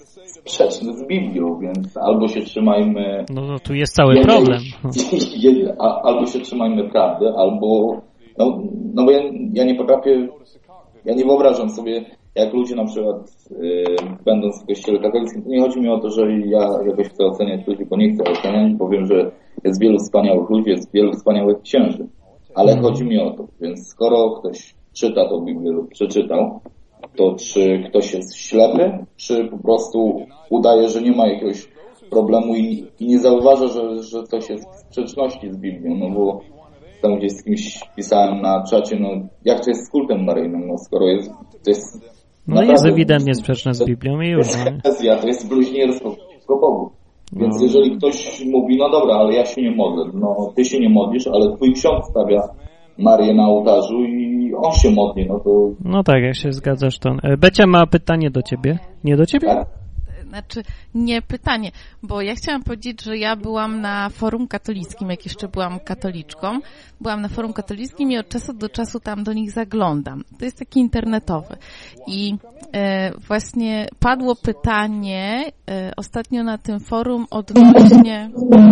sprzeczny z Biblią, więc albo się trzymajmy... No, no tu jest cały jednej, problem. Jednej, a, albo się trzymajmy prawdy, albo... No, no bo ja, ja nie potrafię... Ja nie wyobrażam sobie, jak ludzie na przykład yy, będąc w kościele katolickim, to nie chodzi mi o to, że ja jakoś chcę oceniać ludzi, bo nie chcę oceniać, bo wiem, że jest wielu wspaniałych ludzi, jest wielu wspaniałych księży. Ale mm. chodzi mi o to, więc skoro ktoś czyta tą Biblię lub przeczytał, to czy ktoś jest ślepy, czy po prostu udaje, że nie ma jakiegoś problemu i, i nie zauważa, że, że coś jest w sprzeczności z Biblią, no bo tam gdzieś z kimś pisałem na czacie, no jak to jest z kultem maryjnym, no skoro jest, to jest... No jest ewidentnie sprzeczne z Biblią i już. To jest herezja, to jest bluźnierstwo przeciwko Bogu. Więc no. jeżeli ktoś mówi, no dobra, ale ja się nie modlę, no ty się nie modlisz, ale twój ksiądz stawia Marię na ołtarzu i on się modli, no to... No tak, jak się zgadzasz, to... Becia ma pytanie do ciebie. Nie do ciebie? Tak? Znaczy, nie pytanie, bo ja chciałam powiedzieć, że ja byłam na forum katolickim, jak jeszcze byłam katoliczką. Byłam na forum katolickim i od czasu do czasu tam do nich zaglądam. To jest taki internetowy. I e, właśnie padło pytanie e, ostatnio na tym forum odnośnie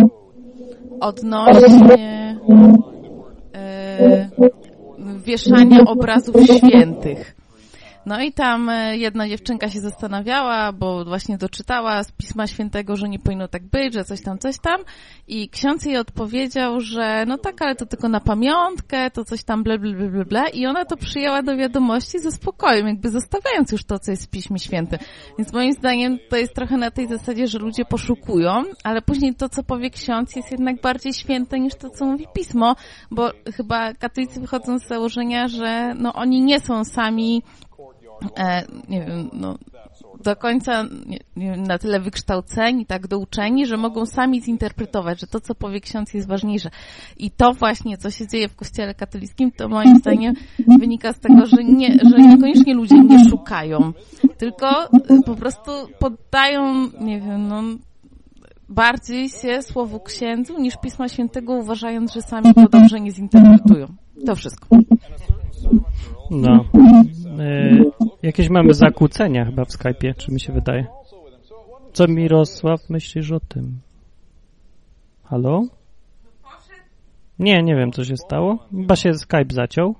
odnośnie e, wieszania obrazów świętych. No i tam jedna dziewczynka się zastanawiała, bo właśnie doczytała z Pisma Świętego, że nie powinno tak być, że coś tam, coś tam i ksiądz jej odpowiedział, że no tak, ale to tylko na pamiątkę, to coś tam ble, ble, ble, ble, ble i ona to przyjęła do wiadomości ze spokojem, jakby zostawiając już to, co jest w Piśmie Świętym. Więc moim zdaniem to jest trochę na tej zasadzie, że ludzie poszukują, ale później to, co powie ksiądz, jest jednak bardziej święte niż to, co mówi Pismo, bo chyba katolicy wychodzą z założenia, że no oni nie są sami E, nie wiem, no, do końca nie, nie wiem, na tyle wykształceni, tak douczeni, że mogą sami zinterpretować, że to, co powie ksiądz, jest ważniejsze. I to właśnie, co się dzieje w kościele katolickim, to moim zdaniem wynika z tego, że, nie, że niekoniecznie ludzie nie szukają, tylko po prostu poddają, nie wiem, no, bardziej się słowu księdzu niż Pisma Świętego, uważając, że sami to dobrze nie zinterpretują. To wszystko. No. E, jakieś mamy zakłócenia chyba w Skype'ie, czy mi się wydaje? Co, Mirosław, myślisz o tym? Halo? Nie, nie wiem, co się stało. Chyba się Skype zaciął.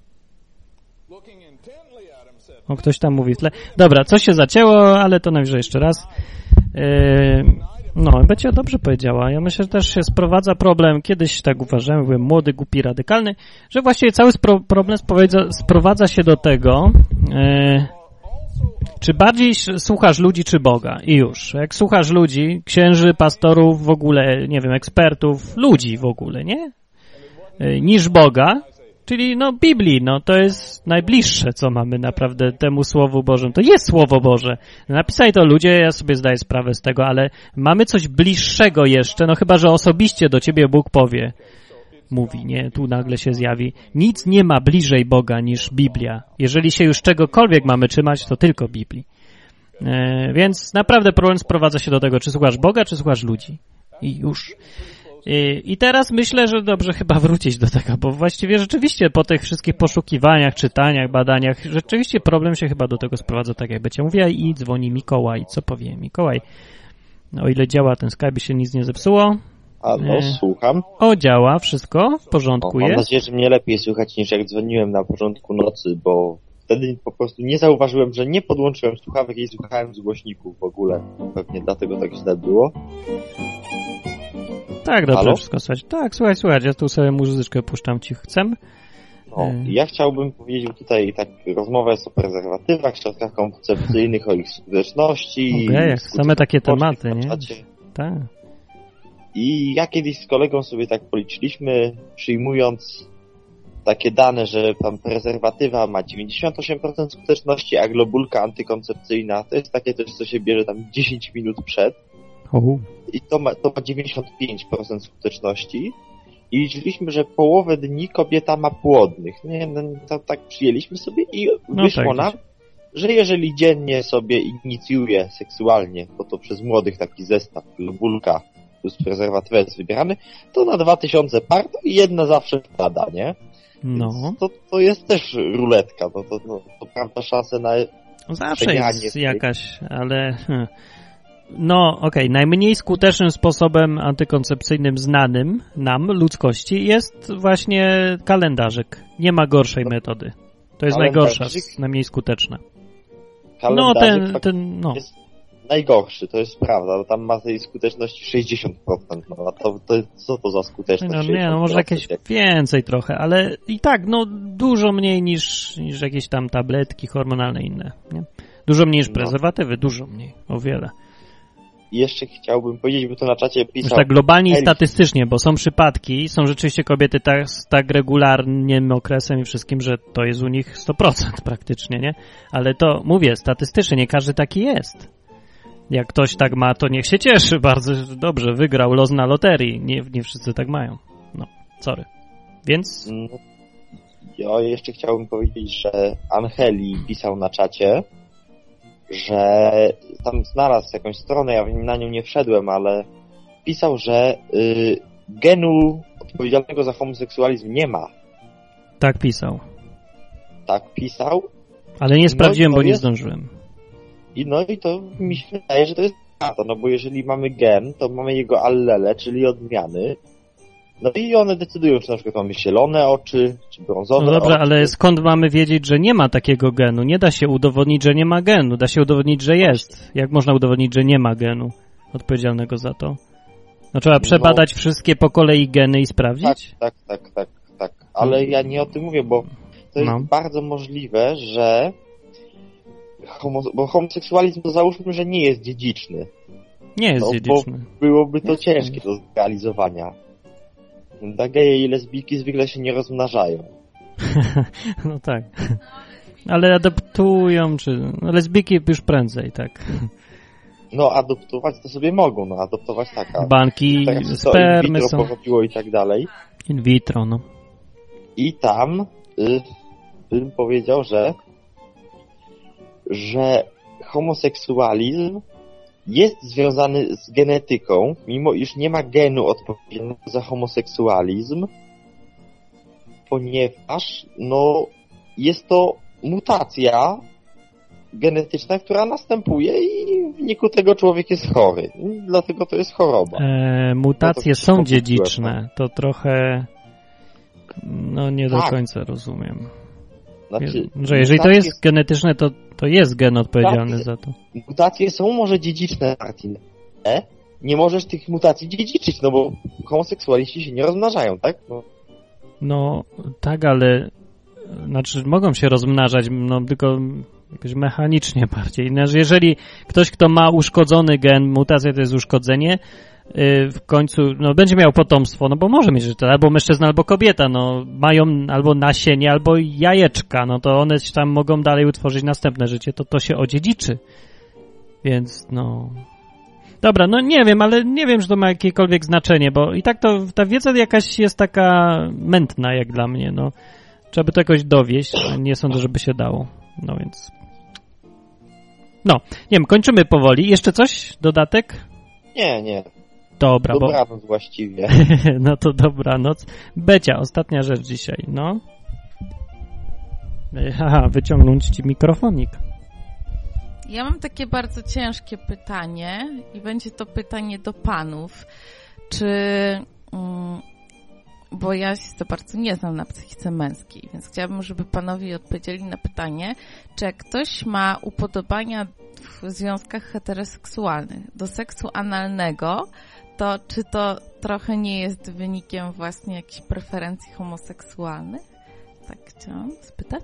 O, ktoś tam mówi w tle. Dobra, coś się zacięło, ale to najwyżej jeszcze raz. E, No, Becia dobrze powiedziała. Ja myślę, że też się sprowadza problem, kiedyś tak uważałem, byłem młody, głupi, radykalny, że właściwie cały spro- problem sprowadza, sprowadza się do tego, e, czy bardziej słuchasz ludzi, czy Boga. I już. Jak słuchasz ludzi, księży, pastorów, w ogóle, nie wiem, ekspertów, ludzi w ogóle, nie? E, niż Boga, czyli no Biblii, no to jest najbliższe, co mamy naprawdę temu Słowu Bożemu. To jest Słowo Boże. Napisali to ludzie, ja sobie zdaję sprawę z tego, ale mamy coś bliższego jeszcze, no chyba, że osobiście do ciebie Bóg powie, mówi, nie? Tu nagle się zjawi. Nic nie ma bliżej Boga niż Biblia. Jeżeli się już czegokolwiek mamy trzymać, to tylko Biblii. E, więc naprawdę problem sprowadza się do tego, czy słuchasz Boga, czy słuchasz ludzi. I już... I teraz myślę, że dobrze chyba wrócić do tego, bo właściwie rzeczywiście po tych wszystkich poszukiwaniach, czytaniach, badaniach, rzeczywiście problem się chyba do tego sprowadza, tak jak Becia mówiła, i dzwoni Mikołaj. Co powie Mikołaj? O ile działa ten Skype, się nic nie zepsuło. A no, słucham. O, działa, wszystko w porządku o, jest. Mam nadzieję, że mnie lepiej słychać niż jak dzwoniłem na początku nocy, bo wtedy po prostu nie zauważyłem, że nie podłączyłem słuchawek i słuchałem z głośników w ogóle. Pewnie dlatego tak źle było. Tak, dobrze, Halo? Wszystko słychać. Tak, słuchaj, słuchaj, ja tu sobie muzyczkę puszczam ci chcę. No, ja chciałbym powiedzieć tutaj, tak, rozmowa jest o prezerwatywach, środkach koncepcyjnych, o ich skuteczności. Okej, okay, same takie tematy, nie? Tak. I ja kiedyś z kolegą sobie tak policzyliśmy, przyjmując takie dane, że tam prezerwatywa ma dziewięćdziesiąt osiem procent skuteczności, a globulka antykoncepcyjna to jest takie coś, co się bierze tam dziesięć minut przed. Uhu. I to ma, to ma dziewięćdziesiąt pięć procent skuteczności. I liczyliśmy, że połowę dni kobieta ma płodnych. Nie, no, to tak przyjęliśmy sobie i no wyszło tak, nam, że jeżeli dziennie sobie inicjuje seksualnie, bo to przez młodych taki zestaw, globulka plus prezerwatywa jest wybierany, to na dwa tysiące par to jedna zawsze wpada, nie? No. To, to jest też ruletka, no to, no, to prawda szanse na... Zawsze jest jakaś, ale... no okej, okay. Najmniej skutecznym sposobem antykoncepcyjnym znanym nam, ludzkości, jest właśnie kalendarzyk. Nie ma gorszej metody. To jest najgorsza, najmniej skuteczna. No ten, ten, no. Jest najgorszy, to jest prawda, bo tam ma tej skuteczności sześćdziesiąt procent. No, to, to, co to za skuteczność? No nie, no może jakieś więcej trochę, ale i tak, no dużo mniej niż, niż jakieś tam tabletki hormonalne inne, nie? Dużo mniej niż prezerwatywy, no. Dużo mniej, o wiele. I jeszcze chciałbym powiedzieć, bo to na czacie pisał... Już tak globalnie i statystycznie, bo są przypadki, są rzeczywiście kobiety tak, z tak regularnym okresem i wszystkim, że to jest u nich sto procent praktycznie, nie? Ale to, mówię, statystycznie, nie każdy taki jest. Jak ktoś tak ma, to niech się cieszy, bardzo dobrze, wygrał los na loterii. Nie, nie wszyscy tak mają. No, sorry. Więc... Ja jeszcze chciałbym powiedzieć, że Angeli pisał na czacie, że tam znalazł jakąś stronę, ja na nią nie wszedłem, ale pisał, że y, genu odpowiedzialnego za homoseksualizm nie ma. Tak pisał. Tak pisał. Ale nie sprawdziłem, no bo nie jest... zdążyłem. I no i to mi się wydaje, że to jest prawda, no bo jeżeli mamy gen, to mamy jego allele, czyli odmiany. No i one decydują, czy na przykład mamy zielone oczy, czy brązowe. No dobrze, oczy. Ale skąd mamy wiedzieć, że nie ma takiego genu? Nie da się udowodnić, że nie ma genu. Da się udowodnić, że jest. Jak można udowodnić, że nie ma genu odpowiedzialnego za to? No trzeba przebadać no, wszystkie po kolei geny i sprawdzić? Tak, tak, tak, tak, tak. Ale ja nie o tym mówię, bo to jest no. bardzo możliwe, że homo, bo homoseksualizm to załóżmy, że nie jest dziedziczny. Nie jest no, dziedziczny. Bo byłoby to ciężkie do zrealizowania. Da geje i lesbijki zwykle się nie rozmnażają. No tak. Ale adoptują, czy... No, lesbijki już prędzej, tak. No, adoptować to sobie mogą, no, adoptować tak. A banki, spermy in vitro są... porobiło i tak dalej. In vitro, no. I tam y, bym powiedział, że że homoseksualizm jest związany z genetyką, mimo iż nie ma genu odpowiedzialnego za homoseksualizm, ponieważ no, jest to mutacja genetyczna, która następuje i w wyniku tego człowiek jest chory. Dlatego to jest choroba. E, mutacje no są dziedziczne. To trochę no nie do tak. końca rozumiem. Znaczy, że jeżeli to jest genetyczne, to, to jest gen odpowiedzialny mutacje, za to. Mutacje są może dziedziczne, Martin. E? Nie możesz tych mutacji dziedziczyć, no bo homoseksualiści się nie rozmnażają, tak? No, no tak, ale znaczy mogą się rozmnażać, no tylko jakoś mechanicznie bardziej. Znaczy, jeżeli ktoś, kto ma uszkodzony gen, mutacja to jest uszkodzenie, w końcu, no będzie miał potomstwo, no bo może mieć życie, albo mężczyzna, albo kobieta, no mają albo nasienie, albo jajeczka, no to one tam mogą dalej utworzyć następne życie, to to się odziedziczy. Więc no... Dobra, no nie wiem, ale nie wiem, czy to ma jakiekolwiek znaczenie, bo i tak to ta wiedza jakaś jest taka mętna jak dla mnie, no. Trzeba by to jakoś dowieść, nie sądzę, żeby się dało. No więc... No, nie wiem, kończymy powoli. Jeszcze coś? Dodatek? Nie, nie. Dobra, dobranoc bo... właściwie. No to dobranoc. Becia, ostatnia rzecz dzisiaj, no. Haha, wyciągnąć ci mikrofonik. Ja mam takie bardzo ciężkie pytanie i będzie to pytanie do panów. Czy... Mm, bo ja się to bardzo nie znam na psychice męskiej, więc chciałabym, żeby panowie odpowiedzieli na pytanie, czy jak ktoś ma upodobania w związkach heteroseksualnych do seksu analnego, to czy to trochę nie jest wynikiem właśnie jakichś preferencji homoseksualnych? Tak chciałam spytać.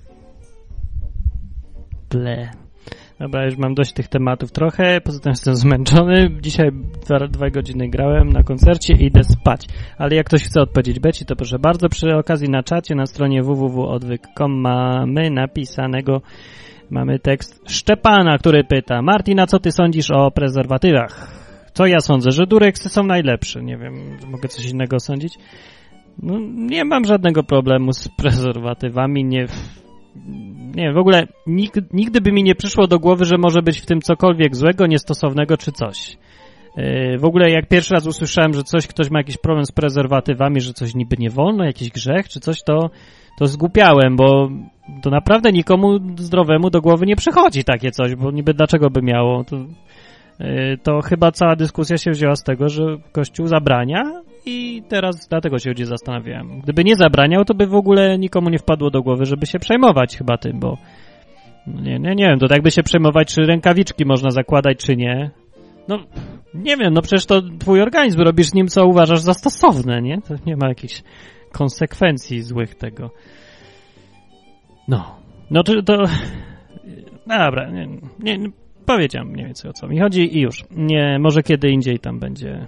Ble. Dobra, już mam dość tych tematów trochę, poza tym jestem zmęczony. Dzisiaj dwa, dwa godziny grałem na koncercie i idę spać. Ale jak ktoś chce odpowiedzieć Beci, to proszę bardzo. Przy okazji na czacie na stronie w w w kropka odwyk kropka com mamy napisanego, mamy tekst Szczepana, który pyta: Martina, co ty sądzisz o prezerwatywach? Co ja sądzę? Że dureksy są najlepsze. Nie wiem, mogę coś innego sądzić? No, nie mam żadnego problemu z prezerwatywami, nie... Nie, w ogóle nigdy, nigdy by mi nie przyszło do głowy, że może być w tym cokolwiek złego, niestosownego czy coś. Yy, w ogóle jak pierwszy raz usłyszałem, że coś, ktoś ma jakiś problem z prezerwatywami, że coś niby nie wolno, jakiś grzech czy coś, to, to zgłupiałem, bo to naprawdę nikomu zdrowemu do głowy nie przychodzi takie coś, bo niby dlaczego by miało. To, to chyba cała dyskusja się wzięła z tego, że Kościół zabrania i teraz dlatego się ludzie zastanawiają. Gdyby nie zabraniał, to by w ogóle nikomu nie wpadło do głowy, żeby się przejmować chyba tym, bo nie, nie, nie wiem, to tak by się przejmować, czy rękawiczki można zakładać, czy nie. No, nie wiem, no przecież to twój organizm, robisz z nim, co uważasz za stosowne, nie? To nie ma jakichś konsekwencji złych tego. No, no to... to no dobra, nie, nie, powiedziałem mniej więcej o co mi chodzi i już. Nie, może kiedy indziej tam będzie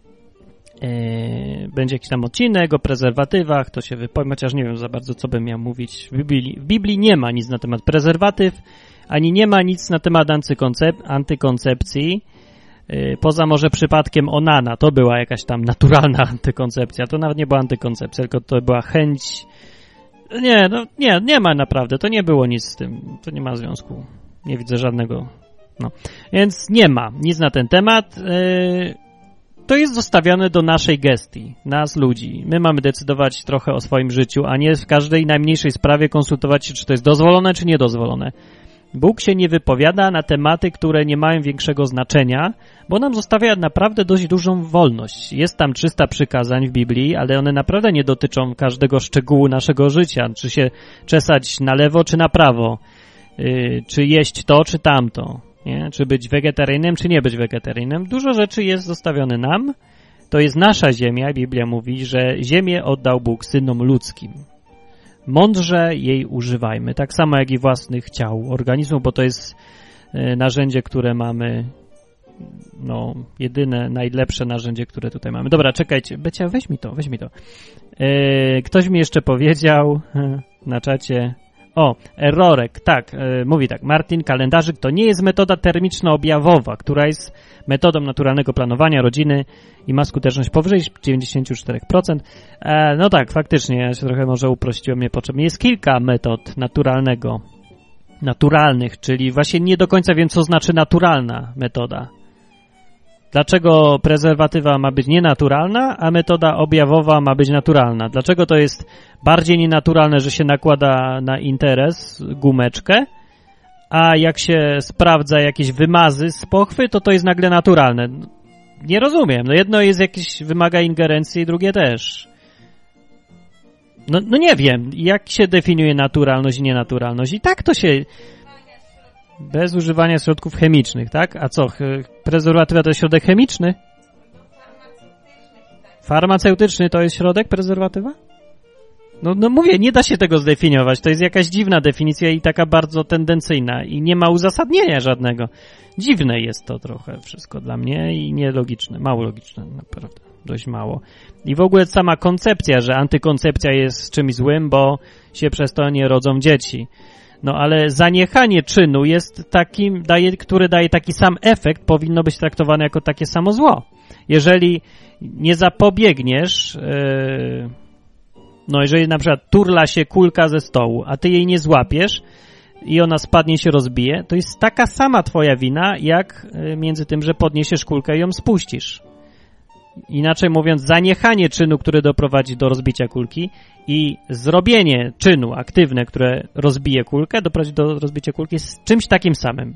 e, będzie jakiś tam odcinek o prezerwatywach, to się wypowiem, chociaż nie wiem za bardzo, co bym miał mówić. W Biblii, w Biblii nie ma nic na temat prezerwatyw, ani nie ma nic na temat antykoncep- antykoncepcji, e, poza może przypadkiem Onana, to była jakaś tam naturalna antykoncepcja, to nawet nie była antykoncepcja, tylko to była chęć. Nie, no nie, nie ma naprawdę, to nie było nic z tym, to nie ma związku, nie widzę żadnego, no, więc nie ma nic na ten temat, yy, to jest zostawione do naszej gestii, nas ludzi, my mamy decydować trochę o swoim życiu, a nie w każdej najmniejszej sprawie konsultować się, czy to jest dozwolone, czy niedozwolone. Bóg się nie wypowiada na tematy, które nie mają większego znaczenia, bo nam zostawia naprawdę dość dużą wolność. Jest tam trzysta przykazań w Biblii, ale one naprawdę nie dotyczą każdego szczegółu naszego życia. Czy się czesać na lewo, czy na prawo. Yy, czy jeść to, czy tamto. Nie? Czy być wegetarianem, czy nie być wegetarianem. Dużo rzeczy jest zostawione nam. To jest nasza ziemia. Biblia mówi, że ziemię oddał Bóg synom ludzkim. Mądrze jej używajmy, tak samo jak i własnych ciał, organizmów, bo to jest y, narzędzie, które mamy, no, jedyne, najlepsze narzędzie, które tutaj mamy. Dobra, czekajcie, Becia, weź mi to, weź mi to. Y, ktoś mi jeszcze powiedział na czacie, o, errorek, tak, y, mówi tak, Martin, kalendarzyk to nie jest metoda termiczno-objawowa, która jest metodą naturalnego planowania rodziny i ma skuteczność powyżej dziewięćdziesiąt cztery procent. E, no tak, faktycznie, ja się trochę może uprościłem niepotrzebnie. Jest kilka metod naturalnego, naturalnych, czyli właśnie nie do końca wiem, co znaczy naturalna metoda. Dlaczego prezerwatywa ma być nienaturalna, a metoda objawowa ma być naturalna? Dlaczego to jest bardziej nienaturalne, że się nakłada na interes gumeczkę, a jak się sprawdza jakieś wymazy z pochwy, to to jest nagle naturalne? Nie rozumiem. No jedno jest jakieś, wymaga ingerencji, drugie też. No, no nie wiem, jak się definiuje naturalność i nienaturalność. I tak to się... Bez używania środków chemicznych, tak? A co, prezerwatywa to jest środek chemiczny? Farmaceutyczny to jest środek prezerwatywa? No, no mówię, nie da się tego zdefiniować. To jest jakaś dziwna definicja i taka bardzo tendencyjna i nie ma uzasadnienia żadnego. Dziwne jest to trochę wszystko dla mnie i nielogiczne, mało logiczne naprawdę, dość mało. I w ogóle sama koncepcja, że antykoncepcja jest czymś złym, bo się przez to nie rodzą dzieci. No ale zaniechanie czynu jest takim, daje, który daje taki sam efekt, powinno być traktowane jako takie samo zło. Jeżeli nie zapobiegniesz, yy, no jeżeli na przykład turla się kulka ze stołu, a ty jej nie złapiesz i ona spadnie, się rozbije, to jest taka sama twoja wina, jak między tym, że podniesiesz kulkę i ją spuścisz. Inaczej mówiąc, zaniechanie czynu, który doprowadzi do rozbicia kulki i zrobienie czynu aktywne, które rozbije kulkę, doprowadzi do rozbicia kulki z czymś takim samym.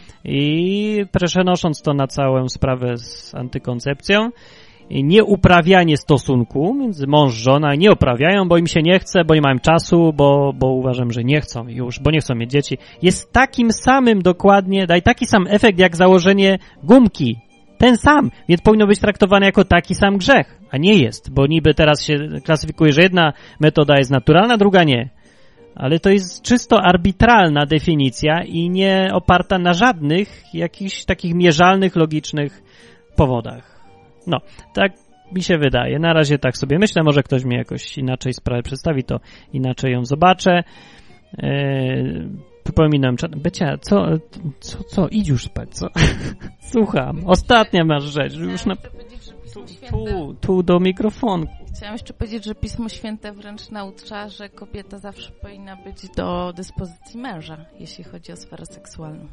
I przenosząc to na całą sprawę z antykoncepcją, nieuprawianie stosunku między mąż, żona, nie uprawiają, bo im się nie chce, bo nie mają czasu, bo, bo uważam, że nie chcą już, bo nie chcą mieć dzieci, jest takim samym dokładnie, daje taki sam efekt jak założenie gumki. Ten sam, więc powinno być traktowane jako taki sam grzech, a nie jest, bo niby teraz się klasyfikuje, że jedna metoda jest naturalna, druga nie. Ale to jest czysto arbitralna definicja i nie oparta na żadnych jakichś takich mierzalnych, logicznych powodach. No, tak mi się wydaje. Na razie tak sobie myślę, może ktoś mi jakoś inaczej sprawę przedstawi, to inaczej ją zobaczę. Eee, Przypominam, Becia, co, co, co, idź już spać, co? Słucham, ostatnia masz rzecz, już na... Tu, tu, tu do mikrofonu. Chciałam jeszcze powiedzieć, że Pismo Święte wręcz naucza, że kobieta zawsze powinna być do dyspozycji męża, jeśli chodzi o sferę seksualną.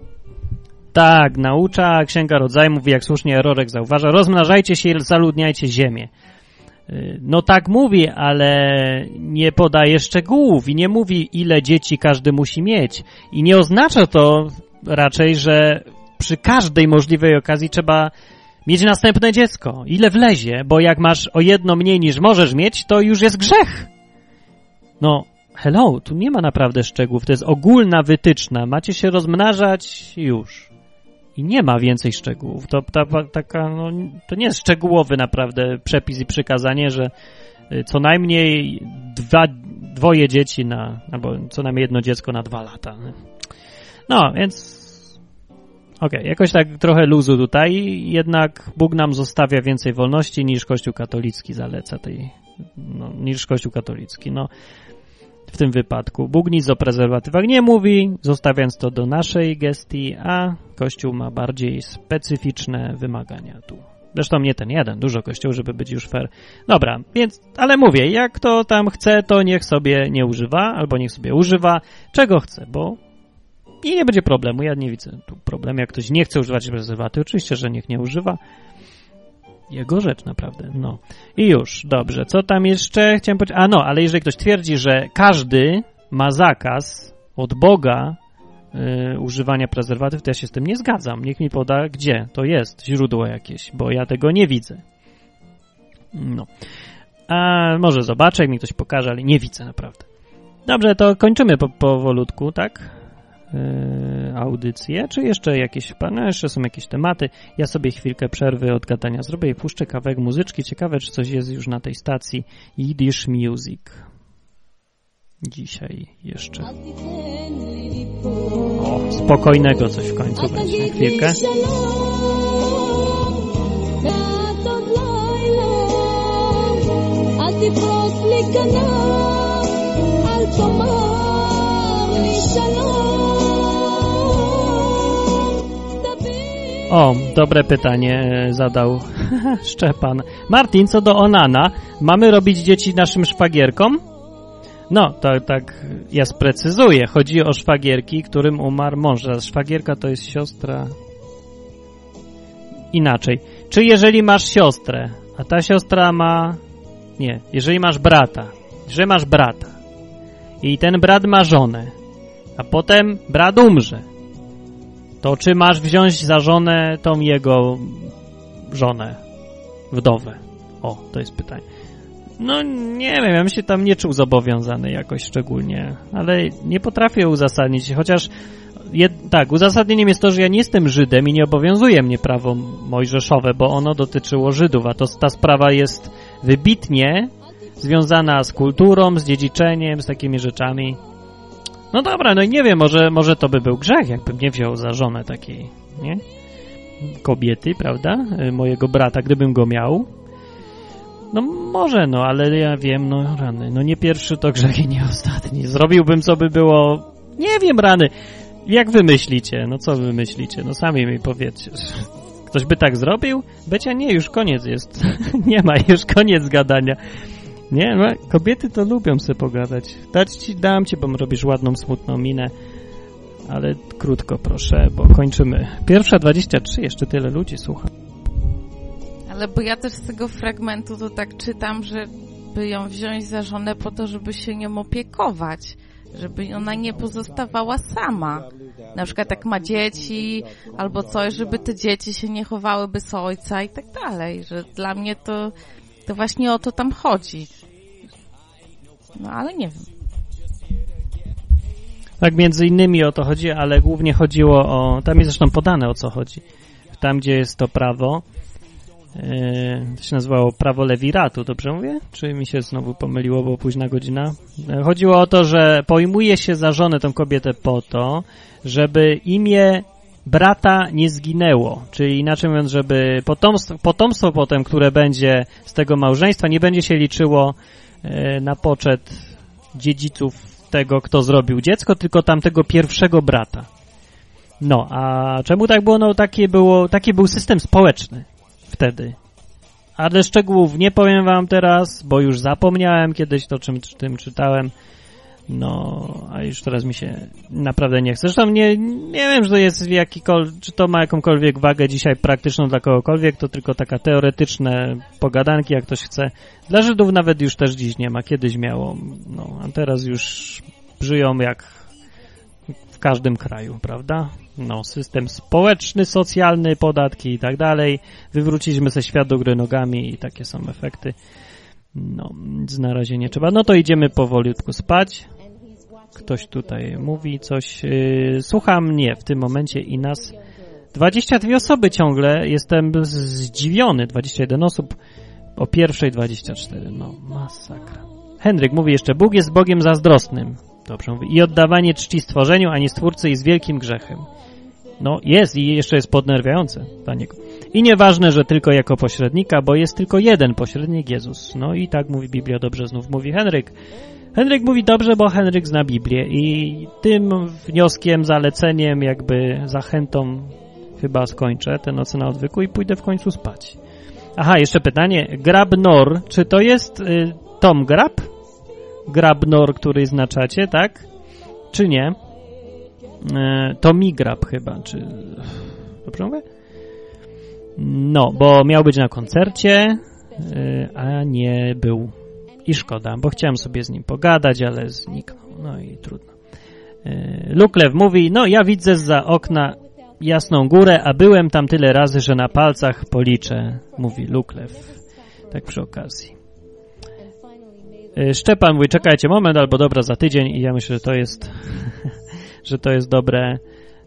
Tak, naucza, Księga Rodzaju mówi, jak słusznie Erorek zauważa, rozmnażajcie się i zaludniajcie ziemię. No tak mówi, ale nie podaje szczegółów i nie mówi, ile dzieci każdy musi mieć. I nie oznacza to raczej, że przy każdej możliwej okazji trzeba mieć następne dziecko. Ile wlezie, bo jak masz o jedno mniej niż możesz mieć, to już jest grzech. No, hello, tu nie ma naprawdę szczegółów. To jest ogólna wytyczna. Macie się rozmnażać już. I nie ma więcej szczegółów. To, ta, taka, no, to nie jest szczegółowy naprawdę przepis i przykazanie, że co najmniej dwa, dwoje dzieci na, albo co najmniej jedno dziecko na dwa lata. No, więc okej, okay, jakoś tak trochę luzu tutaj, jednak Bóg nam zostawia więcej wolności niż Kościół katolicki zaleca tej, no, niż Kościół katolicki, no, w tym wypadku. Bóg nic o prezerwatywach nie mówi, zostawiając to do naszej gestii, a Kościół ma bardziej specyficzne wymagania tu. Zresztą nie ten jeden, dużo kościołów, żeby być już fair. Dobra, więc, ale mówię, jak kto tam chce, to niech sobie nie używa, albo niech sobie używa, czego chce, bo i nie będzie problemu. Ja nie widzę tu problemu, jak ktoś nie chce używać prezerwatyw, oczywiście, że niech nie używa. Jego rzecz naprawdę, no. I już, dobrze, co tam jeszcze chciałem powiedzieć? A no, ale jeżeli ktoś twierdzi, że każdy ma zakaz od Boga Yy, używania prezerwatyw, to ja się z tym nie zgadzam. Niech mi poda, gdzie to jest źródło jakieś, bo ja tego nie widzę. No. A może zobaczę, jak mi ktoś pokaże, ale nie widzę naprawdę. Dobrze, to kończymy po, powolutku, tak? Yy, audycję, czy jeszcze jakieś, no jeszcze są jakieś tematy. Ja sobie chwilkę przerwy od gadania zrobię i puszczę kawałek muzyczki. Ciekawe, czy coś jest już na tej stacji Yiddish Music. Dzisiaj jeszcze. O, spokojnego coś w końcu będzie. Chwilkę. O, dobre pytanie zadał Szczepan. Martin, co do Onana, mamy robić dzieci naszym szwagierkom? No, to tak ja sprecyzuję. Chodzi o szwagierki, którym umarł mąż. Szwagierka to jest siostra... Inaczej. Czy jeżeli masz siostrę, a ta siostra ma... Nie, jeżeli masz brata, jeżeli masz brata i ten brat ma żonę, a potem brat umrze, to czy masz wziąć za żonę tą jego żonę, wdowę? O, to jest pytanie. No nie wiem, ja bym się tam nie czuł zobowiązany jakoś szczególnie, ale nie potrafię uzasadnić, chociaż jed, tak, uzasadnieniem jest to, że ja nie jestem Żydem i nie obowiązuje mnie prawo mojżeszowe, bo ono dotyczyło Żydów, a to ta sprawa jest wybitnie związana z kulturą, z dziedziczeniem, z takimi rzeczami. No dobra, no i nie wiem, może, może to by był grzech, jakbym nie wziął za żonę takiej, nie? Kobiety, prawda? Mojego brata, gdybym go miał. No może, no, ale ja wiem, no rany, no nie pierwszy to grzech i nie ostatni. Zrobiłbym, co by było, nie wiem, rany. Jak wy myślicie? No co wy myślicie? No sami mi powiedzcie. Ktoś by tak zrobił? Becia, nie, już koniec jest. Nie ma, już koniec gadania. Nie, no, kobiety to lubią sobie pogadać. Dać ci, dam ci, bo robisz ładną, smutną minę. Ale krótko, proszę, bo kończymy. Pierwsza dwadzieścia trzy, jeszcze tyle ludzi słucha. Ale bo ja też z tego fragmentu to tak czytam, żeby ją wziąć za żonę po to, żeby się nią opiekować. Żeby ona nie pozostawała sama. Na przykład jak ma dzieci albo coś, żeby te dzieci się nie chowały bez ojca i tak dalej. Że dla mnie to, to właśnie o to tam chodzi. No ale nie wiem. Tak, między innymi o to chodzi, ale głównie chodziło o... Tam jest zresztą podane, o co chodzi. Tam, gdzie jest to prawo, yy, to się nazywało prawo lewiratu, dobrze mówię? Czy mi się znowu pomyliło, bo późna godzina? Yy, chodziło o to, że pojmuje się za żonę tą kobietę po to, żeby imię brata nie zginęło. Czyli inaczej mówiąc, żeby potomstwo, potomstwo potem, które będzie z tego małżeństwa, nie będzie się liczyło yy, na poczet dziedziców tego, kto zrobił dziecko, tylko tamtego pierwszego brata. No, a czemu tak było? No, takie było, taki był system społeczny wtedy. Ale szczegółów nie powiem wam teraz, bo już zapomniałem kiedyś to, czym tym czytałem. No, a już teraz mi się naprawdę nie chce. Zresztą nie, nie wiem, że to jest jakikol, czy to ma jakąkolwiek wagę dzisiaj praktyczną dla kogokolwiek, to tylko taka teoretyczne pogadanki, jak ktoś chce. Dla Żydów nawet już też dziś nie ma, kiedyś miało. No, a teraz już żyją jak w każdym kraju, prawda? No, system społeczny, socjalny, podatki i tak dalej. Wywróciliśmy sobie świat do góry nogami i takie są efekty. No, nic na razie nie trzeba. No to idziemy powolutku spać. Ktoś tutaj mówi coś. Yy, słucha mnie w tym momencie i nas dwadzieścia dwie osoby ciągle. Jestem zdziwiony. dwadzieścia jeden osób. O pierwszej dwadzieścia cztery. No, masakra. Henryk mówi jeszcze, Bóg jest Bogiem zazdrosnym. Dobrze mówi. I oddawanie czci stworzeniu, a nie Stwórcy jest wielkim grzechem. No, jest i jeszcze jest podnerwiające dla niego. I nieważne, że tylko jako pośrednika, bo jest tylko jeden pośrednik, Jezus. No i tak mówi Biblia, dobrze znów mówi Henryk. Henryk mówi dobrze, bo Henryk zna Biblię i tym wnioskiem, zaleceniem, jakby zachętą chyba skończę te noce na odwyku i pójdę w końcu spać. Aha, jeszcze pytanie. Grabnor, czy to jest y, Tom Grab? Grabnor, który znaczacie, tak? Czy nie? Y, to Migrab chyba, czy... Dobrze mówię? No, bo miał być na koncercie, y, a nie był. I szkoda, bo chciałem sobie z nim pogadać, ale zniknął. No i trudno. Y, Luklew mówi, no ja widzę zza okna Jasną Górę, a byłem tam tyle razy, że na palcach policzę, mówi Luklew. Tak przy okazji. Szczepan mówi, czekajcie moment, albo dobra za tydzień i ja myślę, że to jest że to jest dobre